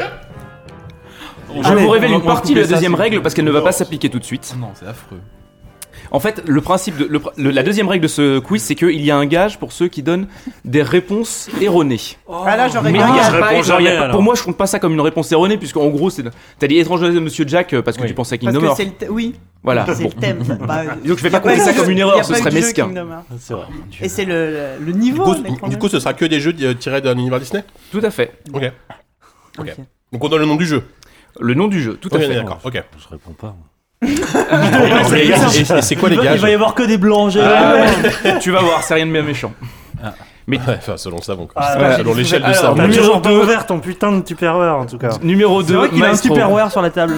je vous révèle une partie de la deuxième règle parce qu'elle ne va pas s'appliquer tout de suite. Non, c'est affreux. En fait, le principe la deuxième règle de ce quiz, c'est qu'il y a un gage pour ceux qui donnent des réponses erronées. Ah là, j'aurais Mais bien. pour moi, je compte pas ça comme une réponse erronée, puisqu'en gros, t'as dit Étrange Noël de Monsieur Jack parce que tu pensais à Kingdom Hearts. Oui. Voilà. C'est le thème. Donc je vais pas compter ça comme une erreur, ce serait mesquin. C'est vrai. Et c'est le niveau. Du coup, ce sera que des jeux tirés d'un univers Disney? Tout à fait. Ok. Donc on donne le nom du jeu. Le nom du jeu, tout à fait. D'accord, ok. Je réponds pas. Et c'est quoi les gages? Il va y avoir que des blancs. Tu vas voir, c'est rien de bien méchant. Mais enfin, selon ça, bon. Ah, selon l'échelle de ça. Alors, bon. numéro 2, ouvert ton putain de Tupperware en tout cas. Numéro 2, c'est vrai qu'il a un Tupperware sur la table.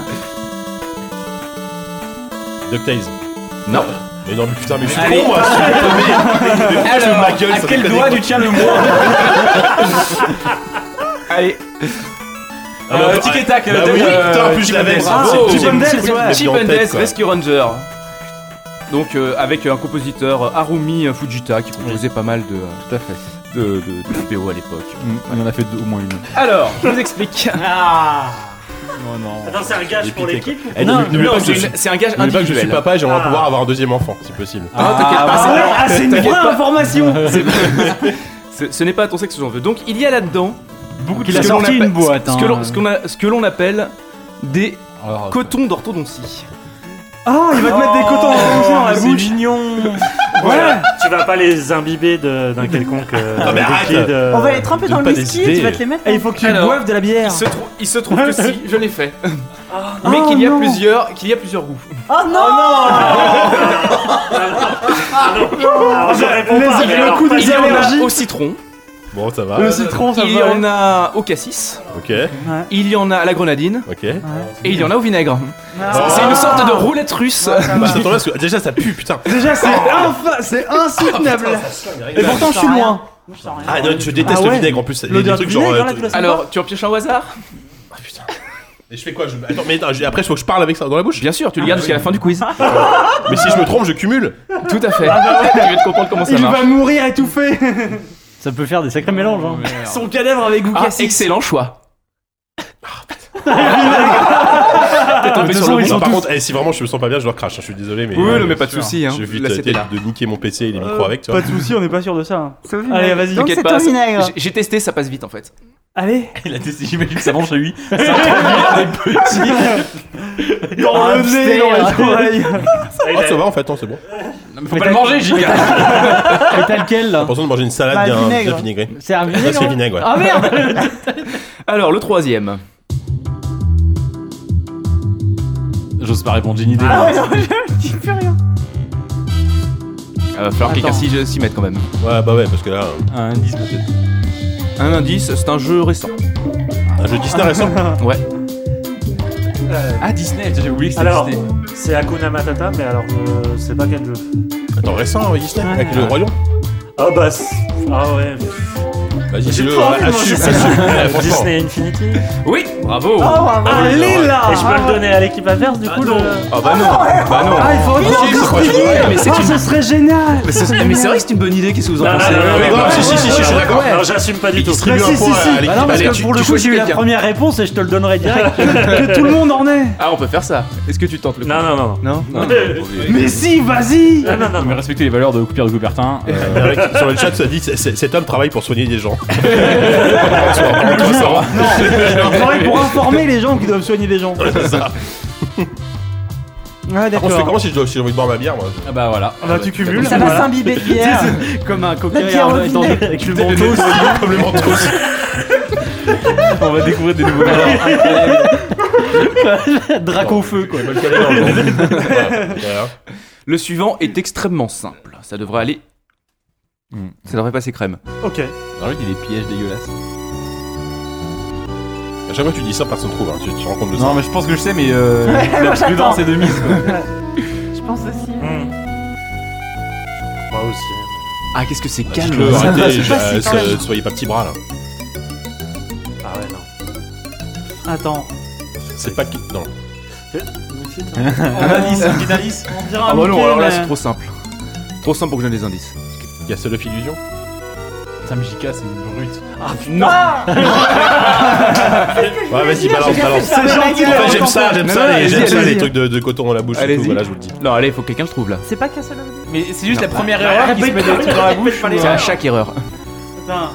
DuckTales. Non. Mais non, mais putain, mais je suis Allez. con, moi. Alors, ma gueule, à ça quel fait doigt des- tu tiens le mot? Allez. Tic et tac. Bah oui, putain, plus je l'avais. Bravo. Chip and Dale, ouais. Chip and Dale Rescue Ranger. Donc avec un compositeur Harumi Fujita qui composait pas mal de Tout à fait. de vidéos à l'époque. On en a fait au moins une. Alors, je vous explique. Ah. Non, non. Attends, c'est un gage pour l'équipe ou Eh, Non, n'oublie pas que c'est un gage n'oublie pas que je suis individuel. papa et j'aimerais pouvoir avoir un deuxième enfant, si possible. T'inquiète pas. C'est une T'inquiète vraie pas. information. Ce n'est pas à ton sexe que j'en veux. Donc il y a là-dedans beaucoup de Il a ce que l'on sorti appelle- une boîte, hein. ce que l'on appelle des cotons d'orthodontie. Ah, il va te mettre des cotons dans la c'est bouche. mignon. Ouais. Tu vas pas les imbiber d'un quelconque mais arrête. liquide. On va les tremper dans le pas whisky décider. et tu vas te les mettre. Et il faut que tu Alors, boives de la bière. Il se trouve que si, je l'ai fait. Mais qu'il y a plusieurs goûts. Oh non, Le coup des allergies au citron. Bon, ça va. Le citron, ça Il y va. en a au cassis. Ok, Il y en a à la grenadine. ok. Et il y en a au vinaigre. Ah. C'est une sorte de roulette russe. Bah, ça tombe bien parce que déjà ça pue, putain. Déjà, c'est insoutenable. Et pourtant, je suis loin. Ah non, je déteste Ah le ouais. vinaigre en plus. Les L'odeur trucs du genre. vinaigre, là, tu la sens Alors, tu en pioches un au hasard? Ah putain. Et je fais quoi Attends, mais attends, après, il faut que je parle avec ça dans la bouche. Bien sûr, tu le gardes jusqu'à la fin du quiz. Mais si je me trompe, je cumule. Tout à fait. Tu vas te comprendre comment ça Il marche. va mourir étouffé. Ça peut faire des sacrés mélanges. Hein. Son cadavre avec goût Ah, cassis. excellent choix. Non, par contre, si vraiment je me sens pas bien, je leur crache. Je suis désolé, mais. Oui, non, mais pas de soucis. Hein. Je vais Là, c'était éviter là. de niquer mon PC et les micros avec, tu vois. Pas de soucis, on n'est pas sûr de ça. C'est au vinaigre. Allez, vas-y. Donc T'inquiète c'est pas, au vinaigre. j'ai testé, ça passe vite en fait. Allez. Il a testé, j'imagine que ça mange chez lui. Ça Dans le nez, dans les oreilles. Oh, ça va en fait, non, c'est bon. Faut pas le manger, Giga. Et t'as lequel là? J'ai l'impression de manger une salade Bah, bien vinaigre. vinaigrée. C'est un Ça, vinaigre. c'est vinaigre, ouais. Ah merde. Alors, le troisième. J'ose pas répondre, j'ai une idée. Ah ouais, non, je dis plus rien. Va falloir que quelqu'un s'y mette quand même. Ouais, bah ouais, parce que là, Un indice peut-être. Un indice, c'est un jeu récent. un jeu Disney récent. Ouais. Ah, Disney, j'ai oublié que c'était Alors, Disney. c'est Hakuna Matata, mais alors je sais pas quel jeu. Attends, récent, Disney avec le Roi Lion. Ah bah. Ah ouais. Vas-y, dis-le. pas envie de manger Assume, ça. assume. Ouais, franchement. Disney Infinity. Oui, bravo. Oh, bravo. Allez là. Et je peux le donner à l'équipe adverse du coup le. Ah bah non. Bah non. Ah, il faut Ah, si, c'est pas joué. mais c'est Ah, ce serait génial. Mais c'est vrai que c'est une bonne idée, qu'est-ce que vous en Non, pensez non, non, non, non, si, si, si, je suis d'accord. Non, j'assume pas du tout. Distribue Bah, un si, point si, si. à l'équipe. Bah non, parce Allez, que pour le tu coup, j'ai eu la choisis première réponse et je te le donnerai direct. Que tout le monde en ait. Ah, on peut faire ça. Est-ce que tu tentes le coup? Non, non, non. Non. Mais si, vas-y. Non, non, non. Mais respecter les valeurs de Coupure de Coubertin. Il y a un mec sur le chat, ça dit cet homme travaille pour soigner des gens. Je travaille pour informer les gens qui doivent soigner des gens. C'est ça. Ouais, Par contre, je fais d'accord. comment si j'ai envie de boire ma bière, moi Ah bah voilà. Ah bah, tu cumules. Ça va s'imbiber de bière. Comme un coquin La bière au vinaigre. avec le manteau. Comme le manteau. On va découvrir des nouveaux valeurs. Drac au feu quoi. Le suivant est extrêmement simple. Ça devrait aller. Ça devrait passer crème. Ok. Alors il y a des pièges dégueulasses. À chaque fois que tu dis ça, personne trouve. Hein. Tu te rends compte de ça. Non mais je pense que je sais mais Ouais, la moi, prudence j'attends. est de mise. Je pense aussi. Moi aussi. Ah, qu'est-ce que c'est calme. Dites-le, Ça va, arrêtez, c'est facile, quand même. soyez pas petits bras là. Ah ouais, non. Attends. C'est pas qui. Non. Un indice, un petit indice. On dirait un Ah bah non, Mickey, alors là mais- c'est trop simple. Trop simple pour que je donne des indices. Il y a Seul of Illusion. Samjika c'est une brute. Non. Ouais, vas-y, balance, balance. C'est gentil. En fait, j'aime ça, Non, non, j'aime ça, allez-y. les trucs de coton dans la bouche. et Allez-y. tout, voilà, je vous le dis. Non, allez, faut que quelqu'un le trouve là. C'est pas Castle of Mais c'est juste Non, la première erreur qui se met des trucs dans la bouche. C'est à chaque erreur. Attends.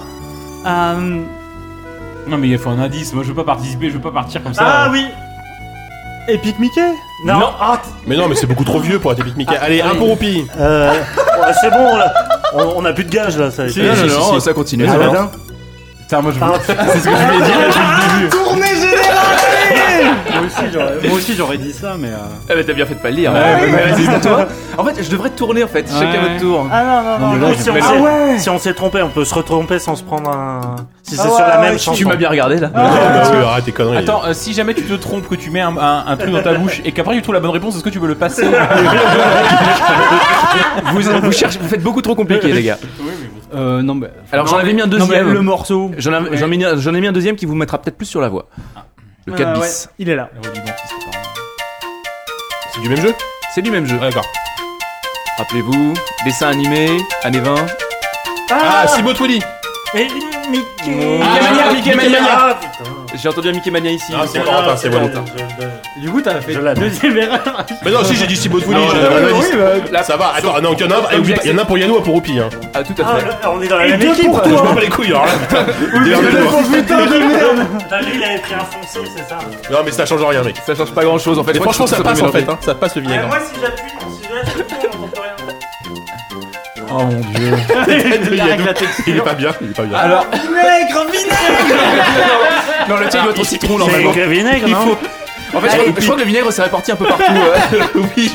Non mais il faut un indice, moi je veux pas participer, je veux pas partir comme ça. Ah oui. Epic Mickey. Non. Ah, Mais non, mais c'est beaucoup trop vieux pour être Epic Mickey. Allez, un pour Roupi. ouais, c'est bon, là. On a plus de gage là. Ça Non, non, non, ça continue. Vas-y, Alors. Aladdin. Putain, moi je veux. C'est ce que je voulais dire depuis le début. Tournée générale. Moi aussi j'aurais dit ça mais. Ah bah t'as bien fait de pas le lire. Ouais, Mais vas-y, c'est toi. En fait, je devrais tourner en fait, chacun Ouais. votre tour. Ah non, non, non. Du coup, si on Ah s'est- ouais. si on s'est trompé, on peut se retromper sans se prendre un. Si c'est Ah sur ouais, la ouais, même tu chanson. Tu m'as bien regardé là. Arrête tes conneries. Attends, si jamais tu te trompes, que tu mets un truc dans ta bouche et qu'après tu trouves la bonne réponse, est-ce que tu veux le passer? Vous cherchez, vous faites beaucoup trop compliqué les gars. Oui, mais bon. Non, mais. Alors j'en avais mis un deuxième. le morceau. J'en ai mis un deuxième qui vous mettra peut-être plus sur la voie. Le 4 bis. Ouais, il est là. C'est du même jeu? C'est du même jeu. D'accord. Rappelez-vous, dessin animé, années 20. Ah, Steamboat Willie. Et Mickey. Mickey Mania. Ah, putain. J'ai entendu un Mickey Mania ici. Ah, c'est Valentin, c'est Valentin. Du coup, t'as fait la deuxième erreur. Mais non, si j'ai dit Steamboat Willie, là ça va. Attends, non, il y en a un pour Yannou, un pour Rupi. Ah, tout à fait. On est dans la même équipe. Je m'en bats les couilles, alors là, putain. Putain de merde. T'as lui, il avait pris un foncé, c'est ça. Non, mais ça change rien, mec. Ça change pas grand chose en fait. Mais franchement, ça passe en fait, ça passe le vinaigre. Moi, si j'appuie, on n'entend rien. Oh mon dieu. Il est pas bien, Alors. Vinaigre. Non, le tien doit être au citron là. C'est vinaigre, non? En fait, je crois que le vinaigre s'est réparti un peu partout. Oui,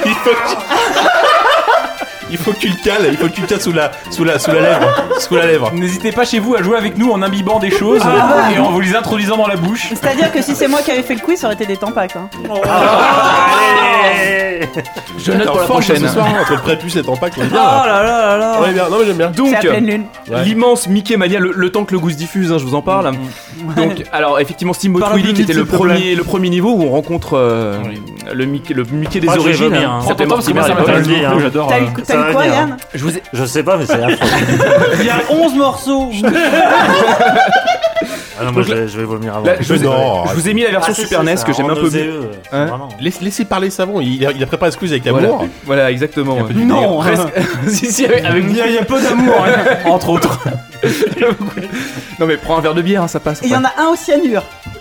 il faut que tu le cales, sous la lèvre. N'hésitez pas chez vous à jouer avec nous en imbibant des choses et en vous les introduisant dans la bouche. C'est-à-dire que si c'est moi qui avais fait le quiz, ça aurait été des tampacs. Hein. Je note pour la prochaine. Ce soir, entre le prépuce et le tampac, on est bien. Oh là là là. On est bien, non mais j'aime bien. Donc, C'est à pleine lune. l'immense Mickey Mania, le temps que le goût se diffuse, hein, je vous en parle. Donc, alors effectivement, Steamboat Parle Willie plus qui vite, était le s'il te premier niveau où on rencontre le Mickey des Moi, je vais origines. vomir, hein. Ça fait Mortimer ça à l'époque. m'intéresse je le dis, beaucoup, hein. j'adore. T'as eu ça va quoi, venir, Yann? Je sais pas, mais c'est affreux. Il y a 11 morceaux. Ah non, moi je vais vomir avant. Là, je vous ai mis la version Super NES que j'aime un peu mieux. Hein Vraiment. Laissez parler Savon, il a préparé ce quiz avec l'amour. Voilà, exactement. Non. Si, avec Il y a peu d'amour, entre autres. Non mais prends un verre de bière, hein, ça passe. Et il y en a un au cyanure.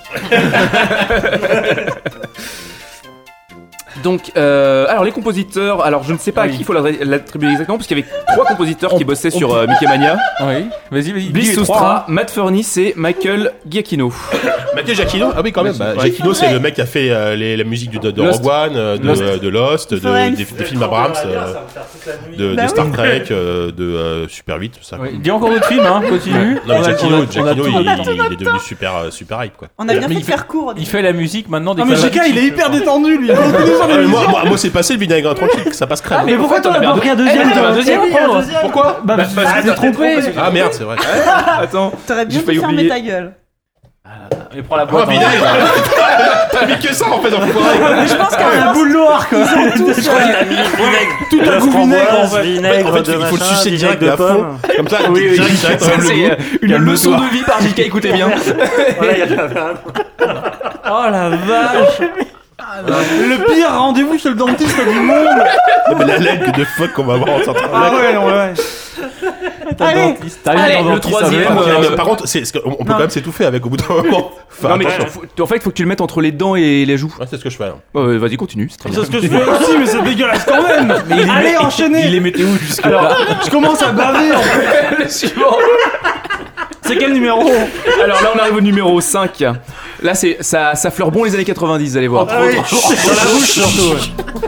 Donc, alors les compositeurs, alors je ne sais pas à qui il faut l'attribuer exactement, parce qu'il y avait 3 compositeurs qui bossaient sur Mickey Mania. Oui, vas-y. Bliss Soustra, Matt Furniss et Michael Giacchino. Michael Giacchino? Ah oui, quand même. Giacchino, c'est le mec qui a fait la musique de Rogue One, de Lost, des films Abrams, de Star Trek, de Super 8, tout ça. Dis encore d'autres films, hein, continue. Non, Giacchino, il est devenu super hype, quoi. On a bien fait de faire court. Il fait la musique maintenant. Non mais JK, il est hyper détendu lui. Moi, c'est passé le vinaigre tranquille, ça passe crème. Mais pourquoi t'en as pas pris un deuxième? Pourquoi? Bah parce que t'es trompé. Ah merde, c'est vrai. Attends, T'aurais bien dû fermer ta gueule. Et prends la boîte. Oh, vinaigre. T'as mis que ça en fait dans le fourré. Mais je pense qu'un boule noire quoi. Je crois qu'il a mis vinaigre. Tout un goût vinaigre en fait. Vinaigre, En fait, il faut le sucer direct à fond. Comme ça, oui, direct ça, c'est une leçon de vie par JK, écoutez bien. Voilà, il y a Oh la vache. Le pire rendez-vous chez le dentiste du monde. Mais la laine de fuck qu'on va avoir en sortant de Ah ouais, ouais. Allez, Le troisième. Par contre, on peut quand même s'étouffer avec au bout d'un moment. Non mais en fait, il faut que tu le mettes entre les dents et les joues. Ouais, c'est ce que je fais. Vas-y, continue. C'est très bien. C'est ce que je fais aussi, mais c'est dégueulasse quand même. Allez, enchaînez. Il les mettait où jusque Alors, là? je commence à baver en fait. Le suivant. C'est quel numéro? Alors là, on arrive au numéro 5. Là, ça fleure bon les années 90, vous allez voir. dans la bouche surtout.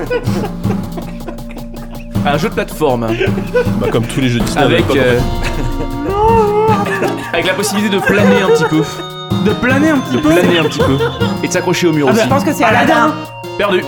Un jeu de plateforme. Bah, comme tous les jeux Disney. Avec la possibilité de planer un petit peu. De planer un petit peu. Planer un petit peu. Et de s'accrocher au mur aussi. Je pense que c'est Aladdin. Perdu.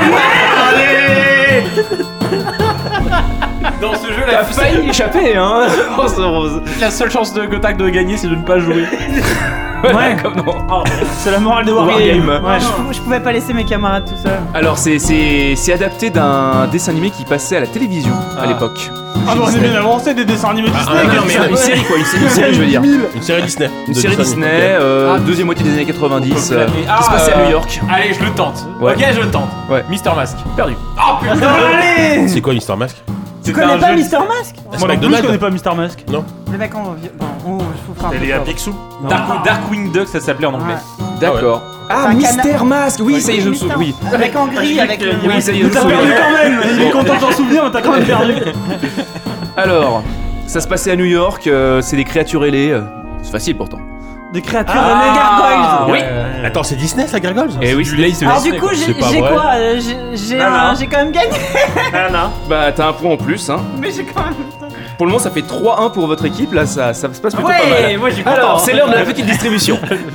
Dans ce jeu, T'as failli échapper, hein. la seule chance de Gotak de gagner, c'est de ne pas jouer. Ouais, comme non. c'est la morale de Wargame. Wargame. Ouais. Je pouvais pas laisser mes camarades tout seuls. Alors, c'est adapté d'un dessin animé qui passait à la télévision à l'époque. Ah bon, on est bien avancé des dessins animés Disney. Non, mais une série quoi, une série je veux dire. Une série Disney. Une série Disney, deuxième moitié des années 90, qui se passait à New York. Allez, je le tente. Ouais. Ok, je le tente. Ouais. Mister Mask. Perdu. Oh putain, allez. C'est quoi Mister Mask? Tu connais pas Mister Mask? Moi non plus, je connais pas Mister Mask. Non. Le mec en. Bon, je vous ferai un peu. Il y a Picsou. Darkwing Duck, ça s'appelait en anglais. D'accord. Ah, Un Mister Mask. Oui, ça y est, je me Mister. souviens. Oui. Le mec en gris avec le. Oui, ça y est, je me T'as souviens. perdu quand même. Il est content de s'en souvenir, mais t'as quand même perdu. Alors, ça se passait à New York, c'est des créatures ailées. C'est facile pourtant. Des créatures Les gargoyles. Oui. Attends, c'est Disney ça, Gargoyles? Et oui, c'est Alors du coup, j'ai pas j'ai vrai. quoi J'ai quand même gagné. Bah, t'as un point en plus, hein. Mais j'ai quand même. Pour le moment, ça fait 3-1 pour votre équipe. Là, ça se passe plutôt Ouais, pas mal. moi, j'ai Alors, c'est l'heure de la petite distribution.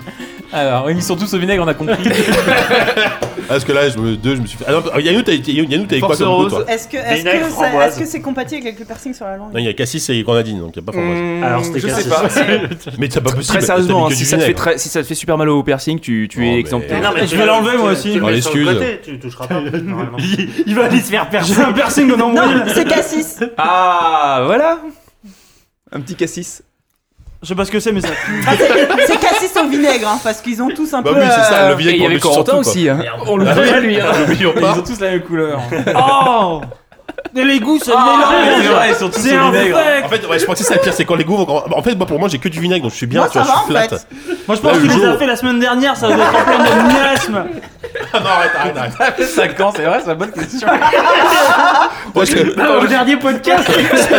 Alors, ils sont tous au vinaigre, on a compris. Parce que là, je me suis fait. Ah non, Yannou, t'avais quoi comme goût, toi? Est-ce que c'est compatible avec le piercing sur la langue? Non, il y a Cassis et Grenadine, donc il n'y a pas framboise. Alors c'était Je sais Cassis. pas. Mais c'est pas possible. Très sérieusement, t'as mis que si du ça vinaigre. si ça te fait super mal au piercing, tu es exempté. Non, mais Je vais l'enlever, moi aussi. Tu Oh, mets sur le l'excuse. côté, tu toucheras pas. normalement. Il va aller se faire percer. J'ai un piercing au nombril. Non, c'est Cassis. Ah, voilà. Un petit cassis. Je sais pas ce que c'est, mais ça. Ah, c'est Cassis au vinaigre, hein, parce qu'ils ont tous un Bah peu. oui, c'est ça, le Et vinaigre il y pour avait le surtout, Corentin quoi. aussi. Hein. On le Ah voit oui. lui. N'oublions Ils pas. ont tous la même couleur. Oh Et les goûts, c'est c'est vrai, ils sont tous C'est au un vinaigre. fake. En fait, ouais, je crois que c'est ça le pire, c'est quand les goûts vont. En fait, moi, pour moi, j'ai que du vinaigre, donc je suis bien, Moi, tu vois, ça je va, suis en flat. fait. Moi, je pense Là, qu'il le les a jour- fait la semaine dernière, ça doit être en plein de miasme. Ah non, arrête. Ça fait 5 ans, c'est vrai, c'est la bonne question. Moi, je Au dernier podcast.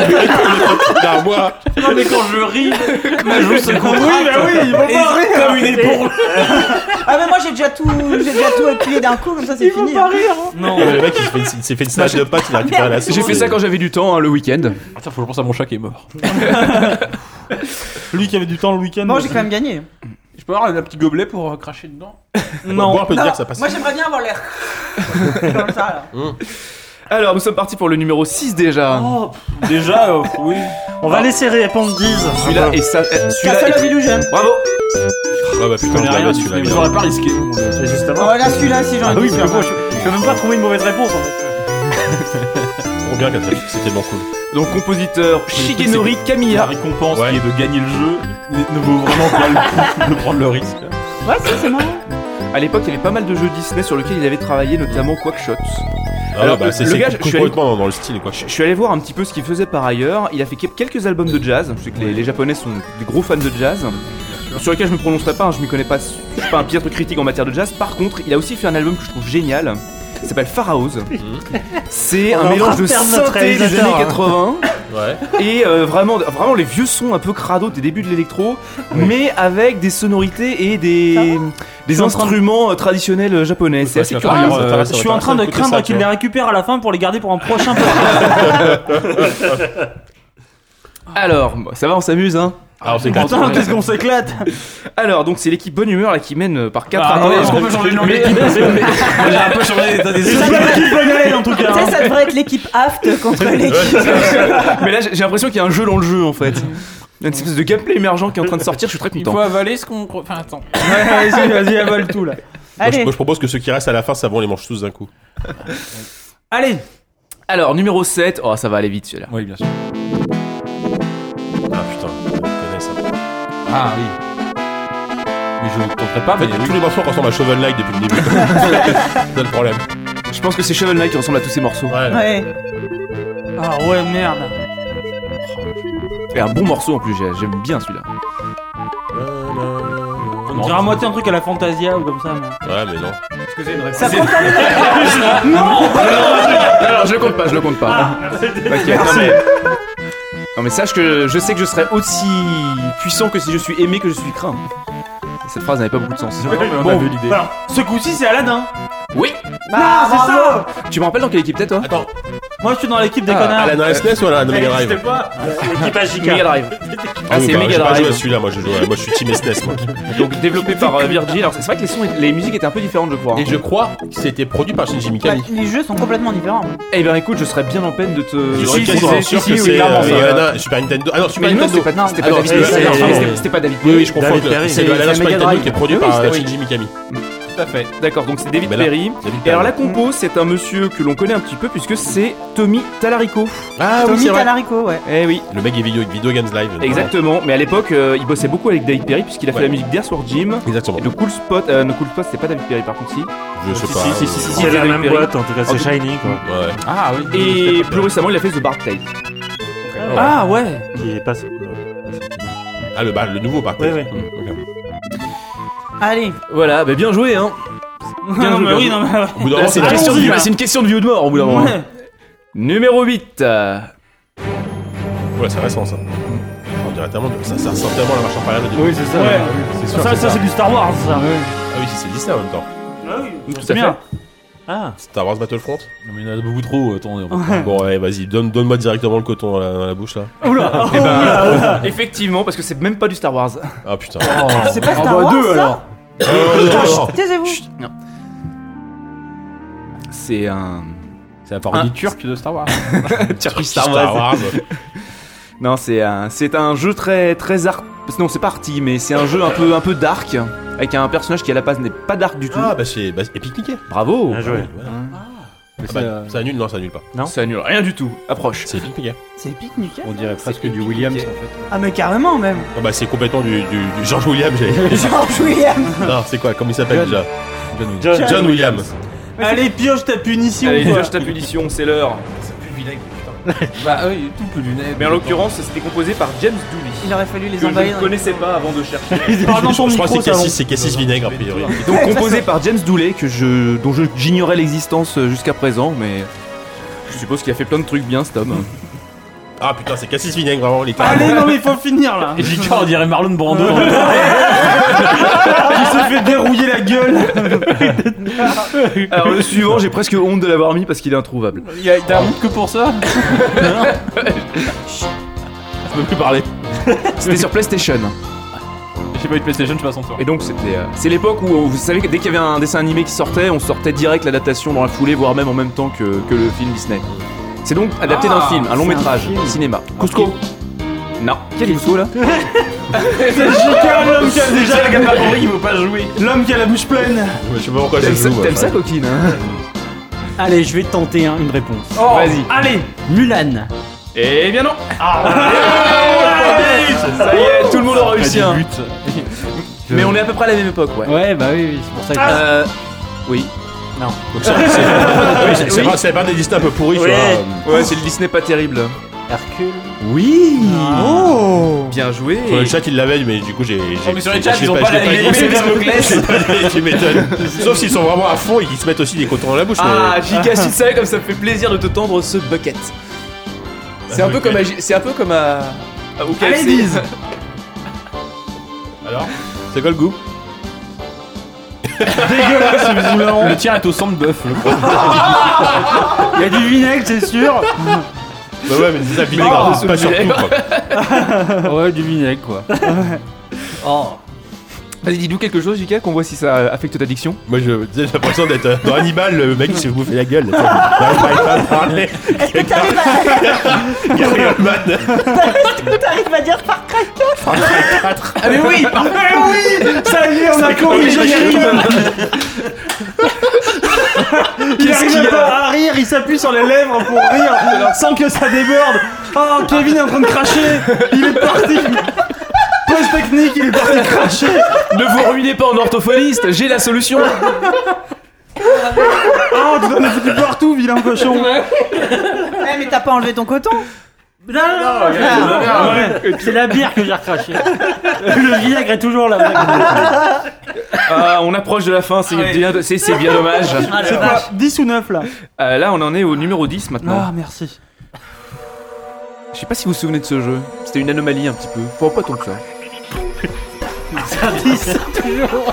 d'un mois. Non, mais quand je ris, ma joue se contracte. Oui, bah oui, il faut pas rire. Comme une épaule. Ah, mais moi j'ai déjà tout appuyé d'un coup, comme ça c'est fini. Hein. Non. Le mec, il s'est fait une salade de pâtes, il a récupéré la sauce. J'ai fait ça quand j'avais du temps le week-end. Attends, faut que je pense à mon chat qui est mort. Lui qui avait du temps le week-end. Bon, j'ai quand même gagné. Je peux avoir un petit gobelet pour cracher dedans? Non, boire peut te Non, dire que ça passe. moi j'aimerais bien avoir l'air. Comme ça là. Alors, nous sommes partis pour le numéro 6 déjà. Oh, déjà, oui. On va laisser répondre Diz. Celui-là et ça. Castle of Illusion. Bravo. Ouais, bah putain, je l'avais celui-là. Mais j'aurais pas risqué. Et justement. Oh là, celui-là, si j'en ai Oui, dit mais sur moi, je peux même pas trouver une mauvaise réponse en fait. Trop bien, Catherine, c'était tellement cool. Donc, compositeur Shigenori La Kamiya. récompense Ouais. qui est de gagner le jeu ne vaut vraiment pas le coup de prendre le risque. Ouais, c'est marrant. À l'époque, il y avait pas mal de jeux Disney sur lesquels il avait travaillé, notamment Quackshot. Ah, Alors, bah, c'est le gars, je suis allé- complètement dans le style, quoi. Je suis allé voir un petit peu ce qu'il faisait par ailleurs. Il a fait quelques albums de jazz. Je sais que les Japonais sont des gros fans de jazz. Sur lesquels je me prononcerai pas, hein, je m'y connais pas, je suis pas un piètre critique en matière de jazz. Par contre, il a aussi fait un album que je trouve génial. Il s'appelle Pharaohs. C'est On un est en mélange train de de perdre notre synthé des réalisateur, années hein. 80 Ouais. et vraiment les vieux sons un peu crado des débuts de l'électro, mais avec des sonorités et des instruments traditionnels japonais. C'est assez curieux. Je suis en train de craindre qu'il les récupère à la fin pour les garder pour un prochain podcast. Alors, ça va, on s'amuse, hein. Ah, on s'éclate. Putain, qu'est-ce qu'on s'éclate. Alors, donc c'est l'équipe Bonne Humeur là qui mène par 4 Attendez, est-ce qu'on peut changer le nom de l'équipe? J'ai un peu changé l'état des C'est pas l'équipe Bonnet en tout cas. Tu sais, ça devrait être l'équipe aft contre l'équipe. Mais là, j'ai l'impression qu'il y a un jeu dans le jeu en fait. Il y a une espèce de gameplay émergent qui est en train de sortir, je suis très Il content. faut avaler ce qu'on. Enfin, attends. Vas-y, avale tout là. Allez. Moi, je propose que ceux qui restent à la fin, ça bon, on les mange tous d'un coup. Allez. Alors, numéro 7. Oh, ça va aller vite celui-là. Oui, bien sûr. Ah putain, je connais ça. Ah oui. Mais je ne tenterai pas, En fait, mais tous oui. les morceaux ressemblent à Shovel Knight depuis le début. C'est le problème. Je pense que c'est Shovel Knight qui ressemble à tous ces morceaux. Ouais. Ah ouais, merde. Et un bon morceau en plus, j'aime bien celui-là. On dirait à moitié un truc à la Fantasia ou comme ça. Mais... Ouais, mais non. Est-ce que c'est une réponse? Ça compte pas les Alors, je le compte pas. Ok, non mais sache que je sais que je serai aussi puissant que si je suis aimé que je suis craint. Cette phrase n'avait pas beaucoup de sens. On a vu l'idée. Alors, ce coup-ci, c'est Aladdin. Oui. Ah, c'est ça. Tu me rappelles dans quelle équipe t'es toi? Attends, Moi, je suis dans l'équipe des Ah, connards. à la SNES ou à la Mega Drive? pas. L'équipage JK. Mega Drive. Ah, oui, c'est bah, Mega j'ai pas joué à Drive. celui-là, moi je suis team SNES moi. Donc développé par Virgil. Alors c'est vrai que les musiques étaient un peu différentes, je crois. Et je crois que c'était produit par Shinji Mikami. Les jeux sont complètement différents. Eh bien écoute, je serais bien en peine de te. Je suis Si, quasiment si, sûr si, que oui, c'est clairement, mais, Aladdin Super Nintendo. Ah non, Super Mais non, Nintendo. c'était pas Ah non, David c'est- Perry. C'était pas David Oui, Perry. oui, je confonds. David Perry. C'est Aladdin C'est Super Mega Nintendo Drive. qui est produit Oui, par c'était- Shinji Mikami. Tout à fait. D'accord, donc c'est David Mais là, Perry. David Et alors la Perry. compo, c'est un monsieur que l'on connaît un petit peu puisque c'est Tommy Tallarico. Ah oui, Tommy c'est vrai. Talarico, ouais. Eh oui, Le mec est Video Games Live. exactement. Mais à l'époque, il bossait beaucoup avec David Perry puisqu'il a fait Ouais. la musique d'Earthworm Jim. Exactement. Et le Cool Spot, c'était pas David Perry par contre si. Je sais pas. si, C'est la David même Perry. boîte, en tout cas, c'est En tout- Shiny quoi. Ouais. Ah oui. Et plus récemment, il a fait The Bard Tale. Ah ouais. Qui est pas. Ah le nouveau par contre. Ouais, ouais. Ok. Allez. Voilà, bah bien joué hein. Bien Non, joué, mais bien oui, joué. non, mais. Au bout d'un Là, moment, c'est c'est une, question de Allons-y, vie- là. c'est une question de vie ou de mort au bout d'un moment. Ouais. Numéro 8. Ouais, c'est récent ça. On dirait tellement ça ressemble tellement à la marche impériale au début. Oui, c'est ça. Ouais. c'est sûr. Ça, c'est c'est du Star Wars, ça. Ah oui, c'est Disney en même temps. Ah oui. Tout C'est à bien. Ah, Star Wars Battlefront. Non, mais il y en a beaucoup trop, attendez. on va pas- Bon, ouais, vas-y, donne-moi directement le coton dans la bouche là. Oula. Eh ben, effectivement, parce que c'est même pas du Star Wars. Ah putain. C'est pas Star Wars, ça Taisez-vous. C'est un. C'est la parodie turque de Star Wars. Turkish Star Wars. Non, c'est un jeu très non, c'est pas arty, mais c'est un jeu un peu dark avec un personnage qui à la base n'est pas dark du tout. Ah bah c'est Epic Mickey. Bravo. Bien joué. Ça annule, non, ça annule pas. Non, ça annule rien du tout. Approche. C'est Epic Mickey. C'est Epic Mickey. On dirait presque du Williams en fait. Ah mais carrément même. Ah bah c'est complètement du George Williams. George Williams. Non, c'est quoi? Comment il s'appelle déjà? John Williams. Allez, pioche ta punition. Allez, quoi. pioche ta punition, c'est l'heure. Bah oui, tout peut lunettes. Mais en l'occurrence, c'était composé par James Dooley. Il aurait fallu les Que je envahir. ne connaissais pas avant de chercher. Parle dans ton Je crois que micro, ça, c'est Cassis Vinaigre a priori. Donc composé par James Dooley, dont j'ignorais l'existence jusqu'à présent, mais je suppose qu'il a fait plein de trucs bien cet homme. Ah putain, c'est Cassis Vinaigre vraiment les Allez, non mais il faut finir là. Et JK, on dirait Marlon Brando. Il se fait dérouiller la gueule. Alors le suivant, j'ai presque honte de l'avoir mis parce qu'il est introuvable. T'as honte que pour ça? Je peux plus parler. C'était sur PlayStation. J'ai pas eu de PlayStation, je passe en tour. Et donc c'est l'époque où vous savez que dès qu'il y avait un dessin animé qui sortait, on sortait direct l'adaptation dans la foulée, voire même en même temps que le film Disney. C'est donc adapté d'un film, un long métrage, cinéma. Cusco. Non. Quel est Cusco là? C'est JK, l'homme qui a déjà le gars pas compris, il veut pas jouer. L'homme qui a la bouche pleine. Je sais pas pourquoi je joue. T'aimes ça, coquine hein? Allez, je vais tenter une réponse. Oh, Vas-y. Allez. Mulan. Eh bien non. Ça y est, tout le monde aura réussi un. Mais on est à peu près à la même époque, ouais. Ouais, bah oui, c'est pour ça que. Oui. Non. Donc c'est pas des Disney un peu pourris, tu vois. Ouais, c'est le Disney pas terrible. Hercule. Oui. Oh. Bien joué. Sur le chat il l'avait, mais du coup j'ai. mais sur les chats, ils ont pas la Tu m'étonnes. Sauf s'ils sont vraiment à fond et qu'ils se mettent aussi des cotons dans la bouche. Ah, JK, si tu savais comme ça me fait plaisir de te tendre ce bucket. C'est un peu comme au KFC. Alors, c'est quoi le goût? Dégueulasse ce visuellement. Le tien est au sang de bœuf, je crois. Il y a du vinaigre, c'est sûr. Bah ouais, mais c'est ça, vinaigre, c'est pas surtout quoi. Ouais, du vinaigre quoi. Oh. Vas-y, dis-nous quelque chose, JK, qu'on voit si ça affecte ta diction. Moi j'ai l'impression d'être dans Hannibal, le mec qui se bouffe la gueule. J'arrive pas à parler. Est-ce que t'arrives Gary Oldman. à dire Far Cry 4? Ah mais oui. Ça y est, on a corrigé Kevin. Il arrive pas à rire, il s'appuie sur les lèvres pour rire sans que ça déborde. Oh, Kevin est en train de cracher. Il est parti. Pause technique, il est parti cracher. Ne vous ruinez pas en orthophoniste, j'ai la solution. Oh, tu t'en as foutu partout, vilain cochon. Eh mais t'as pas enlevé ton coton? Non, c'est la bière que j'ai recraché. Le vinaigre est toujours là. Ah, on approche de la fin, c'est bien dommage. C'est quoi, 10 ou 9 là? Là, on en est au numéro 10 maintenant. Ah, merci. Je sais pas si vous vous souvenez de ce jeu. C'était une anomalie un petit peu. Bon, pas tant que ça. Ça dit ça toujours.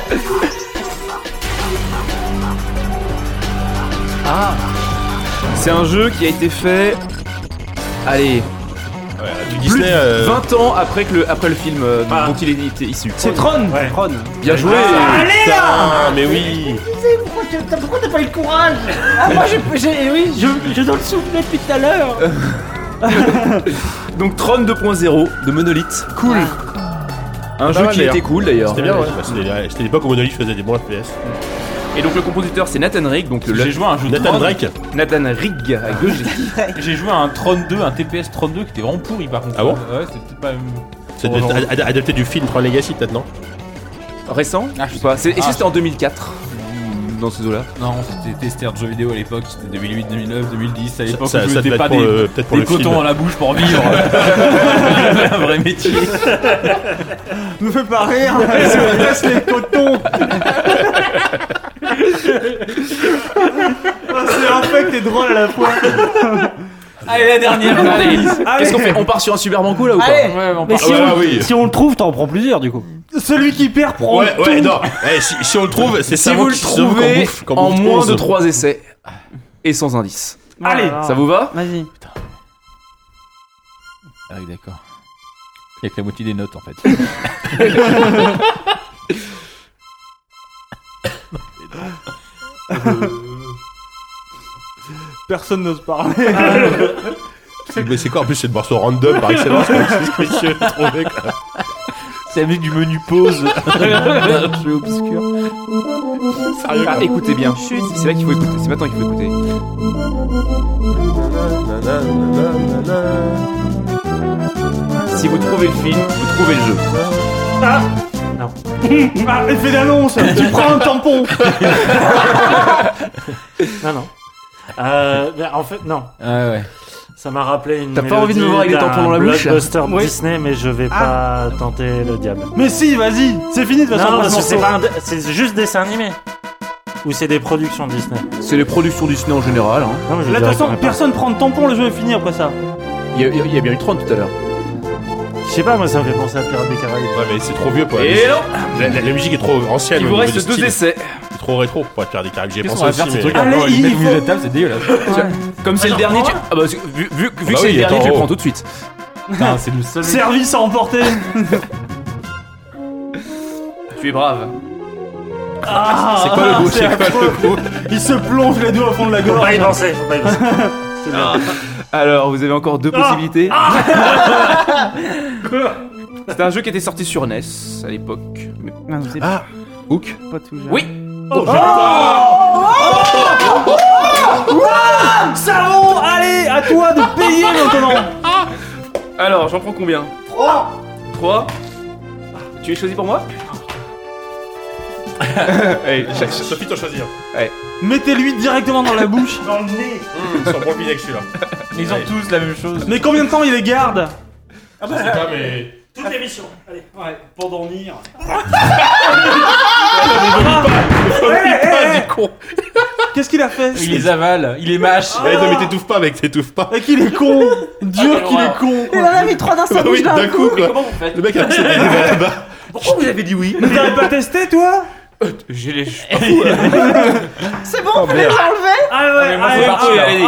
Ah. C'est un jeu qui a été fait. Allez. Du Plus Disney. de 20 ans après le film dont il était issu. C'est Tron. Ouais. Tron. Bien joué. Allez là. Mais oui. Pourquoi t'as pas eu le courage? Ah, moi je dois le souffler depuis tout à l'heure. Donc Tron 2.0 de Monolith. Cool. Un jeu mal, qui d'ailleurs. était cool d'ailleurs. C'était bien, ouais. C'était l'époque où Monolith faisait des bons FPS. Et donc le compositeur c'est Nathan Rigg. Donc J'ai joué à un jeu de Nathan Tron. Drake. Nathan Rigg avec 2 G. J'ai joué à un Tron 2, un TPS Tron 2 qui était vraiment pourri par contre. Ah bon? Ouais, c'était peut-être pas. C'est adapté du film Tron Legacy peut-être, non? Récent? Ah, Je sais pas. Est-ce que c'était en 2004? Dans ces eaux-là? Non, c'était testeur de jeux vidéo à l'époque, c'était 2008, 2009, 2010, à l'époque Ça où je devait mettais être pas pour peut-être pour des le film. cotons dans la bouche pour vivre. Un vrai métier. Me fais pas rire. Laisse les cotons. C'est infect et drôle à la fois. Allez, la dernière. Allez. Qu'est-ce qu'on fait? On part sur un super banco là ou pas? Allez. Ouais, on Mais part. si on le trouve, t'en prends plusieurs du coup. Celui qui perd prend Ouais, tout. non. Si on le trouve, c'est Si ça vous le trouvez en moins de 3 essais et sans indice. Allez. Ça vous va? Vas-y. Ah oui, d'accord. Il y a que la moitié des notes en fait. Personne n'ose parler. Mais c'est quoi en plus c'est le morceau random par excellence c'est ce que j'ai trouvé quoi. C'est la musique du menu pause. Un jeu obscur. Ah, écoutez bien. C'est là qu'il faut écouter. C'est maintenant qu'il faut écouter. Si vous trouvez le film, vous trouvez le jeu. Ah non. Ah, effet d'annonce. Tu prends un tampon. Non. En fait, non. Ah ouais. Ça m'a rappelé une. T'as pas envie de me voir avec des tampons dans la bouche? Blockbuster Disney, mais je vais pas tenter le diable. Mais si, vas-y. C'est fini de toute façon. Non, parce que c'est juste dessin animé. Ou c'est des productions Disney? C'est les productions Disney en général. Hein. Non, mais là, de toute façon, personne prend de tampon, le jeu est fini après ça. Il y a bien eu 30 tout à l'heure. Je sais pas, moi ça me fait penser à Pirates des Caraïbes. Ouais, mais c'est trop vieux pour la Et musique. non. La musique est trop ancienne. Il vous reste 2 essais. C'est trop rétro pour être Pirates des Caraïbes. J'ai Qu'est-ce pensé qu'on va aussi. faire ces Mais... trucs maintenant? Ils mettent la table, c'est dégueulasse. Comme c'est le dernier, tu... ah bah, vu que c'est le dernier, tu le prends tout de suite. Putain, c'est le seul. Service à emporter. Tu es brave. Ah, c'est quoi le goût? C'est quoi le goût? Il se plonge les doigts au fond de la gorge. Faut pas y penser. C'est bien. Alors, vous avez encore 2 possibilités. C'était un jeu qui était sorti sur NES à l'époque. Ah, Hook. Pas tout jeune. Oui. Savon, allez, à toi de payer maintenant. Alors, j'en prends combien? 3. Tu es choisi pour moi? Hey, Sophie t'en choisir. Mettez-lui directement dans la bouche. Dans le nez. Ils sont bon vinaigre celui-là. Ils ont tous la même chose. Mais combien de temps il les garde? Je sais pas mais. Toute l'émission. Allez, ouais, pour dormir. Pas du con. Qu'est-ce qu'il a fait? Il les avale, il les mâche. Eh non mais t'étouffes pas mec, t'étouffes pas. Et qu'il est con. Dieu qu'il est con. Il en a mis 3 dans sa Bah bouche oui, d'un coup quoi. Le mec a poussé des là-bas. Pourquoi vous avez dit oui? Mais t'avais pas testé toi? J'ai les. C'est bon, vous les enlever? Ah ouais, mais moi, c'est parti, allez.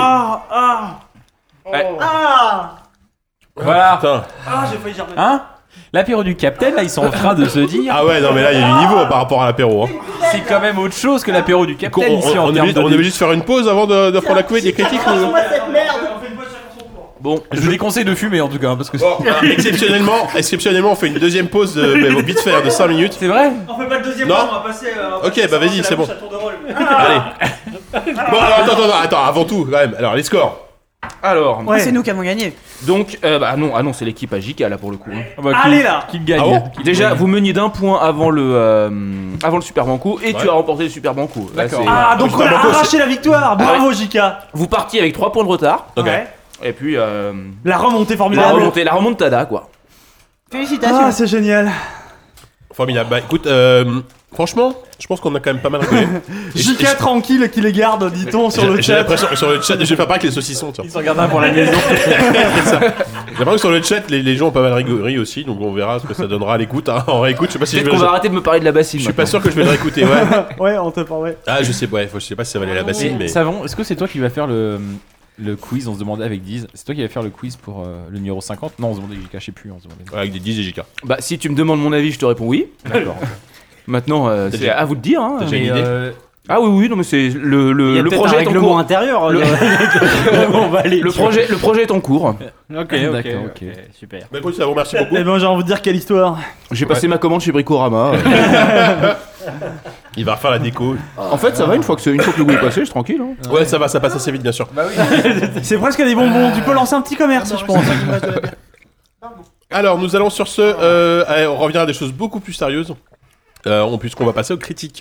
Voilà. Putain. J'ai failli germer. Hein? L'apéro du Capitaine, là, ils sont en train de se dire. Ah ouais non mais là il y a du niveau par rapport à l'apéro. Hein. C'est quand même autre chose que l'apéro du Capitaine ici en On est termes de. obligé de faire une pause avant de prendre la couvée des critiques ou... cette merde. Bon, je vous déconseille de fumer en tout cas, parce que. Bon, exceptionnellement, on fait une deuxième pause vite fait de 5 minutes. C'est vrai? On fait pas le deuxième Non. round, on va passer. Ok, bah vas-y, c'est bon. Allez. Bon alors attends, avant tout quand même. Alors les scores. Alors, Ouais. C'est nous qui avons gagné. donc, bah non, c'est l'équipe à JK là pour le coup. Hein. Ah bah, Allez là. Qui gagne? Ah bon Déjà, vous meniez d'1 point avant le Super Banco et tu as remporté le Super Banco. Là, D'accord. c'est- Ah donc on a Banco, arraché la victoire. Bravo JK. Vous partiez avec 3 points de retard Ok. Ouais. et puis La remontée la formidable. remontada quoi. Félicitations. Ah c'est génial. Formidable. Bah écoute, franchement, je pense qu'on a quand même pas mal rigolé. Et JK tranquille qui les garde, dit-on sur le J'ai chat. l'impression sur le chat, je vais faire pareil avec les saucissons. Tiens. Ils se regardent un pour la maison. J'ai l'impression que sur le chat, les gens ont pas mal rigolé aussi, donc on verra ce que ça donnera à l'écoute. Hein. En réécoute, je sais pas si Peut-être qu'on va arrêter de me parler de la bassine. Je suis pas sûr que je vais le réécouter. Ouais. Ouais, on te parle. Ah je sais, je sais pas si ça valait la bassine, mais. Savon, est-ce que c'est toi qui vas faire le quiz? On se demandait avec Diz. C'est toi qui vas faire le quiz pour le numéro 50? Non, on se demandait, je sais plus. On se demandait. Ouais, avec des 10 et JK. Bah si tu me demandes mon avis, je te réponds oui. D'accord. Maintenant, c'est déjà- à vous de dire. Hein. T'as déjà une Mais, idée Ah oui, non mais c'est Il y a le peut-être projet un est en règlement cours. intérieur. On va aller. Le projet est en cours. Ok, D'accord, ok, super. Bah écoute, ça vous remercie beaucoup. Eh ben j'ai envie de dire quelle histoire. J'ai passé ma commande chez Bricorama. Il va refaire la déco. En fait, ça va une fois que le goût est passé, je suis tranquille. Hein. Ouais, ça va, ça passe assez vite, bien sûr. C'est presque des bonbons. Tu peux lancer un petit commerce, je pense. Alors, nous allons sur ce. On revient à des choses beaucoup plus sérieuses. Puisqu'on va passer aux critiques.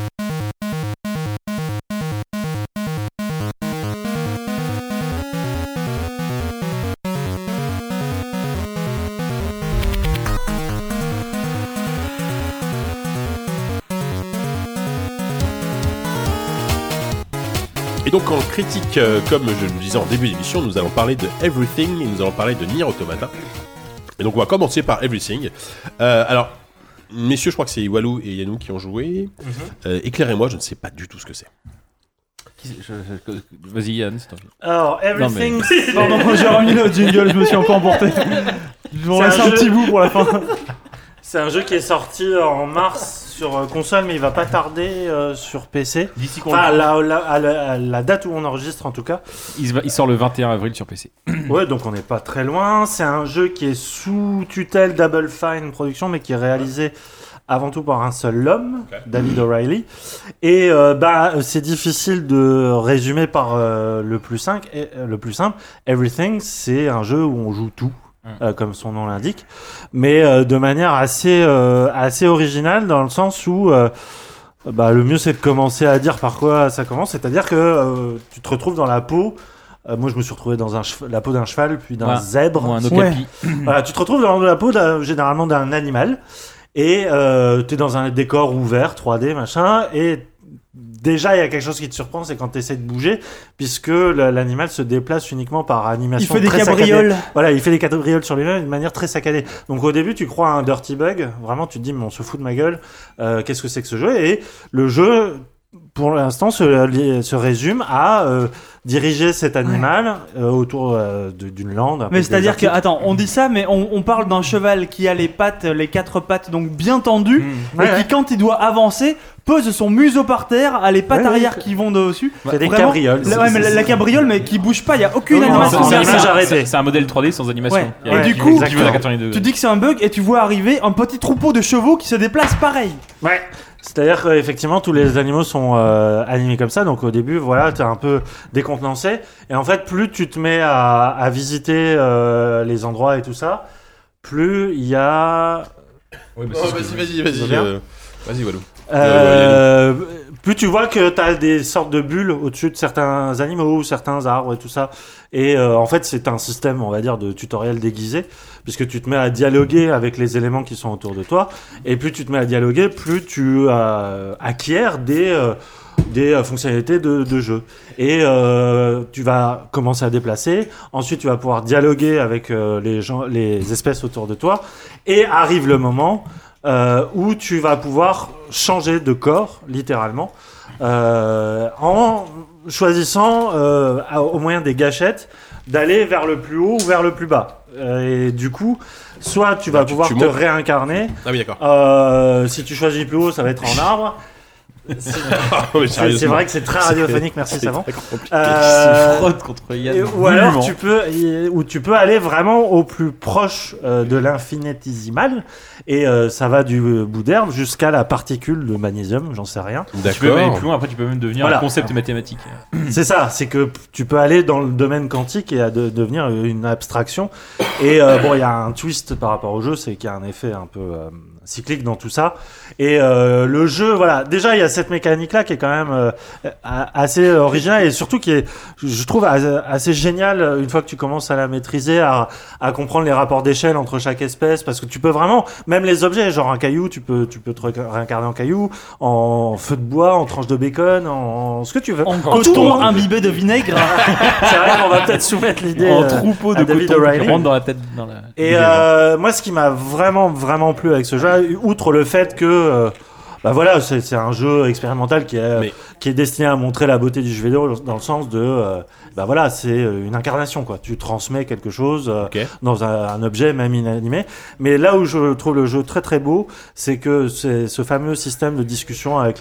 Et donc en critique, comme je le disais en début d'émission, nous allons parler de Everything et nous allons parler de Nier Automata. Et donc on va commencer par Everything. Alors, messieurs, je crois que c'est Walou et Yannou qui ont joué. Éclairez-moi, je ne sais pas du tout ce que c'est. Vas-y Yann, c'est toi. Alors, Everything. Pardon, j'ai remis le jingle, je me suis encore emporté. Je vous laisse un petit bout pour la fin. C'est un jeu qui est sorti en mars sur console, mais il va pas tarder sur PC. D'ici qu'on à la date où on enregistre en tout cas. Il sort le 21 avril sur PC. Ouais, donc on n'est pas très loin. C'est un jeu qui est sous tutelle Double Fine Productions, mais qui est réalisé avant tout par un seul homme, David O'Reilly. Et c'est difficile de résumer par le plus simple. Everything, c'est un jeu où on joue tout. Comme son nom l'indique, mais de manière assez originale dans le sens où le mieux c'est de commencer à dire par quoi ça commence, c'est-à-dire que tu te retrouves dans la peau. Moi, je me suis retrouvé dans la peau d'un cheval, puis d'un zèbre. Ou un okapi. Voilà, tu te retrouves dans la peau généralement d'un animal, et tu es dans un décor ouvert, 3D, machin, et déjà, il y a quelque chose qui te surprend, c'est quand tu essaies de bouger, puisque l'animal se déplace uniquement par animation. Il fait des cabrioles. Voilà, il fait des cabrioles sur lui-même d'une manière très saccadée. Donc au début, tu crois à un dirty bug. Vraiment, tu te dis, mais on se fout de ma gueule. Qu'est-ce que c'est que ce jeu ? Et le jeu, pour l'instant, se résume à diriger cet animal autour d'une lande. Mais c'est-à-dire que, attends, on dit ça, mais on parle d'un cheval qui a les quatre pattes donc bien tendues, et qui, quand il doit avancer, pose son museau par terre, a les pattes arrière qui vont dessus. C'est des cabrioles. La cabriole, mais qui bouge pas, il y a aucune animation. C'est un modèle 3D sans animation. Et du coup, tu dis que c'est un bug, et tu vois arriver un petit troupeau de chevaux qui se déplace pareil. Ouais. C'est-à-dire qu'effectivement, tous les animaux sont animés comme ça. Donc au début, voilà, t'es un peu décontenancé. Et en fait, plus tu te mets à visiter les endroits et tout ça, plus il y a... Ouais, vas-y. Vas-y, Walou. Plus tu vois que tu as des sortes de bulles au-dessus de certains animaux, certains arbres et tout ça. Et en fait, c'est un système, on va dire, de tutoriel déguisé, puisque tu te mais à dialoguer avec les éléments qui sont autour de toi. Et plus tu te mets à dialoguer, plus tu acquiers des fonctionnalités de jeu. Et tu vas commencer à déplacer. Ensuite, tu vas pouvoir dialoguer avec les espèces autour de toi. Et arrive le moment où tu vas pouvoir changer de corps, littéralement, en choisissant, au moyen des gâchettes, d'aller vers le plus haut ou vers le plus bas. Et du coup, soit tu vas pouvoir te réincarner. Ah oui, d'accord. Si tu choisis plus haut, ça va être en arbre. C'est vrai que c'est très radiophonique, merci Savant. Frotte contre Yann. Ou alors tu peux aller vraiment au plus proche de l'infinitésimal, et ça va du bout d'herbe jusqu'à la particule de magnésium, j'en sais rien. Tu peux aller plus loin, après tu peux même devenir un concept mathématique. C'est ça, c'est que tu peux aller dans le domaine quantique et devenir une abstraction. Et il y a un twist par rapport au jeu, c'est qu'il y a un effet un peu cyclique dans tout ça. Et le jeu, voilà, déjà il y a cette mécanique là qui est quand même assez originale, et surtout qui est, je trouve, assez géniale une fois que tu commences à la maîtriser, à comprendre les rapports d'échelle entre chaque espèce, parce que tu peux vraiment, même les objets, genre un caillou, tu peux te réincarner en caillou, en feu de bois, en tranche de bacon, en ce que tu veux, en coton imbibé de vinaigre. C'est vrai qu'on va peut-être soumettre l'idée en troupeau de David coton O'Reilly. qui rentre dans la tête. Et moi, ce qui m'a vraiment plu avec ce jeu, outre le fait que voilà, c'est un jeu expérimental qui est destiné à montrer la beauté du jeu vidéo, dans le sens de voilà, c'est une incarnation, quoi. Tu transmets quelque chose dans un objet, même inanimé. Mais là où je trouve le jeu très très beau, c'est que c'est ce fameux système de discussion avec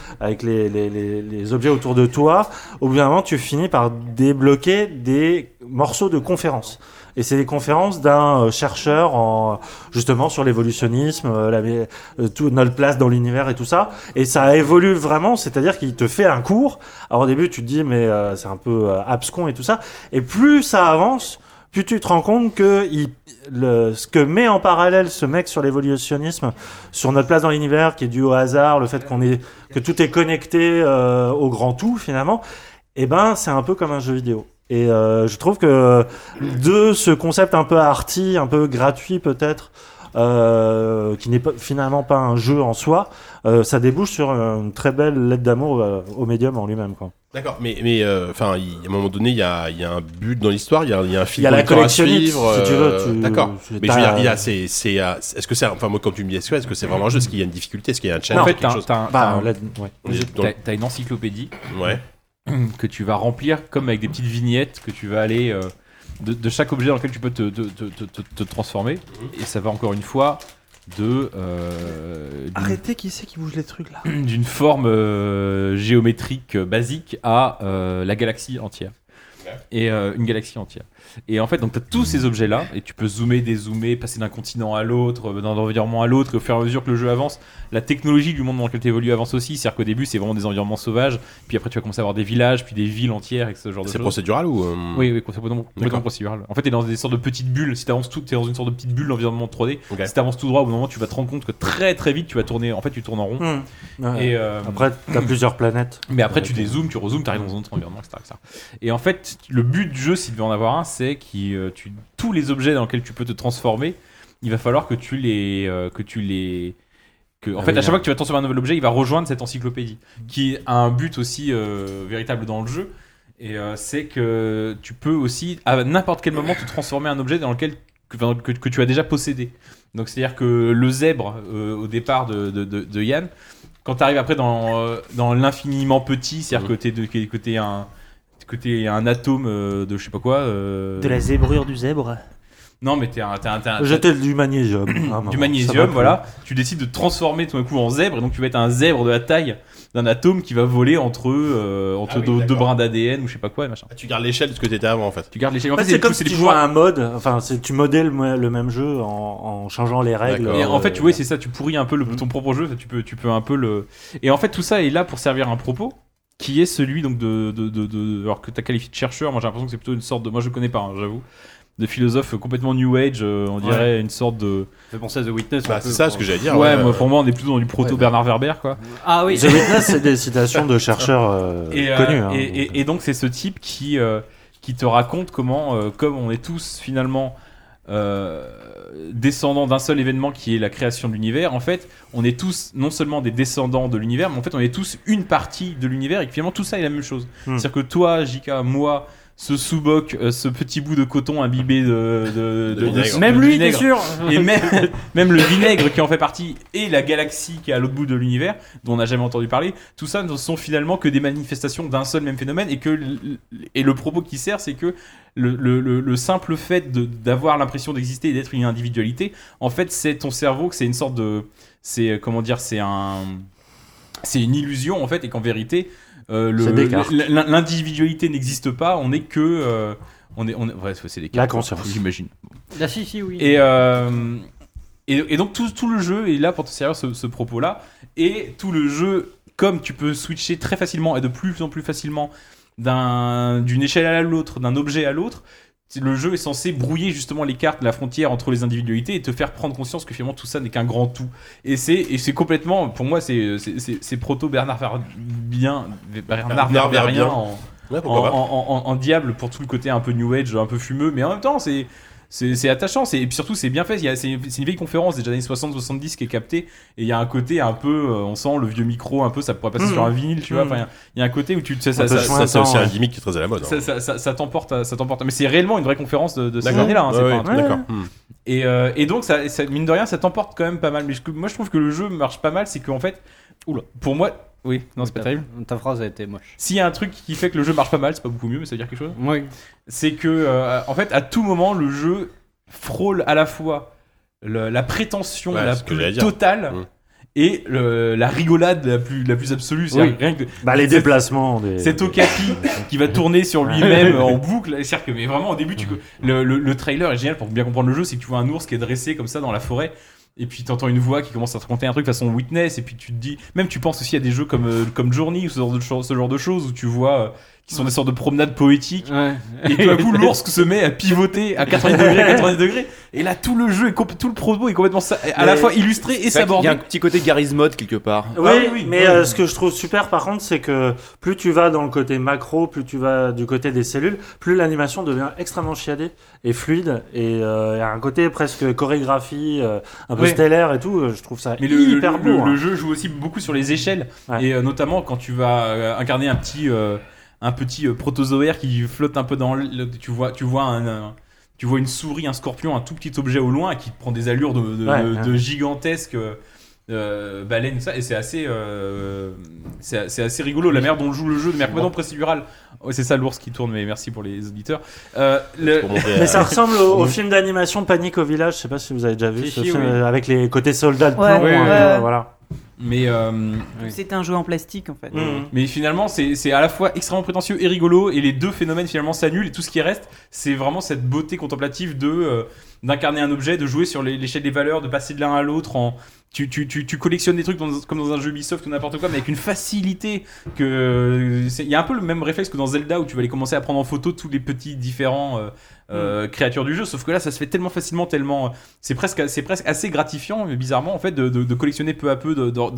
les objets autour de toi. Au bout d'un moment, tu finis par débloquer des morceaux de conférences. Et c'est des conférences d'un chercheur justement sur l'évolutionnisme, toute notre place dans l'univers et tout ça. Et ça évolue vraiment, c'est-à-dire qu'il te fait un cours. Alors au début, tu te dis, mais c'est un peu abscon et tout ça. Et plus ça avance, plus tu te rends compte que ce que met en parallèle ce mec sur l'évolutionnisme, sur notre place dans l'univers, qui est dû au hasard, le fait que tout est connecté au grand tout finalement, c'est un peu comme un jeu vidéo. Et je trouve que de ce concept un peu arty, un peu gratuit peut-être, qui n'est finalement pas un jeu en soi, ça débouche sur une très belle lettre d'amour au médium en lui-même, quoi. D'accord, mais à un moment donné, il y a un but dans l'histoire, il y a un fil conducteur à suivre. Il y a la collectionnite, si tu veux. D'accord. Mais je veux dire, est-ce que c'est, enfin moi quand tu me dis est-ce que c'est vraiment un jeu, est-ce qu'il y a une difficulté, est-ce qu'il y a un challenge, quelque chose. T'as une encyclopédie. Ouais. Que tu vas remplir comme avec des petites vignettes que tu vas aller de chaque objet dans lequel tu peux te transformer, et ça va encore une fois Arrêtez, qui c'est qui bouge les trucs là? D'une forme géométrique basique à la galaxie entière. Et une galaxie entière. Et en fait, donc tu as tous ces objets-là, et tu peux zoomer, dézoomer, passer d'un continent à l'autre, d'un environnement à l'autre, et au fur et à mesure que le jeu avance, la technologie du monde dans lequel tu évolues avance aussi. C'est-à-dire qu'au début, c'est vraiment des environnements sauvages, puis après, tu vas commencer à avoir des villages, puis des villes entières, et ce genre de choses. C'est procédural ou Oui, c'est complètement procédural. En fait, tu es dans des sortes de petites bulles. Si tu avances t'es dans une sorte de petite bulle d'environnement 3D. Okay. Si tu avances tout droit, au bout d'un moment, tu vas te rendre compte que très très vite, tu vas tourner. En fait, tu tournes en rond. Ouais. Et après, tu as plusieurs planètes. Mais après, tu dézoomes, tu rezoomes, tu arrives dans un autre environnement, etc. Et en fait, le but du jeu, s'il devait en avoir un, c'est tous les objets dans lesquels tu peux te transformer, il va falloir que tu les en fait, à chaque fois que tu vas transformer un nouvel objet, il va rejoindre cette encyclopédie, qui a un but aussi véritable dans le jeu. Et c'est que tu peux aussi, à n'importe quel moment, te transformer un objet dans lequel que tu as déjà possédé. Donc, c'est-à-dire que le zèbre, au départ de Yann, quand tu arrives après dans l'infiniment petit, c'est-à-dire que t'es un atome de je sais pas quoi. De la zébrure du zèbre. Non, mais j'étais du magnésium. Du magnésium, voilà. Tu décides de transformer tout d'un coup en zèbre, et donc tu vas être un zèbre de la taille d'un atome qui va voler entre deux brins d'ADN ou je sais pas quoi, machin. Tu gardes l'échelle de ce que t'étais avant en fait. Tu gardes l'échelle. En fait, c'est comme si tu jouais à un mode. Enfin, tu modèles le même jeu en changeant les règles. Et en fait, tu vois, c'est ça. Tu pourris un peu ton propre jeu. Tu peux un peu le. Et en fait, tout ça est là pour servir un propos. Qui est celui donc alors que tu as qualifié de chercheur, moi j'ai l'impression que c'est plutôt une sorte de, moi je connais pas, j'avoue, de philosophe complètement new age, on dirait une sorte de. Ça fait penser à The Witness. C'est ça ce que j'allais dire. Ouais, pour moi on est plutôt dans du proto Bernard Werber quoi. Ah oui. The Witness, c'est des citations de chercheurs connus. Et donc c'est ce type qui te raconte comment, comme on est tous finalement descendants d'un seul événement qui est la création de l'univers, en fait on est tous non seulement des descendants de l'univers, mais en fait on est tous une partie de l'univers, et que finalement tout ça est la même chose. C'est-à-dire que toi, Jika, moi, ce sous-boc, ce petit bout de coton imbibé de même lui, t'es sûr. Et même le vinaigre qui en fait partie, et la galaxie qui est à l'autre bout de l'univers, dont on n'a jamais entendu parler, tout ça ne sont finalement que des manifestations d'un seul même phénomène, et le propos qui sert, c'est que le simple fait d'avoir l'impression d'exister et d'être une individualité, en fait c'est ton cerveau, que c'est une sorte de... C'est une illusion en fait, et qu'en vérité l'individualité n'existe pas, on est que ouais, c'est des la conscience, j'imagine. Ah si oui. Et donc tout le jeu est là pour te servir ce propos là, et tout le jeu, comme tu peux switcher très facilement et de plus en plus facilement d'une échelle à l'autre, d'un objet à l'autre, le jeu est censé brouiller justement les cartes, la frontière entre les individualités, et te faire prendre conscience que finalement tout ça n'est qu'un grand tout. Et c'est complètement, pour moi, c'est proto Bernard Werberien en diable, pour tout le côté un peu new age, un peu fumeux, mais en même temps c'est attachant, et puis surtout c'est bien fait. C'est une vieille conférence des années 60-70 qui est captée, et il y a un côté un peu, on sent le vieux micro un peu, ça pourrait passer sur un vinyle, tu vois. Enfin, il y a un côté où ça c'est aussi un gimmick qui est très à la mode. Ça t'emporte. Mais c'est réellement une vraie conférence de cette année-là. C'est pas un truc. D'accord. Et donc ça, mine de rien, ça t'emporte quand même pas mal. Mais moi je trouve que le jeu marche pas mal, c'est qu'en fait, pour moi. Oui, non, c'est pas terrible. Ta phrase a été moche. S'il y a un truc qui fait que le jeu marche pas mal, c'est pas beaucoup mieux, mais ça veut dire quelque chose. Oui. C'est que, en fait, à tout moment, le jeu frôle à la fois la prétention la plus totale et la rigolade la plus absolue. Oui. Rien que les déplacements. Cet Okapi qui va tourner sur lui-même en boucle. C'est-à-dire que, mais vraiment, au début, le trailer est génial pour bien comprendre le jeu. C'est que tu vois un ours qui est dressé comme ça dans la forêt. Et puis t'entends une voix qui commence à te raconter un truc façon Witness, et puis tu te dis, même tu penses aussi à des jeux comme Journey ou ce genre de choses où tu vois qui sont des sortes de promenades poétiques, et tout à coup l'ours se met à pivoter à 90 degrés, et là tout le jeu tout le propos est complètement à la fois illustré et sabordé. Il y a un petit côté Garry's Mod quelque part. Oui, mais ce que je trouve super par contre, c'est que plus tu vas dans le côté macro, plus tu vas du côté des cellules, plus l'animation devient extrêmement chiadée et fluide, et il y a un côté presque chorégraphie un peu stellaire et tout. Je trouve ça hyper beau. Le jeu joue aussi beaucoup sur les échelles, et notamment quand tu vas incarner un petit protozoaire qui flotte un peu dans tu vois une souris, un scorpion, un tout petit objet au loin qui prend des allures de gigantesque, baleines, ça, et c'est assez rigolo la manière dont on joue le jeu de manière complètement procédurale. Ouais, c'est ça l'ours qui tourne, mais merci pour les auditeurs. Mais ça ressemble au film d'animation Panique au village, je sais pas si vous avez déjà vu ce film avec les côtés soldats de plomb, voilà. Mais c'était un jeu en plastique en fait. Mais finalement c'est à la fois extrêmement prétentieux et rigolo, et les deux phénomènes finalement s'annulent, et tout ce qui reste c'est vraiment cette beauté contemplative d'incarner un objet, de jouer sur l'échelle des valeurs, de passer de l'un à l'autre tu collectionnes des trucs comme dans un jeu Ubisoft ou n'importe quoi, mais avec une facilité il y a un peu le même réflexe que dans Zelda où tu vas aller commencer à prendre en photo tous les petits différents créatures du jeu, sauf que là ça se fait tellement facilement, c'est presque assez gratifiant, mais bizarrement en fait de collectionner peu à peu,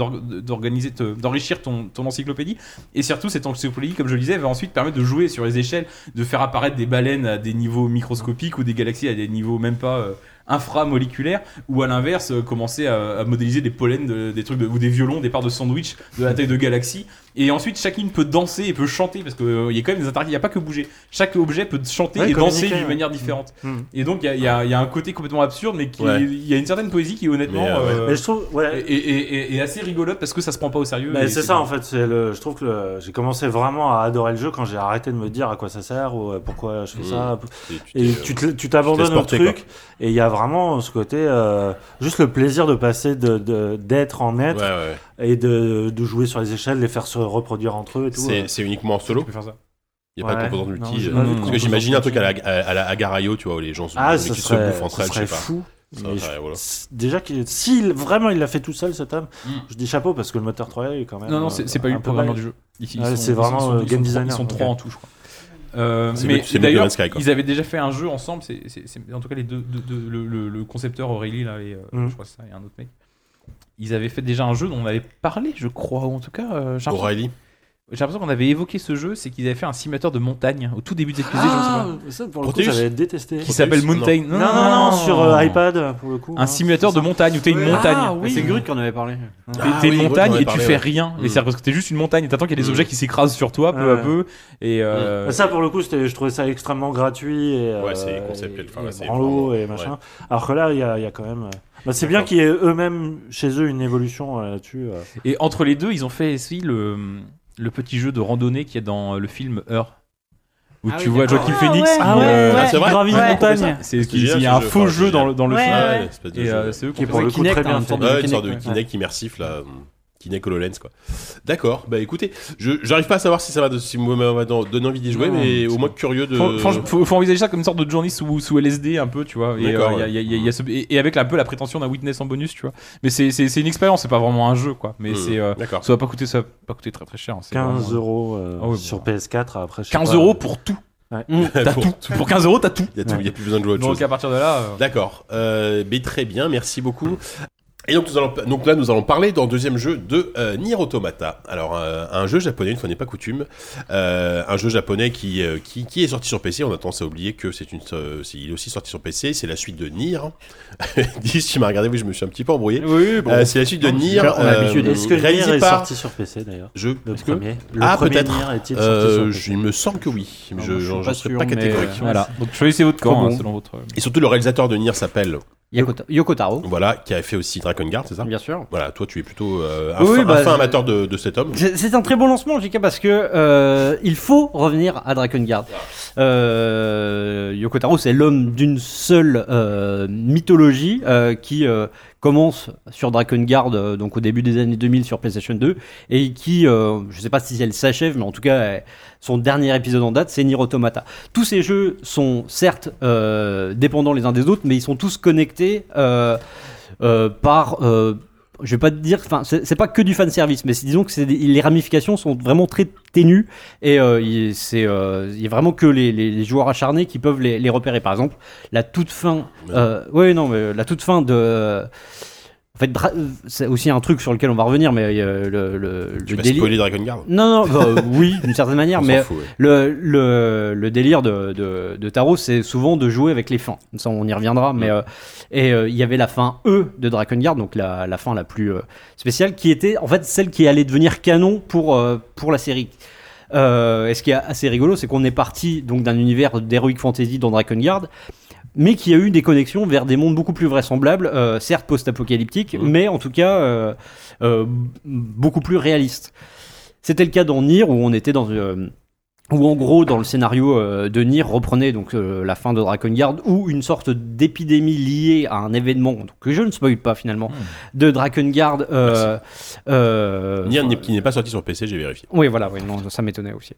d'enrichir ton encyclopédie, et surtout cette encyclopédie, comme je le disais, va ensuite permettre de jouer sur les échelles, de faire apparaître des baleines à des niveaux microscopiques ou des galaxies à des niveaux même pas inframoléculaires, ou à l'inverse commencer à modéliser des pollens des trucs ou des violons, des parts de sandwich de la taille de galaxies, et ensuite chacune peut danser et peut chanter, parce qu'il y a quand même des interactions, il n'y a pas que bouger, chaque objet peut chanter et danser d'une manière différente, et donc il y a un côté complètement absurde, mais il y a une certaine poésie qui honnêtement mais je trouve est assez rigolote, parce que ça se prend pas au sérieux. C'est ça en fait, je trouve que j'ai commencé vraiment à adorer le jeu quand j'ai arrêté de me dire à quoi ça sert ou pourquoi je fais ça, et tu t'abandonnes au truc, et il y a vraiment ce côté juste le plaisir de passer d'être en être, et de jouer sur les échelles, les faire se reproduire entre eux et tout. C'est uniquement en solo. Tu peux faire ça. Il n'y a pas de composante multi. Parce que j'imagine un truc à la Agarayo, tu vois, où les gens se bouffent entre elles, je sais pas. Fou. Déjà, si vraiment il l'a fait tout seul, cet homme, je dis chapeau, parce que le moteur 3 est quand même. Non, c'est pas lui le programmeur du jeu. C'est vraiment game designer. Ils sont 3 en tout, je crois. Mais d'ailleurs, ils avaient déjà fait un jeu ensemble. C'est en tout cas les deux, le concepteur Aurélie là, et je crois que ça, et un autre mec. Ils avaient fait déjà un jeu dont on avait parlé, je crois, ou en tout cas. Aurélie. J'ai l'impression qu'on avait évoqué ce jeu, c'est qu'ils avaient fait un simulateur de montagne au tout début de cette je sais pas. Ça, pour le coup, j'avais détesté. Qui s'appelle Mountain. Non, sur iPad, pour le coup. Un simulateur de montagne où t'es une montagne. C'est Grut qui en avait parlé. T'es une montagne et tu fais rien. Mais c'est parce que t'es juste une montagne et t'attends qu'il y ait des objets qui s'écrasent sur toi peu à peu. Et ça, pour le coup, je trouvais ça extrêmement gratuit. Ouais, c'est conceptuel. En l'eau et machin. Alors que là, il y a quand même. C'est bien qu'il y ait eux-mêmes, chez eux, une évolution là-dessus. Et entre les deux, ils ont fait aussi le petit jeu de randonnée qui est dans le film Heure, où tu vois Joaquin Phoenix c'est vrai, gravit une montagne. Il y a un faux jeu dans le film. Et c'est eux qui est pour le coup très bien. Une sorte de Kinect immersif là. Kinect HoloLens quoi. D'accord, bah écoutez, j'arrive pas à savoir si ça va donner envie d'y jouer, mais au moins curieux de. Faut envisager ça comme une sorte de journée sous LSD un peu, tu vois. Et avec un peu la prétention d'un witness en bonus, tu vois. Mais c'est une expérience, c'est pas vraiment un jeu quoi. Mais ça va pas coûter très très cher. 15 € sur PS4 après. 15 € pour tout. T'as tout. Pour 15 € t'as tout. Il y a plus besoin de jouer autre chose. Donc à partir de là. D'accord. Mais très bien, merci beaucoup. Et donc nous allons parler dans le deuxième jeu de Nier Automata. Alors un jeu japonais, une fois n'est pas coutume, un jeu japonais qui est sorti sur PC. On a tendance à oublier que il est aussi sorti sur PC. C'est la suite de Nier. Dis, tu m'as regardé, oui, je me suis un petit peu embrouillé. Oui, bon. C'est la suite de Nier. Est-ce que Nier est sorti sur PC d'ailleurs Le premier peut-être. Nier est-il sorti sur PC? Il me semble que oui. Je serais pas catégorique. Voilà. Donc choisissez votre camp selon votre. Et surtout le réalisateur de Nier s'appelle Yoko Taro. Voilà, qui a fait aussi Dragon Guard, c'est ça ? Bien sûr. Voilà, toi tu es plutôt un fin amateur de cet homme. C'est un très bon lancement, JK, parce que il faut revenir à Dragon Guard. Yoko Taro, c'est l'homme d'une seule mythologie qui commence sur Dragon Guard donc au début des années 2000 sur PlayStation 2 et qui, je sais pas si elle s'achève, mais en tout cas son dernier épisode en date, c'est Nier Automata. Tous ces jeux sont certes dépendants les uns des autres, mais ils sont tous connectés par je vais pas te dire, enfin c'est pas que du fan service, mais disons que les ramifications sont vraiment très ténues et il y a vraiment que les joueurs acharnés qui peuvent les repérer. Par exemple, la toute fin, la toute fin de en fait, c'est aussi un truc sur lequel on va revenir, mais tu vas spoiler Dragon Guard. Non, oui, d'une certaine manière, mais le délire de Taro, c'est souvent de jouer avec les fins. Ça, on y reviendra, mais il y avait la fin E de Dragon Guard, donc la fin la plus spéciale, qui était en fait celle qui allait devenir canon pour la série. Et ce qui est assez rigolo, c'est qu'on est parti donc d'un univers d'Heroic Fantasy dans Dragon Guard. mais qui a eu des connexions vers des mondes beaucoup plus vraisemblables, certes post-apocalyptiques, mais en tout cas beaucoup plus réalistes. C'était le cas dans Nier, où on était dans où en gros dans le scénario de Nier reprenait donc la fin de Drakengard, où une sorte d'épidémie liée à un événement donc, que je ne spoil pas finalement de Drakengard Nier qui n'est pas sorti sur PC, j'ai vérifié. Oui voilà, oui, non, ça m'étonnait aussi.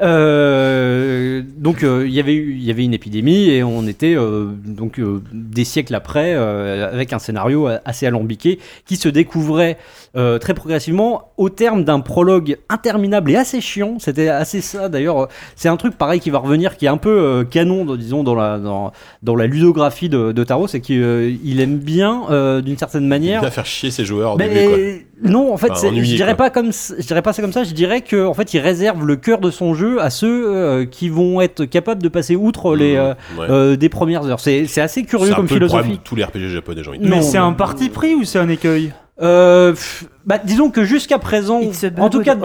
Donc il y avait une épidémie et on était donc des siècles après avec un scénario assez alambiqué qui se découvrait très progressivement au terme d'un prologue interminable et assez chiant. C'était assez ça d'ailleurs. C'est un truc pareil qui va revenir, qui est un peu canon, disons, dans la ludographie de Taro, c'est qu'il aime bien, d'une certaine manière. Il va faire chier ses joueurs au début, quoi. Non, en fait, Enfin, ennuyé, je dirais pas ça comme ça. Je dirais que en fait, il réserve le cœur de son jeu à ceux qui vont être capables de passer outre des premières heures. C'est assez curieux comme philosophie. C'est un peu le problème de tous les RPG japonais, j'ai envie de dire. Mais c'est un parti pris ou c'est un écueil? Disons que jusqu'à présent, en tout cas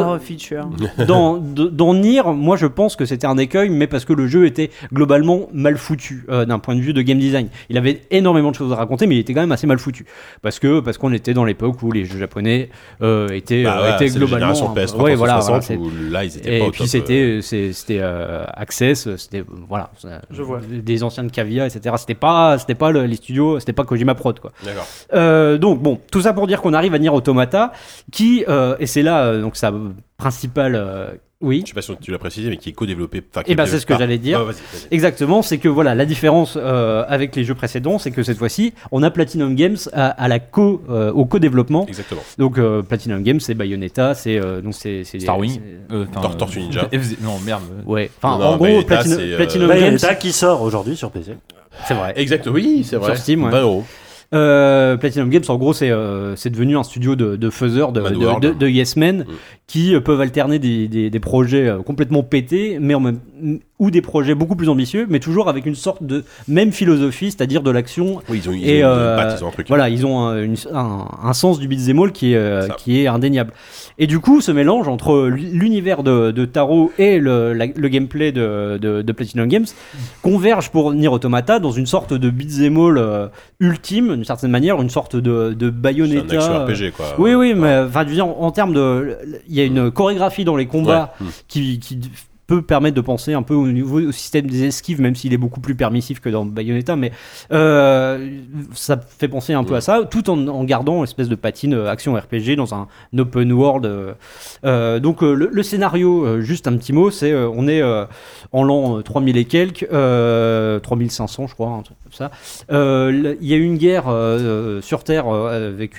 dans Nier, moi je pense que c'était un écueil, mais parce que le jeu était globalement mal foutu d'un point de vue de game design. Il avait énormément de choses à raconter, mais il était quand même assez mal foutu parce qu'on était dans l'époque où les jeux japonais étaient globalement PS3 ouais, voilà, où là ils étaient pas au top. Et puis c'était Access, c'était voilà, des anciens de Cavia, etc. C'était pas les studios, c'était pas Kojima Prod quoi. D'accord. Donc bon, tout ça pour dire qu'on arrive à Nier Automata, qui et c'est là donc sa principale oui. Je sais pas si tu l'as précisé, mais qui est co-développé. Et c'est ce que j'allais dire. Vas-y. Exactement, c'est que voilà, la différence avec les jeux précédents, c'est que cette fois-ci, on a Platinum Games au co-développement. Exactement. Donc Platinum Games, c'est Bayonetta, c'est Starwing, Tortue Ninja. Non merde. Ouais. Enfin, en gros, Platinum Games. Bayonetta qui sort aujourd'hui sur PC. C'est vrai. Exact. Oui, c'est vrai. Sur Steam, ouais. 20 €. Platinum Games, en gros, c'est devenu un studio de faiseurs de Yes Men qui peuvent alterner des projets complètement pétés, mais ou des projets beaucoup plus ambitieux, mais toujours avec une sorte de même philosophie, c'est-à-dire de l'action. Oui, ils ont un truc. Voilà, ils ont un sens du beat'em all qui est indéniable. Et du coup, ce mélange entre l'univers de Taro et le gameplay de Platinum Games converge pour Nier Automata dans une sorte de beat'em all ultime, d'une certaine manière, une sorte de Bayonetta. C'est un action RPG, quoi. Oui, mais enfin, je veux dire, en termes de, il y a une chorégraphie dans les combats qui peut permettre de penser un peu au système des esquives, même s'il est beaucoup plus permissif que dans Bayonetta, mais ça fait penser un peu à ça, tout en gardant une espèce de patine action RPG dans un open world. Donc le scénario, juste un petit mot, c'est on est en l'an 3000 et quelques, 3500 je crois, un truc comme ça. Il y a eu une guerre sur Terre avec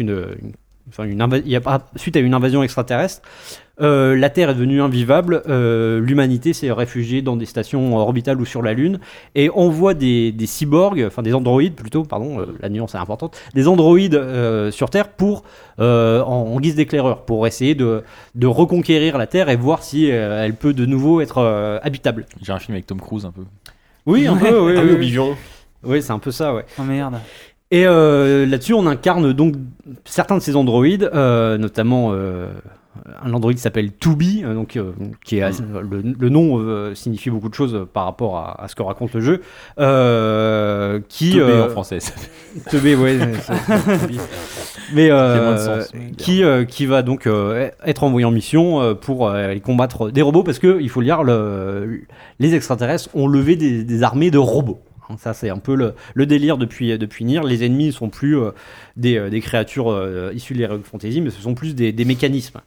suite à une invasion extraterrestre. La Terre est devenue invivable, l'humanité s'est réfugiée dans des stations orbitales ou sur la Lune et envoie des cyborgs, enfin des androïdes plutôt, pardon, la nuance est importante, des androïdes sur Terre pour en guise d'éclaireur, pour essayer de reconquérir la Terre et voir si elle peut de nouveau être habitable. J'ai un film avec Tom Cruise un peu. Oui, un peu, oui. Oui, Oblivion. Oui, c'est un peu ça, ouais. Oh merde. Et là-dessus, on incarne donc certains de ces androïdes, notamment un androïde qui s'appelle Tubi, donc qui est le nom signifie beaucoup de choses par rapport à ce que raconte le jeu. Qui en français. Teubé, ouais. Mais qui va donc être envoyé en mission pour aller combattre des robots, parce que il faut le dire, les extraterrestres ont levé des armées de robots. Ça, c'est un peu le délire depuis Nier. Les ennemis ne sont plus des créatures issues de l'Heroic Fantasy, mais ce sont plus des mécanismes,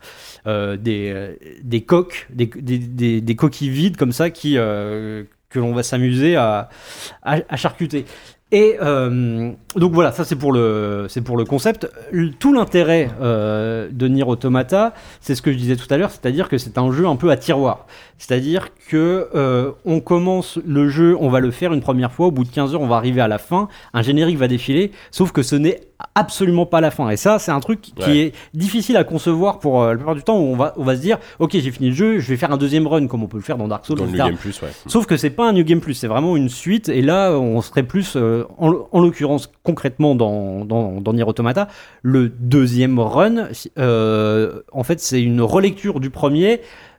des coques, des coquilles vides comme ça que l'on va s'amuser à charcuter. Et donc voilà, ça c'est pour le concept. Tout l'intérêt de Nier Automata, c'est ce que je disais tout à l'heure, c'est-à-dire que c'est un jeu un peu à tiroir. C'est-à-dire que on commence le jeu, on va le faire une première fois, au bout de 15 heures, on va arriver à la fin, un générique va défiler, sauf que ce n'est absolument pas la fin. Et ça, c'est un truc qui est difficile à concevoir pour la plupart du temps, où on va se dire, ok, j'ai fini le jeu, je vais faire un deuxième run, comme on peut le faire dans Dark Souls. Dans le New Game Plus, ouais. Sauf que c'est pas un New Game Plus, c'est vraiment une suite, et là, on serait plus, en l'occurrence, concrètement, dans Nier Automata, le deuxième run, en fait, c'est une relecture du premier,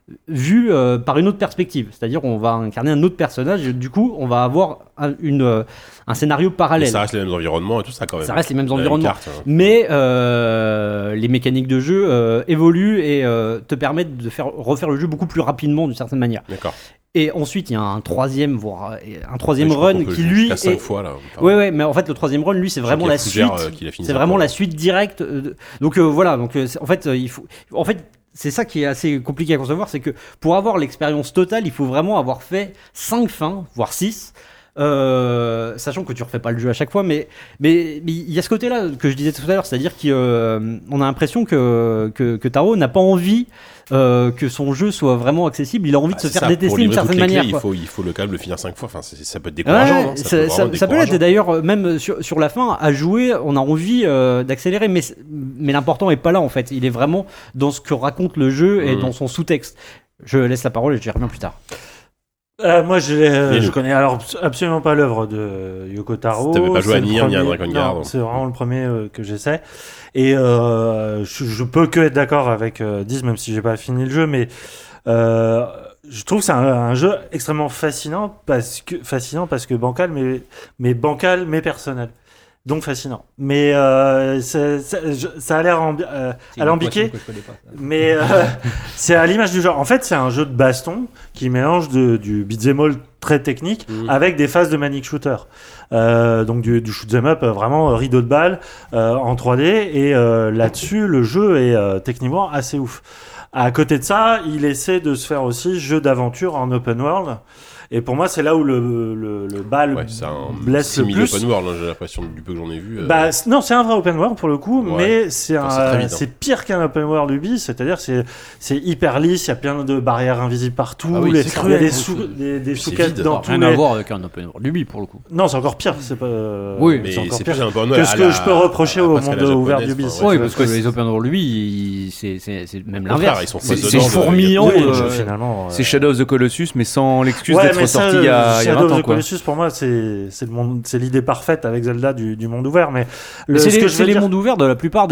vu par une autre perspective. C'est-à-dire on va incarner un autre personnage et du coup on va avoir un scénario parallèle. Mais ça reste les mêmes environnements et tout ça quand même. Ça reste les mêmes environnements. Carte, hein. Mais les mécaniques de jeu évoluent et te permettent de refaire le jeu beaucoup plus rapidement d'une certaine manière. D'accord. Et ensuite, il y a un troisième run qui lui est 5 fois là. Ouais, mais en fait le troisième run lui c'est vraiment la suite. C'est vraiment la suite directe. Donc voilà, en fait c'est ça qui est assez compliqué à concevoir, c'est que pour avoir l'expérience totale, il faut vraiment avoir fait 5 fins, voire 6. Sachant que tu refais pas le jeu à chaque fois, mais il y a ce côté-là que je disais tout à l'heure, c'est-à-dire qu'on a l'impression que Taro n'a pas envie que son jeu soit vraiment accessible. Il a envie de se faire détester d'une certaine manière. Il faut le calme, le finir 5 fois. Enfin, ça peut être décourageant. Ça peut l'être. Et d'ailleurs, même sur la fin, à jouer, on a envie d'accélérer, mais l'important est pas là en fait. Il est vraiment dans ce que raconte le jeu et dans son sous-texte. Je laisse la parole et j'y reviens plus tard. Moi, je connais alors absolument pas l'œuvre de Yoko Taro. T'avais pas joué à Nier ni à Dragon Guard. C'est vraiment le premier que j'essaie. Et je peux que être d'accord avec Diz, même si j'ai pas fini le jeu, mais je trouve que c'est un jeu extrêmement fascinant parce que bancal, mais bancal, mais personnel. Donc fascinant. Mais ça a l'air alambiqué. Mais c'est à l'image du genre. En fait, c'est un jeu de baston qui mélange du beat'em all très technique avec des phases de manic shooter. Donc du shoot'em up vraiment rideau de balles en 3D. Et là-dessus, le jeu est techniquement assez ouf. À côté de ça, il essaie de se faire aussi jeu d'aventure en open world. Et pour moi, c'est là où le bal blesse le plus. Open world, hein, j'ai l'impression du peu que j'en ai vu. Non, c'est un vrai open world pour le coup, mais c'est pire qu'un open world Ubi, c'est-à-dire c'est hyper lisse, il y a plein de barrières invisibles partout, il y a des sous-quêtes dans tous les... Rien à voir avec un open world Ubi pour le coup. Non, c'est encore pire, c'est pas... Oui, mais c'est encore pire que ce que je peux reprocher au monde ouvert d'Ubi. Oui, parce que les open world Ubi, c'est même l'inverse. C'est fourmillant. C'est Shadow of the Colossus, mais sans l'excuse d'être sorti il y a 20 ans. Shadow of the Colossus, pour moi, c'est l'idée parfaite avec Zelda du monde ouvert. Mais c'est les mondes ouverts de la plupart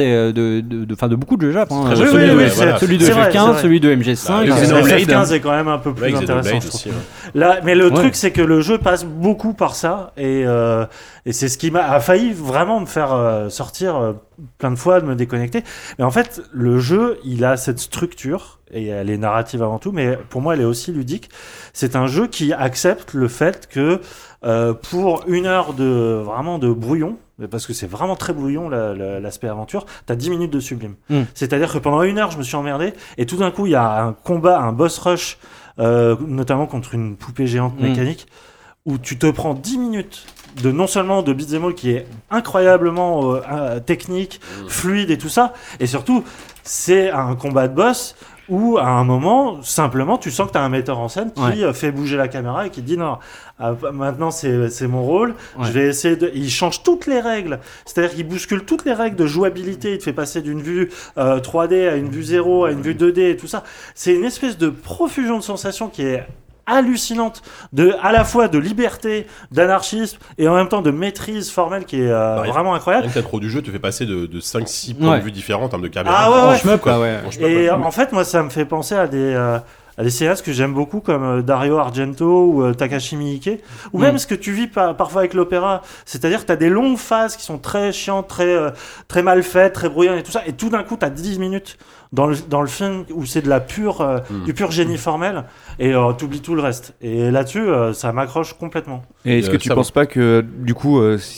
de beaucoup de jeux Jap. Celui de FF15, celui de MGS5. FF15 est quand même un peu plus intéressant, je trouve. Mais le truc, c'est que le jeu passe beaucoup par ça. Et c'est ce qui a failli vraiment me faire sortir plein de fois, de me déconnecter. Mais en fait, le jeu, il a cette structure. Et elle est narrative avant tout, mais pour moi elle est aussi ludique. C'est un jeu qui accepte le fait que pour 1 heure de brouillon, parce que c'est vraiment très brouillon l'aspect aventure, t'as 10 minutes de sublime. C'est-à-dire que pendant 1 heure je me suis emmerdé, et tout d'un coup il y a un combat, un boss rush, notamment contre une poupée géante mécanique, où tu te prends 10 minutes non seulement de beat'em all qui est incroyablement technique, fluide et tout ça, et surtout c'est un combat de boss où à un moment, simplement, tu sens que tu as un metteur en scène qui fait bouger la caméra et qui te dit non, maintenant c'est mon rôle, je vais essayer de... Il change toutes les règles, c'est-à-dire qu'il bouscule toutes les règles de jouabilité, il te fait passer d'une vue 3D à une vue 0, à une vue 2D et tout ça. C'est une espèce de profusion de sensations qui est hallucinante, à la fois de liberté, d'anarchisme et en même temps de maîtrise formelle qui est vraiment incroyable. L'intro du jeu te fait passer de 5-6 points de vue différents en termes de caméra. Ah ouais. En fait, moi, ça me fait penser à des cinéastes que j'aime beaucoup comme Dario Argento ou Takashi Miike, ou même ce que tu vis parfois avec l'opéra, c'est-à-dire que tu as des longues phases qui sont très chiantes, très mal faites, très bruyantes et tout ça, et tout d'un coup tu as 10 minutes dans le film où c'est de la du pur génie formel, et t'oublies tout le reste, et là-dessus ça m'accroche complètement. Et est-ce que tu penses pas que du coup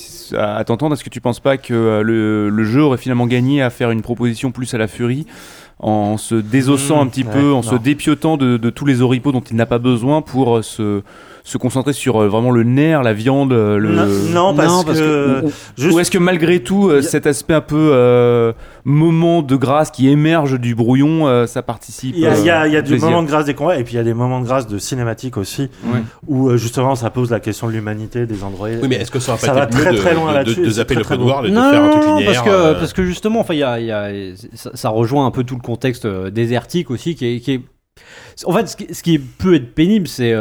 à t'entendre, est-ce que tu penses pas que le jeu aurait finalement gagné à faire une proposition plus à la Fury, en se désossant un petit peu, en se dépiotant de tous les oripeaux dont il n'a pas besoin pour se concentrer sur vraiment le nerf, la viande, parce que ou est-ce que malgré tout cet aspect un peu moment de grâce qui émerge du brouillon, ça participe? Il y a du moment de grâce des combats, et puis il y a des moments de grâce de cinématique aussi, où justement ça pose la question de l'humanité des androïdes. Oui, mais est-ce que ça va très très loin là-dessus de zapper le pouvoir et de faire un truc linéaire? Parce que justement, enfin, ça rejoint un peu tout le contexte désertique aussi qui est... En fait, ce qui peut être pénible, c'est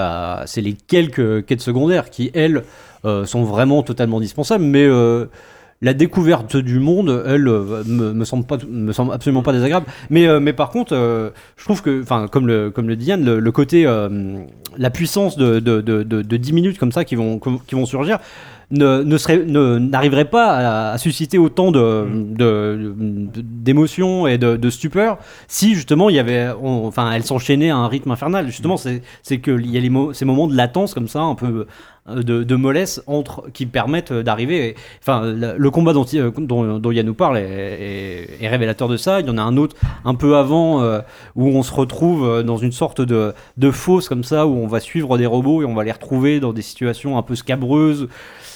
les quelques quêtes secondaires qui, elles, sont vraiment totalement indispensables, mais la découverte du monde, elle, me semble absolument pas désagréable. Mais par contre, je trouve que, enfin, comme le dit Yann, le côté, la puissance de 10 minutes comme ça qui vont surgir, n'arriverait pas à susciter autant d'émotions et de stupeur si justement il y avait, elle s'enchaînait à un rythme infernal. Justement, c'est que il y a ces moments de latence comme ça, un peu de mollesse qui permettent d'arriver. Enfin, le combat dont Yann nous parle est révélateur de ça. Il y en a un autre un peu avant où on se retrouve dans une sorte de fosse comme ça, où on va suivre des robots et on va les retrouver dans des situations un peu scabreuses.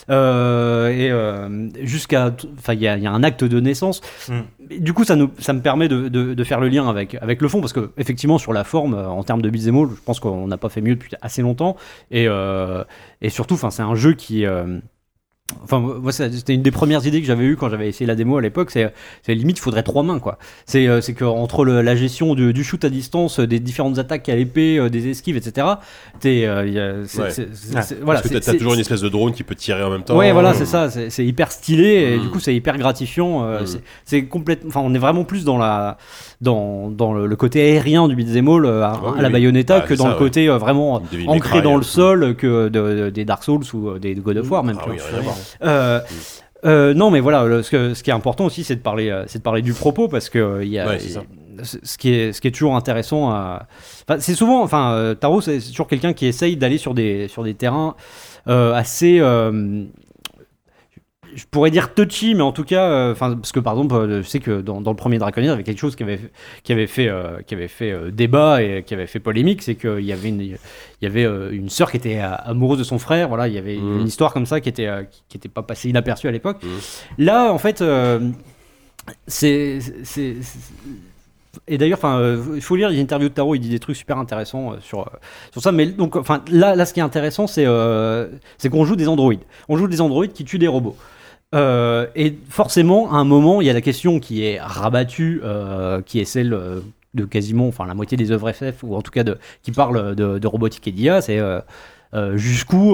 Jusqu'à, enfin, il y a un acte de naissance. Du coup, ça me permet de faire le lien avec le fond, parce que effectivement, sur la forme, en termes de beat'em all, je pense qu'on n'a pas fait mieux depuis assez longtemps. Et surtout, enfin, c'est un jeu qui Enfin, moi, c'était une des premières idées que j'avais eues quand j'avais essayé la démo à l'époque. C'est limite, il faudrait 3 mains, quoi. C'est que entre la gestion du shoot à distance, des différentes attaques à l'épée, des esquives, etc. Voilà, parce que t'as toujours une espèce de drone qui peut tirer en même temps. Ouais, voilà, c'est ça. C'est hyper stylé et du coup, c'est hyper gratifiant. C'est complètement. Enfin, on est vraiment plus dans le côté aérien du beat'em all à la Bayonetta que dans le côté vraiment ancré dans le sol que des Dark Souls ou des God of War même. Non, mais voilà, ce qui est important aussi, c'est de parler du propos, parce que ce qui est toujours intéressant. C'est souvent, Taro, c'est toujours quelqu'un qui essaye d'aller sur des terrains assez. Je pourrais dire touchy, mais en tout cas, parce que par exemple, je sais que dans le premier Draconnier, il y avait quelque chose qui avait fait débat et qui avait fait polémique, c'est qu'il y avait une sœur qui était amoureuse de son frère. Voilà, il y avait une histoire comme ça qui était pas passée inaperçue à l'époque. Là, en fait, et d'ailleurs, il faut lire les interviews de Taro, il dit des trucs super intéressants sur ça. Mais donc, là, ce qui est intéressant, c'est qu'on joue des androïdes. On joue des androïdes qui tuent des robots. Et forcément, à un moment, il y a la question qui est rabattue, qui est celle de quasiment, la moitié des œuvres FF, ou en tout cas qui parle de robotique et d'IA, c'est jusqu'où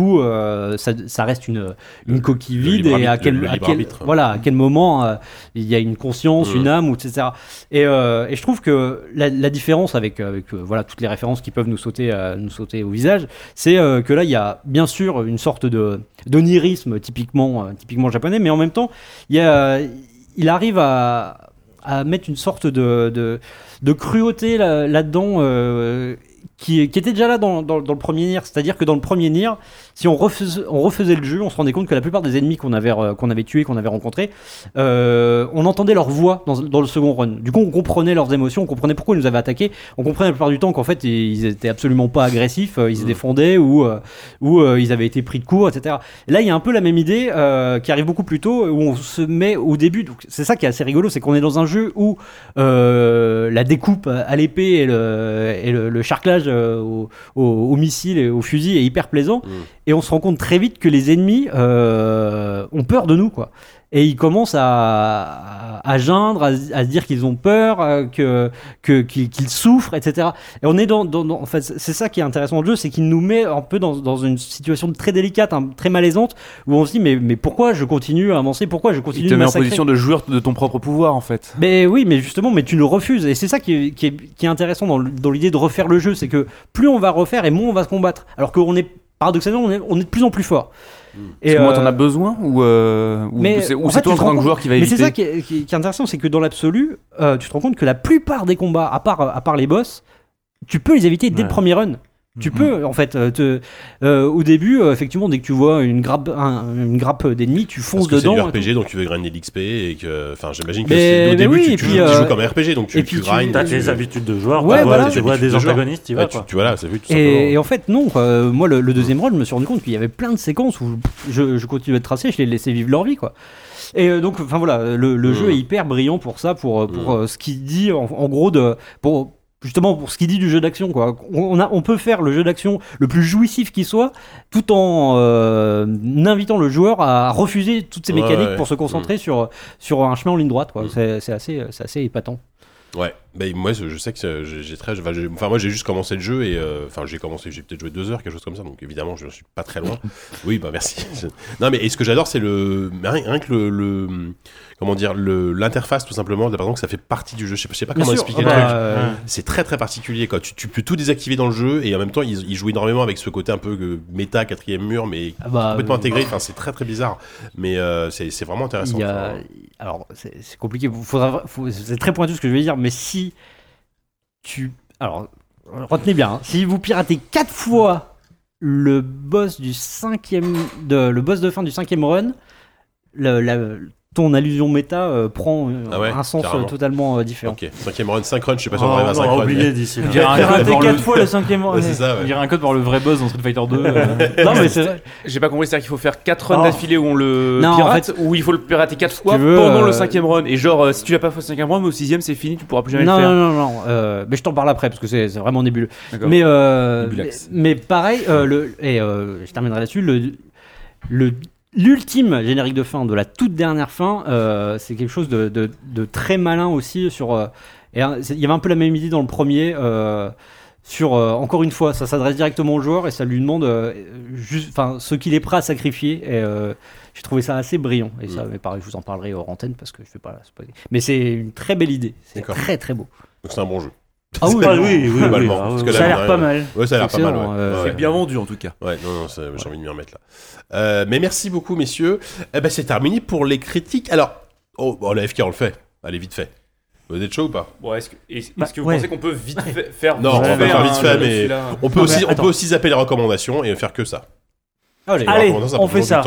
ça reste une coquille vide, et à quel moment il y a une conscience, une âme, etc. Et je trouve que la différence avec toutes les références qui peuvent nous sauter au visage, c'est que là il y a bien sûr une sorte d'onirisme typiquement japonais, mais en même temps il arrive à mettre une sorte de cruauté là-dedans, qui était déjà là dans le premier Nier. C'est-à-dire que dans le premier Nier, si on refaisait le jeu, on se rendait compte que la plupart des ennemis qu'on avait tués, qu'on avait rencontrés, on entendait leur voix dans le second run. Du coup, on comprenait leurs émotions, on comprenait pourquoi ils nous avaient attaqués, on comprenait la plupart du temps qu'en fait, ils étaient absolument pas agressifs, ils se défendaient ou ils avaient été pris de court, etc. Et là, il y a un peu la même idée qui arrive beaucoup plus tôt, où on se met au début. Donc, c'est ça qui est assez rigolo, c'est qu'on est dans un jeu où la découpe à l'épée et le charclage au missile et au fusil est hyper plaisant, et on se rend compte très vite que les ennemis ont peur de nous, quoi. Et ils commencent à geindre, à se dire qu'ils ont peur, qu'ils souffrent, etc. Et on est en fait, c'est ça qui est intéressant dans le jeu, c'est qu'il nous met un peu dans une situation très délicate, très malaisante, où on se dit mais pourquoi je continue à avancer, pourquoi je continue de massacrer. Il te met en position de joueur de ton propre pouvoir, en fait. Mais oui, mais justement, mais tu le refuses, et c'est ça qui est intéressant dans l'idée de refaire le jeu, c'est que plus on va refaire et moins on va se combattre, alors qu'on est paradoxalement on est de plus en plus fort. Et moi, t'en as besoin ou c'est toi en tant que joueur qui va éviter. Mais c'est ça qui est intéressant, c'est que dans l'absolu, tu te rends compte que la plupart des combats, à part les boss, tu peux les éviter dès le premier run. Tu peux, en fait, au début, effectivement, dès que tu vois une grappe d'ennemis, tu fonces dedans. Parce que c'est du RPG, donc tu veux grinder l'XP, et que, j'imagine que au début, tu joues comme un RPG, donc tu grindes. T'as tes habitudes de joueur, tu vois des antagonistes, tu vas. Voilà, c'est vu tout simplement. Et en fait, non, quoi. Moi, le deuxième run, je me suis rendu compte qu'il y avait plein de séquences où je continuais de tracer, je les laissais vivre leur vie, quoi. Et donc, voilà, le jeu est hyper brillant pour ça, pour ce qu'il dit, en gros, justement pour ce qu'il dit du jeu d'action, quoi. On peut faire le jeu d'action le plus jouissif qui soit, tout en invitant le joueur à refuser toutes ces mécaniques pour se concentrer sur un chemin en ligne droite, quoi. C'est assez épatant. Ouais, bah, moi je sais que moi j'ai juste commencé le jeu et j'ai peut-être joué 2 heures, quelque chose comme ça, donc évidemment je suis pas très loin. Oui, bah merci. Non, mais et ce que j'adore, c'est rien que l'interface tout simplement, j'ai l'impression que ça fait partie du jeu. Je sais pas comment expliquer le truc. C'est très très particulier quoi. Tu peux tout désactiver dans le jeu et en même temps ils jouent énormément avec ce côté un peu méta, 4ème mur, mais complètement intégré. Enfin, c'est très très bizarre, mais c'est vraiment intéressant. Alors c'est compliqué. C'est très pointu ce que je vais dire, mais si retenez bien, hein, si vous piratez 4 fois le boss de fin du 5ème run, ton allusion méta prend un sens totalement différent. Ok, 5ème run, 5 runs, je sais pas si on arrive à 5 runs. On va oublier d'ici là. Il y a raté 4 fois le 5ème run. C'est ça, Il y a un code pour le vrai boss dans Street Fighter 2. Non, mais c'est vrai. J'ai pas compris, c'est-à-dire qu'il faut faire 4 runs d'affilée où on le pirate, ou il faut le pirater 4 fois pendant le 5ème run. Et genre, si tu l'as pas fait au 5ème run, mais au 6ème, c'est fini, tu pourras plus jamais le faire. Non. Mais je t'en parle après parce que c'est vraiment nébuleux. Mais pareil, je terminerai là-dessus. L'ultime générique de fin de la toute dernière fin, c'est quelque chose de très malin aussi il y avait un peu la même idée dans le premier encore une fois ça s'adresse directement au joueur et ça lui demande ce qu'il est prêt à sacrifier et j'ai trouvé ça assez brillant et ça mais pareil je vous en parlerai hors antenne parce que je fais pas mais c'est une très belle idée, c'est très très beau, donc c'est un bon jeu. Ah oui. Ça a l'air pas mal. Ouais, ça a l'air pas mal. C'est bien vendu en tout cas. Ouais, non, j'ai envie de m'y remettre là. Mais merci beaucoup, messieurs. C'est terminé pour les critiques. Alors, la FK, on le fait. Allez, vite fait. Vous êtes chaud ou pas? Bon, est-ce que vous pensez qu'on peut vite faire? Non, on va faire vite fait, mais on peut aussi zapper les recommandations et faire que ça. Allez, on fait ça.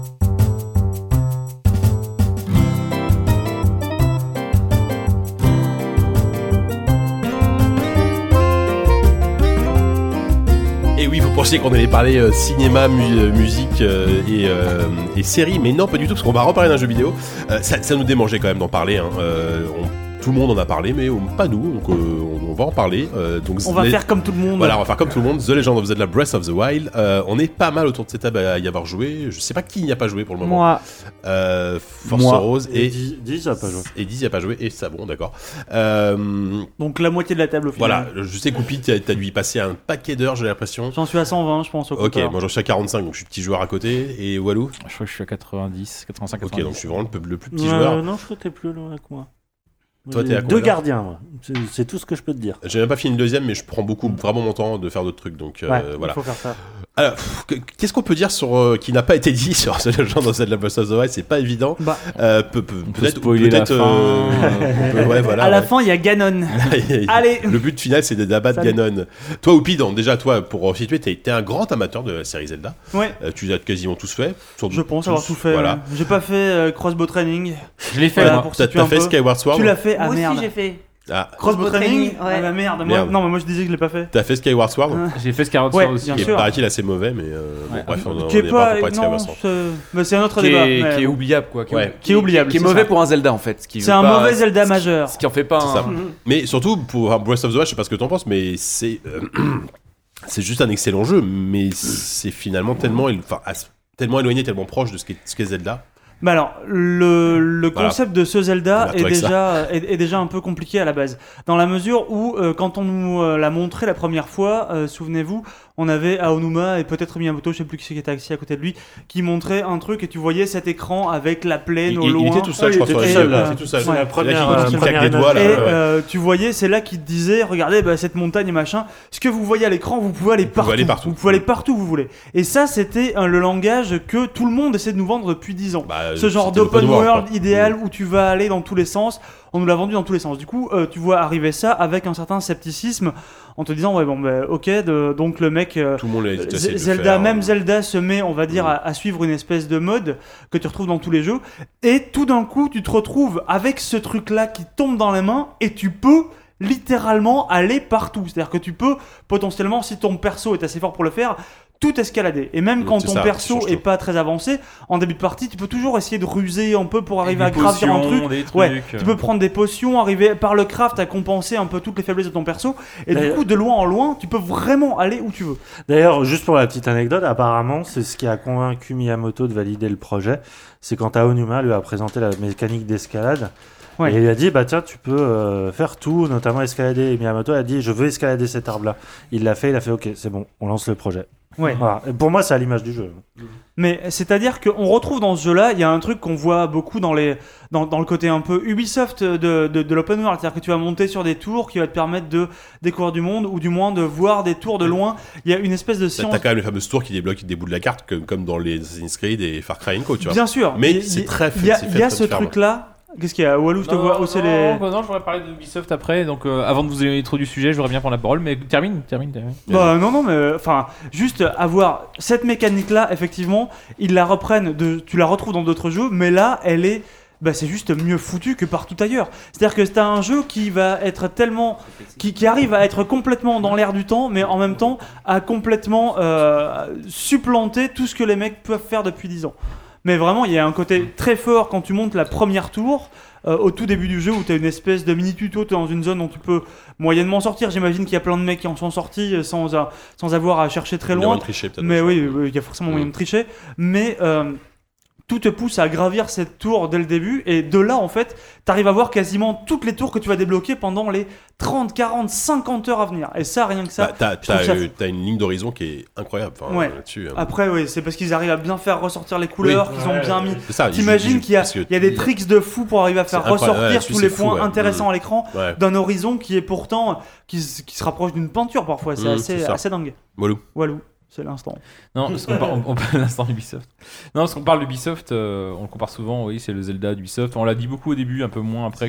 Et oui, vous pensiez qu'on allait parler cinéma, musique et séries, mais non, pas du tout, parce qu'on va reparler d'un jeu vidéo. Ça nous démangeait quand même d'en parler. Tout le monde en a parlé, mais pas nous, donc on va en parler. On va faire comme tout le monde. Voilà, on va faire comme tout le monde. The Legend of Zelda Breath of the Wild. On est pas mal autour de cette table à y avoir joué. Je sais pas qui n'y a pas joué pour le moment. Moi. Force Rose et Diz a pas joué. Et Diz n'y a pas joué, et ça, bon, d'accord. Donc la moitié de la table au final. Voilà, je sais qu'Oupi, t'as dû y passer un paquet d'heures, j'ai l'impression. J'en suis à 120, je pense. Ok, moi j'en suis à 45, donc je suis petit joueur à côté. Et Walou? Je crois que je suis à 90, 85, 90. Ok, donc je suis vraiment le plus petit joueur. Non, je crois que t'es plus loin que moi. Toi, t'es à deux gardiens, moi. C'est tout ce que je peux te dire. J'ai même pas fini le deuxième, mais je prends vraiment mon temps de faire d'autres trucs, donc voilà. Il faut faire ça. Alors, qu'est-ce qu'on peut dire sur qui n'a pas été dit sur The Legend of Zelda Breath of the Wild? C'est pas évident. Peut-être spoiler la fin. À la fin, il y a Ganon. Allez. Le but final, c'est d'abattre Ganon. Toi, Oupi, déjà, toi, pour situer, t'es un grand amateur de la série Zelda. Ouais. Tu as quasiment tous fait. Je pense avoir tout fait. Voilà. J'ai pas fait Crossbow Training. Je l'ai fait. T'as fait Skyward Sword. Tu l'as fait. Moi merde. aussi, j'ai fait. Crossbow Training. Ouais. Ah bah merde. Moi je disais que je l'ai pas fait. T'as fait Skyward Sword? J'ai fait Skyward Sword aussi. Qui paraît-il assez mauvais, mais bref, on qui est n'est pas pour parler de non, Skyward Sword. c'est un autre débat. Qui est oubliable, quoi. Qui est oubliable. Qui est mauvais pour un Zelda, en fait. C'est un mauvais Zelda majeur. Ce qui en fait pas un. Mais surtout, pour Breath of the Wild, je sais pas ce que t'en penses, mais c'est juste un excellent jeu, mais c'est finalement tellement éloigné, tellement proche de ce qu'est Zelda. Bah alors, le concept de ce Zelda est déjà un peu compliqué à la base, dans la mesure où quand on nous l'a montré la première fois, souvenez-vous, on avait Aonuma et peut-être Miyamoto, je sais plus qui était assis à côté de lui, qui montrait un truc et tu voyais cet écran avec la plaine au loin. Il était tout seul, je crois, sur les seul. C'est tout seul. C'est la première des doigts, là. Et tu voyais, c'est là qu'il te disait, regardez cette montagne et machin, ce que vous voyez à l'écran, vous pouvez aller partout. Vous pouvez aller partout où vous voulez. Et ça, c'était le langage que tout le monde essaie de nous vendre depuis 10 ans. Ce genre d'open world idéal où tu vas aller dans tous les sens. On nous l'a vendu dans tous les sens. Du coup, tu vois arriver ça avec un certain scepticisme en te disant ok, donc le mec tout le monde Zelda se met, on va dire, à suivre une espèce de mode que tu retrouves dans tous les jeux, et tout d'un coup tu te retrouves avec ce truc là qui tombe dans les mains et tu peux littéralement aller partout. C'est-à-dire que tu peux potentiellement, si ton perso est assez fort pour le faire, tout escalader. Et même quand ton perso est pas très avancé, en début de partie, tu peux toujours essayer de ruser un peu pour arriver à crafter un truc. Tu peux prendre des potions, arriver par le craft à compenser un peu toutes les faiblesses de ton perso. Et du coup, de loin en loin, tu peux vraiment aller où tu veux. D'ailleurs, juste pour la petite anecdote, apparemment, c'est ce qui a convaincu Miyamoto de valider le projet. C'est quand Aonuma lui a présenté la mécanique d'escalade. Et il a dit, bah tiens, tu peux faire tout, notamment escalader. Et Miyamoto a dit, je veux escalader cet arbre-là. Il a fait, ok, c'est bon, on lance le projet. Ouais. Voilà. Et pour moi, c'est à l'image du jeu. Mais c'est-à-dire qu'on retrouve dans ce jeu-là, il y a un truc qu'on voit beaucoup dans le côté un peu Ubisoft de l'open world. C'est-à-dire que tu vas monter sur des tours qui va te permettre de découvrir du monde, ou du moins de voir des tours de loin. Il y a une espèce de science. T'as quand même les fameuses tours qui débloquent des bouts de la carte, comme dans les Assassin's Creed et Far Cry & Co. Tu vois. Bien sûr. Mais c'est très fait. Il y a ce truc-là. Qu'est-ce qu'il y a, Walou, je te vois hausser les... Non, je voudrais parler de Ubisoft après, donc avant de vous éloigner trop du sujet, je voudrais bien prendre la parole, mais termine. Bah non, mais enfin, juste avoir cette mécanique-là, effectivement, ils la reprennent, tu la retrouves dans d'autres jeux, mais là, elle est... Bah, c'est juste mieux foutu que partout ailleurs. C'est-à-dire que c'est un jeu qui va être tellement... qui arrive à être complètement dans l'air du temps, mais en même temps à complètement supplanter tout ce que les mecs peuvent faire depuis 10 ans. Mais vraiment, il y a un côté très fort quand tu montes la première tour, au tout début du jeu, où tu as une espèce de mini-tuto, tu es dans une zone dont tu peux moyennement sortir. J'imagine qu'il y a plein de mecs qui en sont sortis sans avoir à chercher très loin. Tricher, peut-être. Mais oui, il y a forcément moyen de tricher. Mais tout te pousse à gravir cette tour dès le début, et de là, en fait, t'arrives à voir quasiment toutes les tours que tu vas débloquer pendant les 30, 40, 50 heures à venir. Et ça, rien que ça, t'as une ligne d'horizon qui est incroyable. Ouais. Là-dessus, Après, oui, c'est parce qu'ils arrivent à bien faire ressortir les couleurs, qu'ils ont bien mis. Ça, t'imagines qu'il y a des tricks de fou pour arriver à faire ressortir tous les points intéressants à l'écran d'un horizon qui est pourtant qui se rapproche d'une peinture parfois. C'est assez dingue. Walou. C'est l'instant. Non, parce on parle l'instant d'Ubisoft. Non, parce qu'on parle d'Ubisoft, on le compare souvent, oui, c'est le Zelda d'Ubisoft. On l'a dit beaucoup au début, un peu moins après.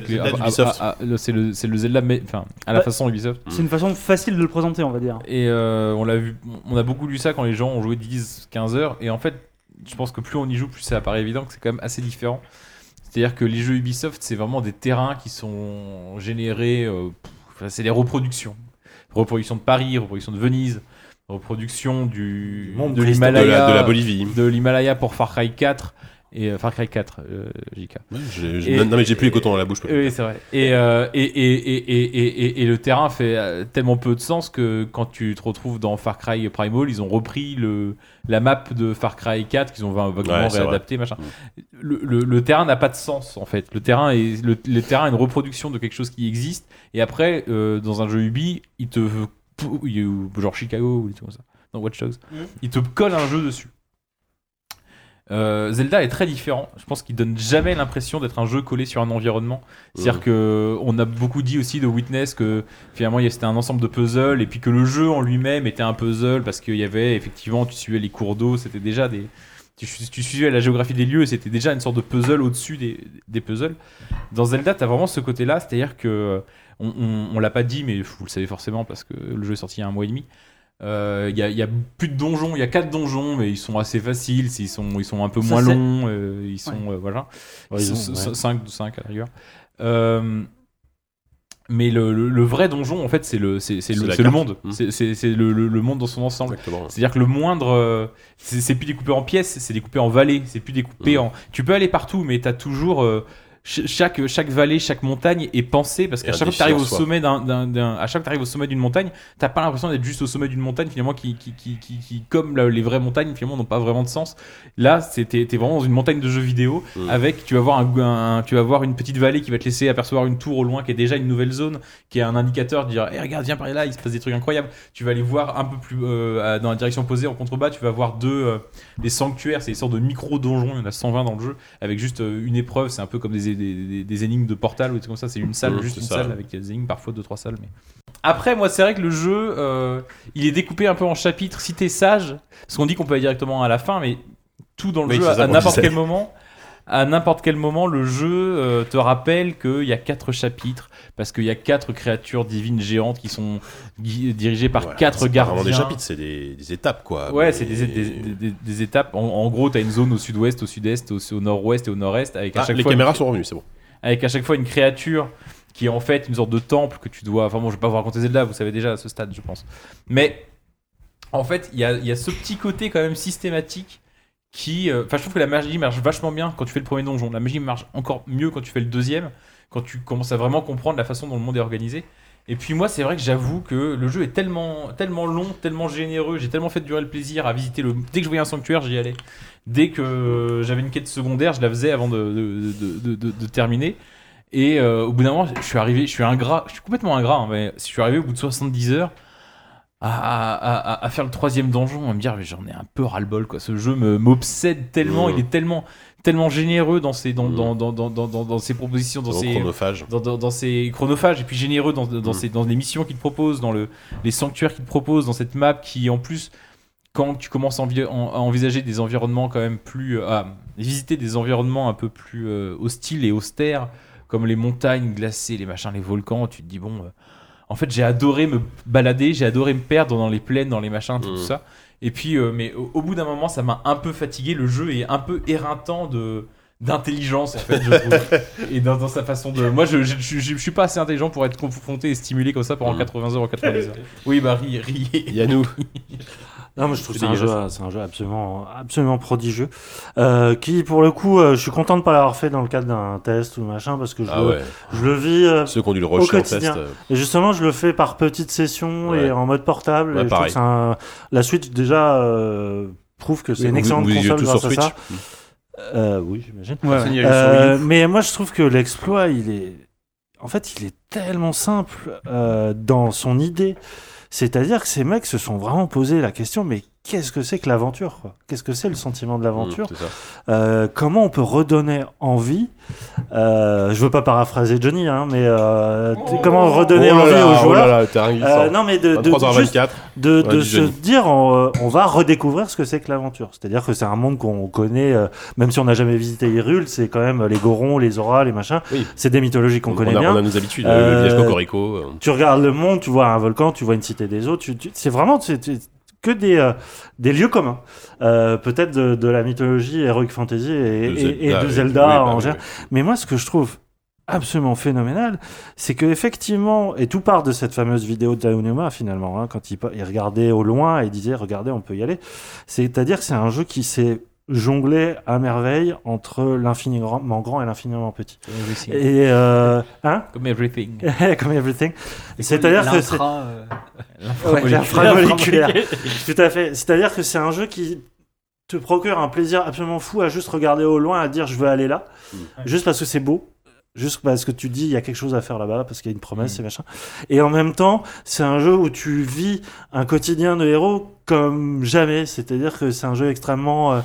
C'est le Zelda, mais enfin, à la façon Ubisoft. C'est une façon facile de le présenter, on va dire. Et on a beaucoup lu ça quand les gens ont joué 10-15 heures. Et en fait, je pense que plus on y joue, plus ça apparaît évident que c'est quand même assez différent. C'est-à-dire que les jeux Ubisoft, c'est vraiment des terrains qui sont générés. C'est des reproductions. Reproduction de Paris, reproduction de Venise. Reproduction de l'Himalaya, de la Bolivie, de l'Himalaya pour Far Cry 4 et Far Cry 4 JK. Non mais j'ai plus les cotons dans la bouche. Oui, c'est vrai. Et le terrain fait tellement peu de sens que quand tu te retrouves dans Far Cry Primal, ils ont repris la map de Far Cry 4 qu'ils ont vaguement réadapté, machin. Le terrain n'a pas de sens en fait. Le terrain est une reproduction de quelque chose qui existe. Et après, dans un jeu Ubi, il te genre Chicago ou des trucs comme ça, dans Watch Dogs, il te colle un jeu dessus. Zelda est très différent. Je pense qu'il donne jamais l'impression d'être un jeu collé sur un environnement. C'est-à-dire que on a beaucoup dit aussi de Witness que finalement c'était un ensemble de puzzles, et puis que le jeu en lui-même était un puzzle parce qu'il y avait effectivement, tu suivais les cours d'eau, c'était déjà tu suivais la géographie des lieux, et c'était déjà une sorte de puzzle au-dessus des puzzles. Dans Zelda, t'as vraiment ce côté-là, c'est-à-dire que on l'a pas dit, mais vous le savez forcément parce que le jeu est sorti il y a 1 mois et demi. Il y a plus de donjons, il y a 4 donjons, mais ils sont assez faciles, ils sont un peu moins longs, ils sont voilà, 5 à la rigueur. Mais le vrai donjon, en fait, c'est le monde. C'est le monde dans son ensemble. Exactement. C'est-à-dire que le moindre, c'est plus découpé en pièces, c'est découpé en vallées, c'est plus découpé en. Tu peux aller partout, mais t'as toujours chaque vallée, chaque montagne est pensée, parce qu'à chaque fois que tu arrives au sommet au sommet d'une montagne, t'as pas l'impression d'être juste au sommet d'une montagne finalement qui comme les vraies montagnes finalement n'ont pas vraiment de sens. Là, t'es vraiment dans une montagne de jeux vidéo avec tu vas voir une petite vallée qui va te laisser apercevoir une tour au loin qui est déjà une nouvelle zone, qui est un indicateur de dire regarde, viens par là, il se passe des trucs incroyables. Tu vas aller voir un peu plus dans la direction opposée en contrebas, tu vas voir des sanctuaires, c'est des sortes de micro donjons, il y en a 120 dans le jeu avec juste une épreuve, c'est un peu comme des énigmes de Portal ou des trucs comme ça, c'est une salle, juste une salle avec des énigmes, parfois 2-3 salles. Mais après, moi c'est vrai que le jeu il est découpé un peu en chapitres si t'es sage, parce qu'on dit qu'on peut aller directement à la fin, mais tout dans le jeu à n'importe quel moment le jeu te rappelle qu'il y a 4 chapitres, parce qu'il y a 4 créatures divines géantes qui sont dirigées par 4 gardiens. C'est vraiment des chapitres, c'est des étapes quoi. Ouais, c'est des étapes. En gros, t'as une zone au sud-ouest, au sud-est, au nord-ouest et au nord-est, avec à chaque fois. Les caméras sont revenues, c'est bon. Avec à chaque fois une créature qui est en fait une sorte de temple que tu dois. Enfin bon, je vais pas vous raconter Zelda, vous savez déjà à ce stade, je pense. Mais en fait, il y a ce petit côté quand même systématique. Je trouve que la magie marche vachement bien quand tu fais le premier donjon. La magie marche encore mieux quand tu fais le deuxième, quand tu commences à vraiment comprendre la façon dont le monde est organisé. Et puis moi, c'est vrai que j'avoue que le jeu est tellement long, tellement généreux, j'ai tellement fait durer le plaisir à visiter dès que je voyais un sanctuaire, j'y allais. Dès que j'avais une quête secondaire, je la faisais avant de terminer. Et au bout d'un moment, je suis complètement ingrat, hein, mais je suis arrivé au bout de 70 heures à faire le 3e donjon, à me dire mais j'en ai un peu ras-le-bol quoi. Ce jeu m'obsède tellement, il est tellement généreux dans ses propositions, dans ses chronophages, et puis généreux dans les missions qu'il propose, dans les sanctuaires qu'il propose, dans cette map qui en plus, quand tu commences à envisager des environnements quand même plus, visiter des environnements un peu plus hostiles et austères, comme les montagnes glacées, les machins, les volcans, tu te dis bon, en fait j'ai adoré me balader, j'ai adoré me perdre dans les plaines, dans les machins, tout ça. Et puis, mais au bout d'un moment, ça m'a un peu fatigué. Le jeu est un peu éreintant d'intelligence, en fait, je trouve. Et dans sa façon de. Moi, je suis pas assez intelligent pour être confronté et stimulé comme ça pendant 80 heures ou 90 heures. Oui, bah, riez. Yannou. Non, mais je trouve que c'est un jeu absolument prodigieux. Qui, pour le coup, je suis content de pas l'avoir fait dans le cadre d'un test ou machin, parce que je le vis ceux qui ont dû le rusher en test. Et justement, je le fais par petites sessions et en mode portable. Et je trouve que la Switch, déjà, prouve que c'est une excellente console grâce à ça. Oui, j'imagine. Mais moi, je trouve que l'exploit, il est tellement simple dans son idée. C'est-à-dire que ces mecs se sont vraiment posé la question, mais qu'est-ce que c'est que l'aventure, quoi ? Qu'est-ce que c'est le sentiment de l'aventure ? Comment on peut redonner envie je veux pas paraphraser Johnny, hein, mais comment redonner envie aux joueurs non, mais de se dire on va redécouvrir ce que c'est que l'aventure. C'est-à-dire que c'est un monde qu'on connaît, même si on n'a jamais visité Hyrule, c'est quand même les Gorons, les Zora, les machins. Oui. C'est des mythologies qu'on connaît bien. On a nos habitudes, le village Cocorico. Tu regardes le monde, tu vois un volcan, tu vois une cité des eaux. C'est vraiment que des lieux communs, peut-être de la mythologie Heroic Fantasy et de Zelda en général. Mais moi, ce que je trouve absolument phénoménal, c'est que effectivement, et tout part de cette fameuse vidéo de Aonuma finalement, hein, quand il regardait au loin et disait regardez, on peut y aller. C'est-à-dire que c'est un jeu qui s'est jonglé à merveille entre l'infiniment grand et l'infiniment petit. Et comme everything. Comme everything. C'est-à-dire que c'est l'inframoléculaire. Tout à fait. C'est-à-dire que c'est un jeu qui te procure un plaisir absolument fou à juste regarder au loin, à dire je veux aller là, juste parce que c'est beau. Juste parce que tu dis il y a quelque chose à faire là-bas, parce qu'il y a une promesse et machin. Et en même temps, c'est un jeu où tu vis un quotidien de héros comme jamais. C'est-à-dire que c'est un jeu extrêmement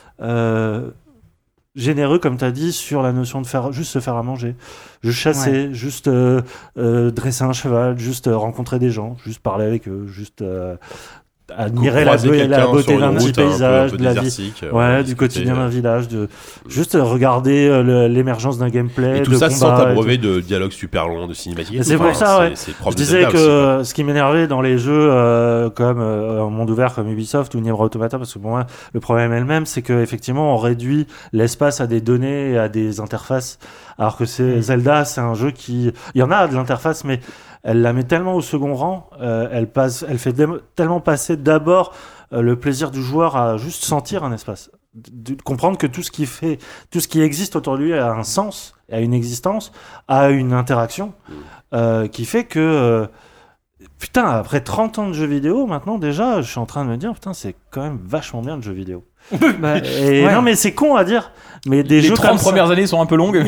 généreux, comme tu as dit, sur la notion de juste se faire à manger, juste chasser, juste dresser un cheval, juste rencontrer des gens, juste parler avec eux, juste admirer la beauté d'un petit paysage, de la vie, du quotidien d'un village, juste regarder l'émergence d'un gameplay, et tout ça sans t'abreuver de dialogues super longs, de cinématiques. C'est pour ça, je disais que ce qui m'énervait dans les jeux comme en monde ouvert comme Ubisoft ou Nier Automata, parce que pour moi le problème est le même, c'est qu'effectivement on réduit l'espace à des données et à des interfaces, alors que Zelda, c'est un jeu il y en a de l'interface, mais elle la met tellement au second rang, elle fait tellement passer d'abord le plaisir du joueur à juste sentir un espace, de comprendre que tout ce qui existe autour de lui a un sens, a une existence, a une interaction, qui fait que putain, après 30 ans de jeux vidéo, maintenant déjà, je suis en train de me dire putain, c'est quand même vachement bien le jeu vidéo. Non, mais c'est con à dire, mais les jeux 30 premières années sont un peu longues.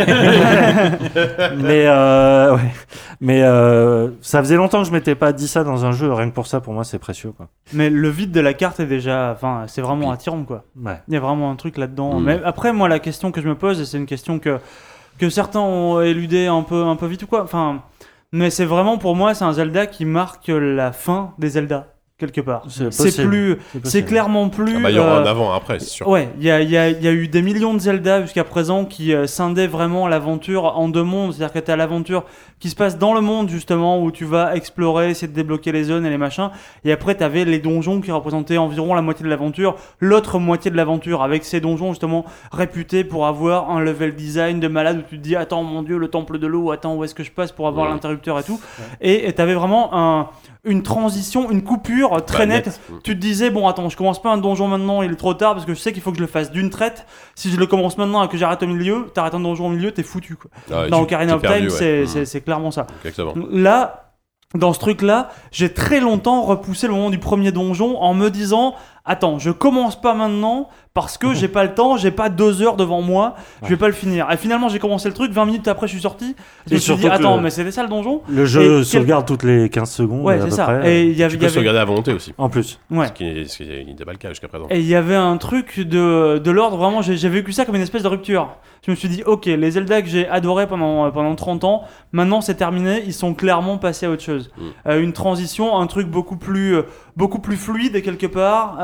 mais ça faisait longtemps que je m'étais pas dit ça dans un jeu, rien que pour ça, pour moi c'est précieux, quoi. Mais le vide de la carte est déjà, c'est vraiment attirant, quoi. Il y a vraiment un truc là-dedans. Mais après, moi, la question que je me pose, et c'est une question que certains ont éludé un peu vite ou quoi, mais c'est vraiment, pour moi, c'est un Zelda qui marque la fin des Zelda. Quelque part. C'est clairement plus. Il y aura un avant, après, c'est sûr. Ouais, il y a eu des millions de Zelda jusqu'à présent qui scindaient vraiment l'aventure en deux mondes. C'est-à-dire que tu as l'aventure qui se passe dans le monde, justement, où tu vas explorer, essayer de débloquer les zones et les machins. Et après, tu avais les donjons qui représentaient environ la moitié de l'aventure, l'autre moitié de l'aventure, avec ces donjons, justement, réputés pour avoir un level design de malade où tu te dis, attends, mon Dieu, le temple de l'eau, attends, où est-ce que je passe pour avoir l'interrupteur et tout. Et tu avais vraiment une transition, une coupure très nette. Tu te disais, bon, attends, je commence pas un donjon maintenant, il est trop tard parce que je sais qu'il faut que je le fasse d'une traite. Si je le commence maintenant et que j'arrête au milieu, t'arrêtes un donjon au milieu, t'es foutu, quoi. Dans Ocarina of Time, c'est clairement ça. Exactement. Là, dans ce truc-là, j'ai très longtemps repoussé le moment du premier donjon en me disant, attends, je commence pas maintenant parce que j'ai pas le temps, j'ai pas 2 heures devant moi, je vais pas le finir. Et finalement, j'ai commencé le truc, 20 minutes après, je suis sorti. Je me suis dit, attends, mais c'était ça le donjon. Le jeu sauvegarde toutes les 15 secondes. Ouais, c'est ça. Près, et tu peux sauvegarder à volonté aussi. En plus. Ouais. Ce qui n'était pas le cas jusqu'à présent. Et il y avait un truc de l'ordre, vraiment, j'ai vécu ça comme une espèce de rupture. Je me suis dit, ok, les Zelda que j'ai adoré pendant 30 ans, maintenant c'est terminé, ils sont clairement passés à autre chose. Une transition, un truc beaucoup plus fluide quelque part,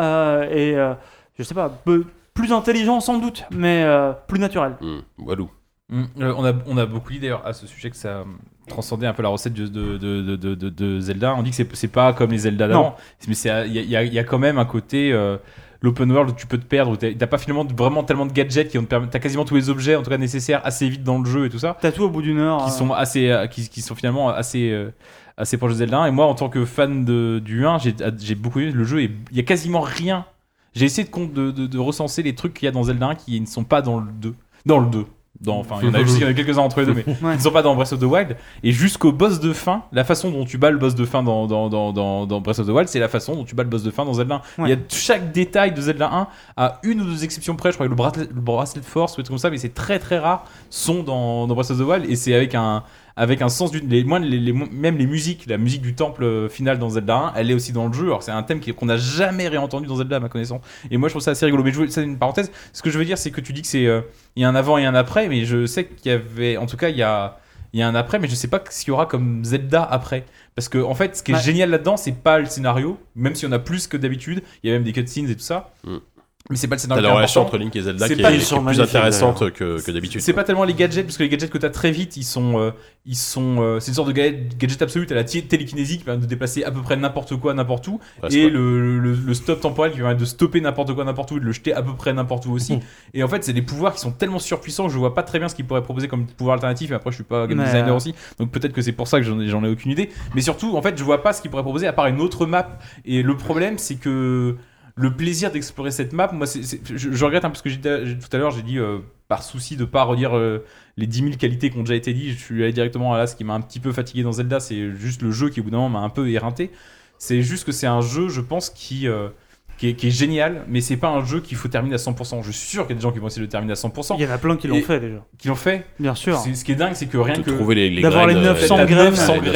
je sais pas, plus intelligent sans doute, mais plus naturel. Walou. On a beaucoup dit d'ailleurs à ce sujet que ça transcendait un peu la recette de Zelda. On dit que c'est pas comme les Zelda d'avant, mais il y a quand même un côté l'open world où tu peux te perdre, où t'as pas finalement vraiment tellement de gadgets qui vont te permettre, t'as quasiment tous les objets en tout cas nécessaires assez vite dans le jeu et tout ça. T'as tout au bout d'une heure. Qui sont finalement assez proches de Zelda 1. Et moi en tant que fan du 1, j'ai beaucoup aimé le jeu et il y a quasiment rien. J'ai essayé de recenser les trucs qu'il y a dans Zelda 1 qui ne sont pas dans le 2. Enfin, il y en a quelques-uns entre les deux, mais qui ne sont pas dans Breath of the Wild. Et jusqu'au boss de fin, la façon dont tu bats le boss de fin dans Breath of the Wild, c'est la façon dont tu bats le boss de fin dans Zelda 1. Il y a chaque détail de Zelda 1, à une ou deux exceptions près, je crois que le bracelet de force ou des trucs comme ça, mais c'est très très rare, sont dans Breath of the Wild. Et c'est avec un sens même les musiques, la musique du temple final dans Zelda 1, elle est aussi dans le jeu. Alors c'est un thème qu'on n'a jamais réentendu dans Zelda à ma connaissance. Et moi je trouve ça assez rigolo. Mais ça c'est une parenthèse. Ce que je veux dire c'est que tu dis que il y a un avant et un après, mais je sais qu'il y avait, en tout cas il y a un après, mais je sais pas ce qu'il y aura comme Zelda après. Parce que en fait ce qui est génial là-dedans, c'est pas le scénario, même s'il y en a plus que d'habitude. Il y a même des cutscenes et tout ça. Mais c'est pas le scénario. T'as la relation entre Link et Zelda qui est plus intéressante que d'habitude. C'est pas tellement les gadgets, parce que les gadgets que t'as très vite, c'est une sorte de gadget absolu. T'as la télékinésie qui permet de déplacer à peu près n'importe quoi, n'importe où, et le stop temporel qui permet de stopper n'importe quoi, n'importe où, et de le jeter à peu près n'importe où aussi. Et en fait, c'est des pouvoirs qui sont tellement surpuissants que je vois pas très bien ce qu'ils pourraient proposer comme pouvoir alternatif. Et après, je suis pas game designer aussi, donc peut-être que c'est pour ça que j'en ai aucune idée. Mais surtout, en fait, je vois pas ce qu'ils pourraient proposer à part une autre map. Et le problème, c'est que le plaisir d'explorer cette map, moi, je regrette un peu ce que j'ai dit tout à l'heure. J'ai dit par souci de pas redire les 10 000 qualités qui ont déjà été dites. Je suis allé directement à là. Ce qui m'a un petit peu fatigué dans Zelda, c'est juste le jeu qui au bout d'un moment m'a un peu éreinté. C'est juste que c'est un jeu, je pense, qui est génial, mais c'est pas un jeu qu'il faut terminer à 100%. Je suis sûr qu'il y a des gens qui vont essayer de terminer à 100%. Il y en a plein qui l'ont fait déjà. Qui l'ont fait, bien sûr. Ce qui est dingue, c'est que rien que trouver les d'avoir graines, les 900 graines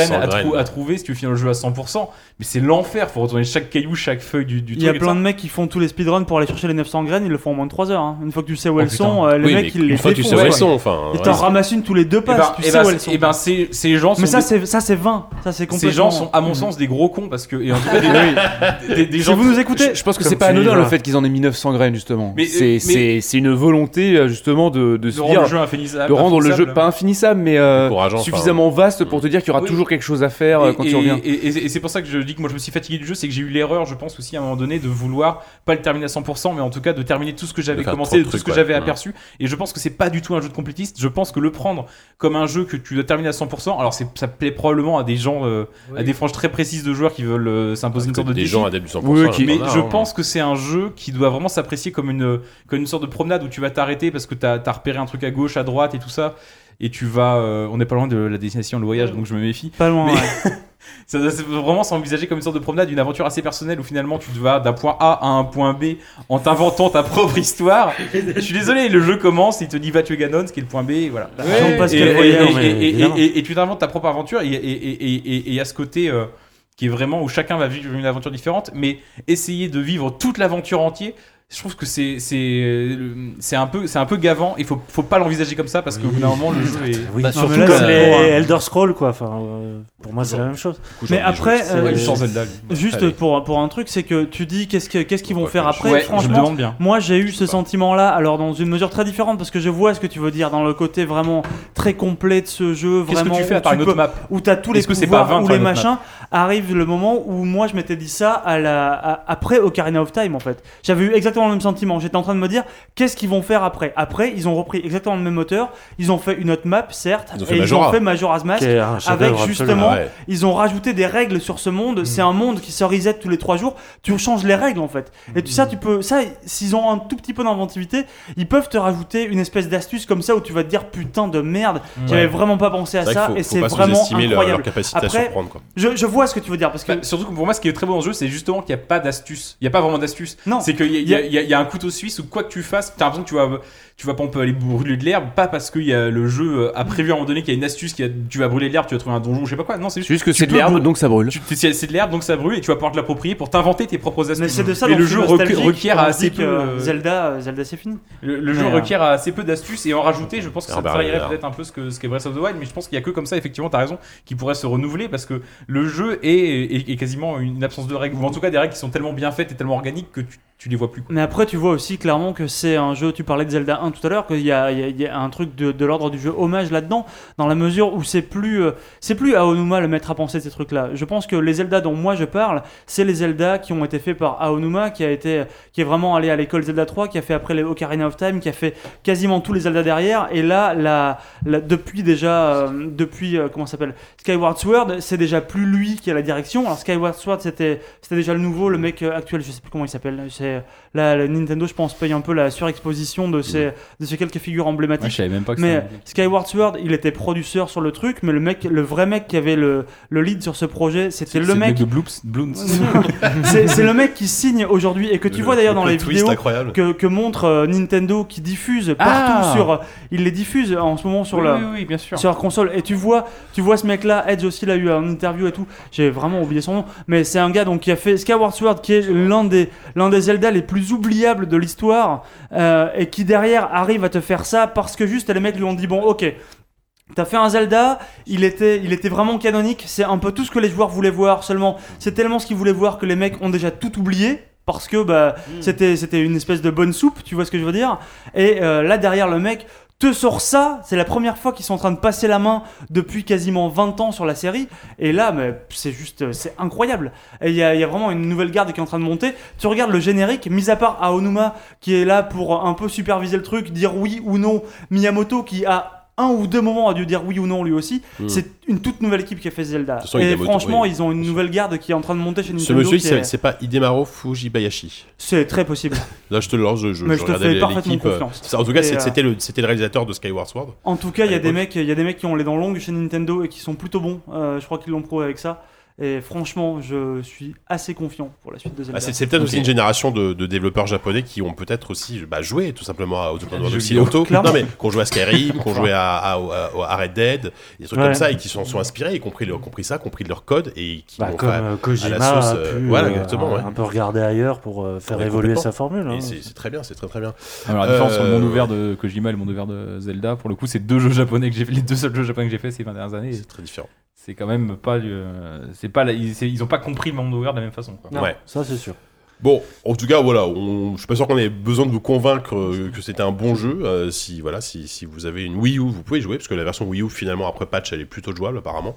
à trouver si tu veux finir le jeu à 100%, mais c'est l'enfer. Faut retourner chaque caillou, chaque feuille du truc. Il y a plein de mecs qui font tous les speedruns pour aller chercher les 900 graines, ils le font en moins de 3 heures. Hein. Une fois que tu sais où elles sont, les mecs ils les défont. Une fois que tu sais où elles sont, enfin. Et t'en ramasses une tous les 2 passes, tu sais où elles sont. Et ben ces gens. Mais ça c'est 20. Ça c'est complètement. Ces gens sont à mon sens des gros cons parce que et en tout cas des gens. Si vous nous écoutez, je pense que c'est pas anodin le fait qu'ils en aient mis 900 graines justement. C'est une volonté justement de se dire de rendre le jeu pas infinissable mais suffisamment vaste pour te dire qu'il y aura toujours quelque chose à faire quand tu reviens. Et c'est pour ça que je dis que moi je me suis fatigué du jeu, c'est que j'ai eu l'erreur, je pense aussi à un moment donné, de vouloir pas le terminer à 100%, mais en tout cas de terminer tout ce que j'avais commencé, tout ce que j'avais aperçu. Et je pense que c'est pas du tout un jeu de complétiste. Je pense que le prendre comme un jeu que tu dois terminer à 100%, alors ça plaît probablement à des gens, à des franges très précises de joueurs qui veulent s'imposer une sorte de des défi. gens adeptes du 100%. Mais je pense que c'est un jeu qui doit vraiment s'apprécier comme une sorte de promenade où tu vas t'arrêter parce que t'as repéré un truc à gauche, à droite et tout ça. Et tu vas. On n'est pas loin de la destination, le voyage, donc je me méfie. Pas loin, mais ça doit vraiment s'envisager comme une sorte de promenade, une aventure assez personnelle où finalement tu vas d'un point A à un point B en t'inventant ta propre histoire. Je suis désolé, le jeu commence, il te dit va tuer Ganon, ce qui est le point B, et voilà. Et tu t'inventes ta propre aventure, et il y a ce côté. Qui est vraiment où chacun va vivre une aventure différente, mais essayer de vivre toute l'aventure entière, je trouve que c'est un peu gavant. Il faut pas l'envisager comme ça parce qu'au bout d'un moment le jeu est surtout comme les Elder Scrolls quoi. Enfin, pour moi c'est la même chose. Mais après, juste pour un truc, c'est que tu dis qu'est-ce qu'ils vont faire après. Franchement, moi j'ai eu ce sentiment-là. Alors dans une mesure très différente parce que je vois ce que tu veux dire dans le côté vraiment très complet de ce jeu. Qu'est-ce que tu fais à part une autre map où t'as tous les pouvoirs ou les machins. Arrive le moment où moi je m'étais dit ça après Ocarina of Time en fait. J'avais eu exactement exactement le même sentiment. J'étais en train de me dire, qu'est-ce qu'ils vont faire après ? Après, ils ont repris exactement le même moteur. Ils ont fait une autre map, certes, ils ont fait Majora's Mask avec justement, ils ont rajouté des règles sur ce monde. C'est un monde qui se reset tous les 3 jours. Tu changes les règles en fait. Et s'ils ont un tout petit peu d'inventivité, ils peuvent te rajouter une espèce d'astuce comme ça où tu vas te dire putain de merde, j'avais vraiment pas pensé à ça et c'est vraiment incroyable. Leur capacité à surprendre, quoi. Je vois ce que tu veux dire parce que surtout que pour moi, ce qui est très beau dans le jeu, c'est justement qu'il n'y a pas d'astuce. Il n'y a pas vraiment d'astuce. Non. C'est qu'il y a un couteau suisse où quoi que tu fasses, t'as l'impression que tu vas pas aller brûler de l'herbe, pas parce que le jeu a prévu à un moment donné qu'il y a une astuce, tu vas brûler de l'herbe, tu vas trouver un donjon, je sais pas quoi. Non, c'est juste que c'est de l'herbe, donc ça brûle. C'est de l'herbe, donc ça brûle, et tu vas pouvoir te l'approprier pour t'inventer tes propres astuces. Mais c'est de ça. Et le jeu requiert assez peu. Zelda, c'est fini. Le jeu requiert assez peu d'astuces, et en rajouter, je pense que ça travaillerait peut-être un peu ce qu'est Breath of the Wild, mais je pense qu'il y a que comme ça, effectivement, t'as raison, qui pourrait se renouveler parce que le jeu est quasiment une absence de règles, ou en tout cas des règles qui sont tellement bien faites et tellement organiques que tu les vois plus. Mais après, tu vois aussi clairement que c'est un jeu. Tu parlais de Zelda 1 tout à l'heure, qu'il y a un truc de l'ordre du jeu hommage là-dedans, dans la mesure où c'est plus Aonuma le maître à penser de ces trucs-là. Je pense que les Zelda dont moi je parle, c'est les Zelda qui ont été faits par Aonuma, qui est vraiment allé à l'école Zelda 3, qui a fait après les Ocarina of Time, qui a fait quasiment tous les Zelda derrière. Et là, depuis comment ça s'appelle, Skyward Sword, c'est déjà plus lui qui a la direction. Alors Skyward Sword, c'était déjà le nouveau, le mec actuel, je sais plus comment il s'appelle. Là, Nintendo, je pense, paye un peu la surexposition de ces quelques figures emblématiques. Je savais même pas que mais Skyward Sword, il était producteur sur le truc, mais le vrai mec qui avait le lead sur ce projet, c'était le mec de Bloons. c'est le mec qui signe aujourd'hui et que tu vois d'ailleurs dans les vidéos que montre Nintendo, qui diffuse partout il les diffuse en ce moment sur bien sûr, sur leur console, et tu vois ce mec là. Edge aussi l'a eu en interview et tout, j'ai vraiment oublié son nom, mais c'est un gars donc qui a fait Skyward Sword, qui est l'un des Zelda les plus oubliables de l'histoire, et qui derrière arrive à te faire ça parce que juste les mecs lui ont dit bon ok, t'as fait un Zelda, il était vraiment canonique, c'est un peu tout ce que les joueurs voulaient voir, seulement c'est tellement ce qu'ils voulaient voir que les mecs ont déjà tout oublié parce que c'était une espèce de bonne soupe, tu vois ce que je veux dire. Et là derrière le mec te sort ça, c'est la première fois qu'ils sont en train de passer la main depuis quasiment 20 ans sur la série, et là c'est incroyable. Et il y a vraiment une nouvelle garde qui est en train de monter. Tu regardes le générique, mis à part Aonuma qui est là pour un peu superviser le truc, dire oui ou non, Miyamoto qui a un ou deux moments a dû dire oui ou non lui aussi. C'est une toute nouvelle équipe qui a fait Zelda. Et franchement, ils ont une nouvelle garde qui est en train de monter chez Nintendo. Ce monsieur, c'est pas Hidemaro Fujibayashi. C'est très possible. Là, je te le lance, je te fais parfaitement confiance. En tout cas, c'était le réalisateur de Skyward Sword. En tout cas, il y a des mecs qui ont les dents longues chez Nintendo et qui sont plutôt bons. Je crois qu'ils l'ont prouvé avec ça. Et franchement, je suis assez confiant pour la suite de Zelda. C'est peut-être aussi une génération de développeurs japonais qui ont peut-être aussi joué tout simplement aux open world occidentaux. Non mais qu'on joué à Skyrim, qu'on joué à Red Dead, des trucs comme ça, et qui sont inspirés, et compris leur code, et qui comme Kojima à la sauce, exactement, un peu regarder ailleurs pour faire évoluer sa formule. Et c'est très bien, c'est très très bien. Alors la différence entre le monde ouvert de Kojima et le monde ouvert de Zelda, pour le coup, c'est les deux seuls jeux japonais que j'ai fait ces 20 dernières années. C'est très différent. C'est quand même pas ils ont pas compris le monde ouvert de la même façon, quoi. Non, ça c'est sûr. Bon, en tout cas, voilà, je suis pas sûr qu'on ait besoin de vous convaincre que c'était un bon jeu. Si vous avez une Wii U, vous pouvez jouer, parce que la version Wii U, finalement, après patch, elle est plutôt jouable, apparemment.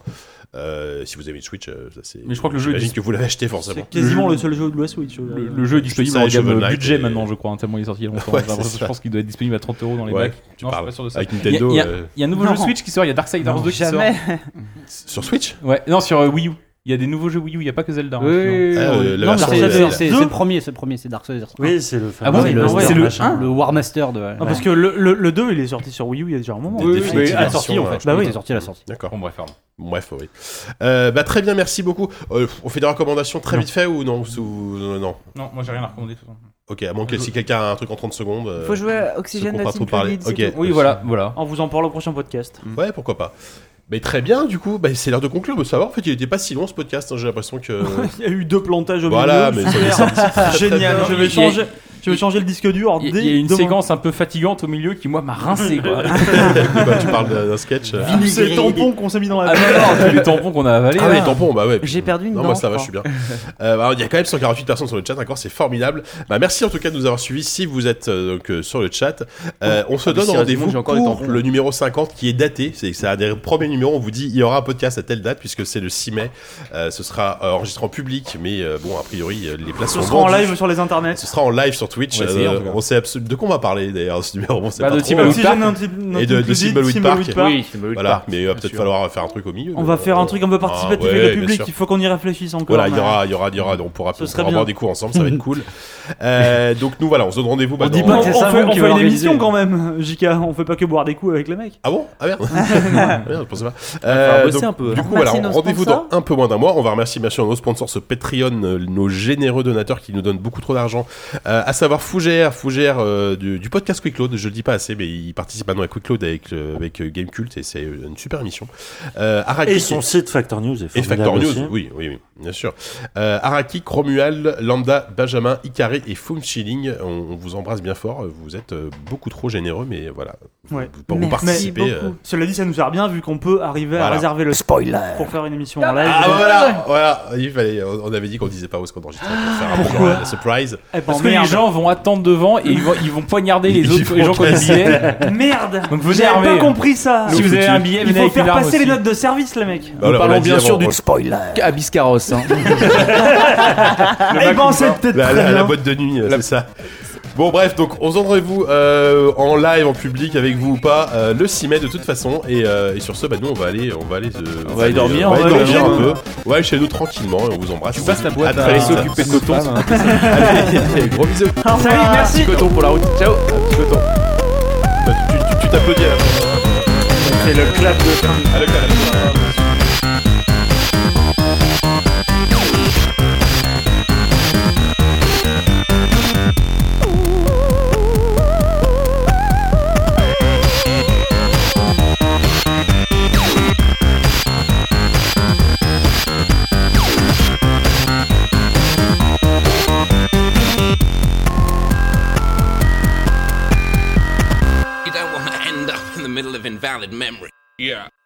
Si vous avez une Switch, ça c'est. Mais je crois que le jeu, j'imagine que vous l'avez acheté forcément. C'est quasiment le seul jeu de la Switch. Le jeu est disponible en gamme budget maintenant, je crois, tellement il est sorti il y a longtemps. Je pense qu'il doit être disponible à 30 € dans les bacs. Tu parles sur ça. Avec Nintendo. Il y a un nouveau jeu Switch qui sort, il y a Darksiders 2 qui sort. Sur Switch ? Ouais, non, sur Wii U. Il y a des nouveaux jeux Wii U, il n'y a pas que Zelda. Oui, non, c'est le premier, c'est Darksiders. Oui, c'est le fameux. C'est le War Master de. Parce que le 2 il est sorti sur Wii U il y a déjà un moment. Oui, à la sortie en fait. Bah oui, il est sorti à la sortie. D'accord. Bref, oui. Très bien, merci beaucoup. On fait des recommandations très vite fait ou non ? Non, moi j'ai rien à recommander. Ok, à moins que si quelqu'un a un truc en 30 secondes. Faut jouer à Oxygen Not Included. Ok. Oui, voilà. On vous en parle au prochain podcast. Ouais, pourquoi pas. Mais très bien, du coup, c'est l'heure de conclure. De savoir, en fait, il était pas si long ce podcast. J'ai l'impression que. Il y a eu 2 plantages au milieu. Voilà, mais c'est génial. Je vais changer le disque dur. Il y a une séquence un peu fatigante au milieu qui, moi, m'a rincé. Tu parles d'un sketch. C'est les tampons qu'on s'est mis dans la bouche. Ah non, les tampons qu'on a avalés. Ah, les tampons, bah ouais. J'ai perdu une dent. Non, moi ça va, je suis bien. Il y a quand même 148 personnes sur le chat, encore, c'est formidable. Merci en tout cas de nous avoir suivis. Si vous êtes sur le chat, on se donne rendez-vous pour le numéro 50 qui est daté. C'est un des premiers numéros. On vous dit il y aura un podcast à telle date puisque c'est le 6 mai. Ce sera enregistré en public, mais bon, a priori, les places sont vendues. Ce sera en live sur les internets. Ce sera en live sur Twitch. On va essayer, On sait absolument de quoi on va parler d'ailleurs ce numéro. On sait pas de trop. Thimbleweed Park. Et de Thimbleweed Park. Oui, Voilà, mais il va peut-être falloir faire un truc au milieu. On va faire un truc un peu participatif avec le public. Il faut qu'on y réfléchisse encore. Voilà, il y aura. On pourra avoir des coups ensemble. Ça va être cool. Donc nous voilà, on se donne rendez-vous. On dit pas que c'est ça. On fait une émission quand même, JK. On fait pas que boire des coups avec les mecs. Ah bon? Ah merde. Merde, je pensais pas. Donc, un peu. Du coup, voilà, rendez-vous dans un peu moins d'un mois. On va remercier bien sûr nos sponsors, ce Patreon, nos généreux donateurs qui nous donnent beaucoup trop d'argent, à savoir Fougère du podcast Quick Load. Je le dis pas assez, mais il participe maintenant à Quick Load avec Gamecult et c'est une super émission. Araki, et son site Factor News est formidable. Et Factor News, aussi. oui, bien sûr. Araki, Romuald, Lambda, Benjamin, Icaré et Foom Chilling, on vous embrasse bien fort. Vous êtes beaucoup trop généreux, mais voilà. Pour vous participer. Cela dit, ça nous sert bien vu qu'on peut arriver à réserver le spoiler pour faire une émission en live. Ah voilà. Il fallait. On avait dit qu'on disait pas où est-ce qu'on enregistrait pour faire un surprise. Parce que les gens vont attendre devant et ils vont poignarder les gens qui ont des billets. Merde. Donc vous n'avez pas compris ça. Si vous avez un billet, il faut faire passer les notes de service, les mecs. Nous parlons bien sûr du spoiler à Biscarros. C'est peut-être la boîte de nuit, c'est ça. Bon bref, donc on se donne rendez-vous en live, en public, avec vous ou pas, le 6 mai de toute façon. Et sur ce, nous on va aller dormir. On va aller dormir un peu. On va aller chez nous tranquillement et on vous embrasse. Tu passes la boîte à s'occuper de coton. Allez, gros bisous. Salut, merci. Petit coton pour la route. Ciao. Petit coton. Tu t'applaudis là. C'est le clap de fin. Le clap. Middle of invalid memory. Yeah.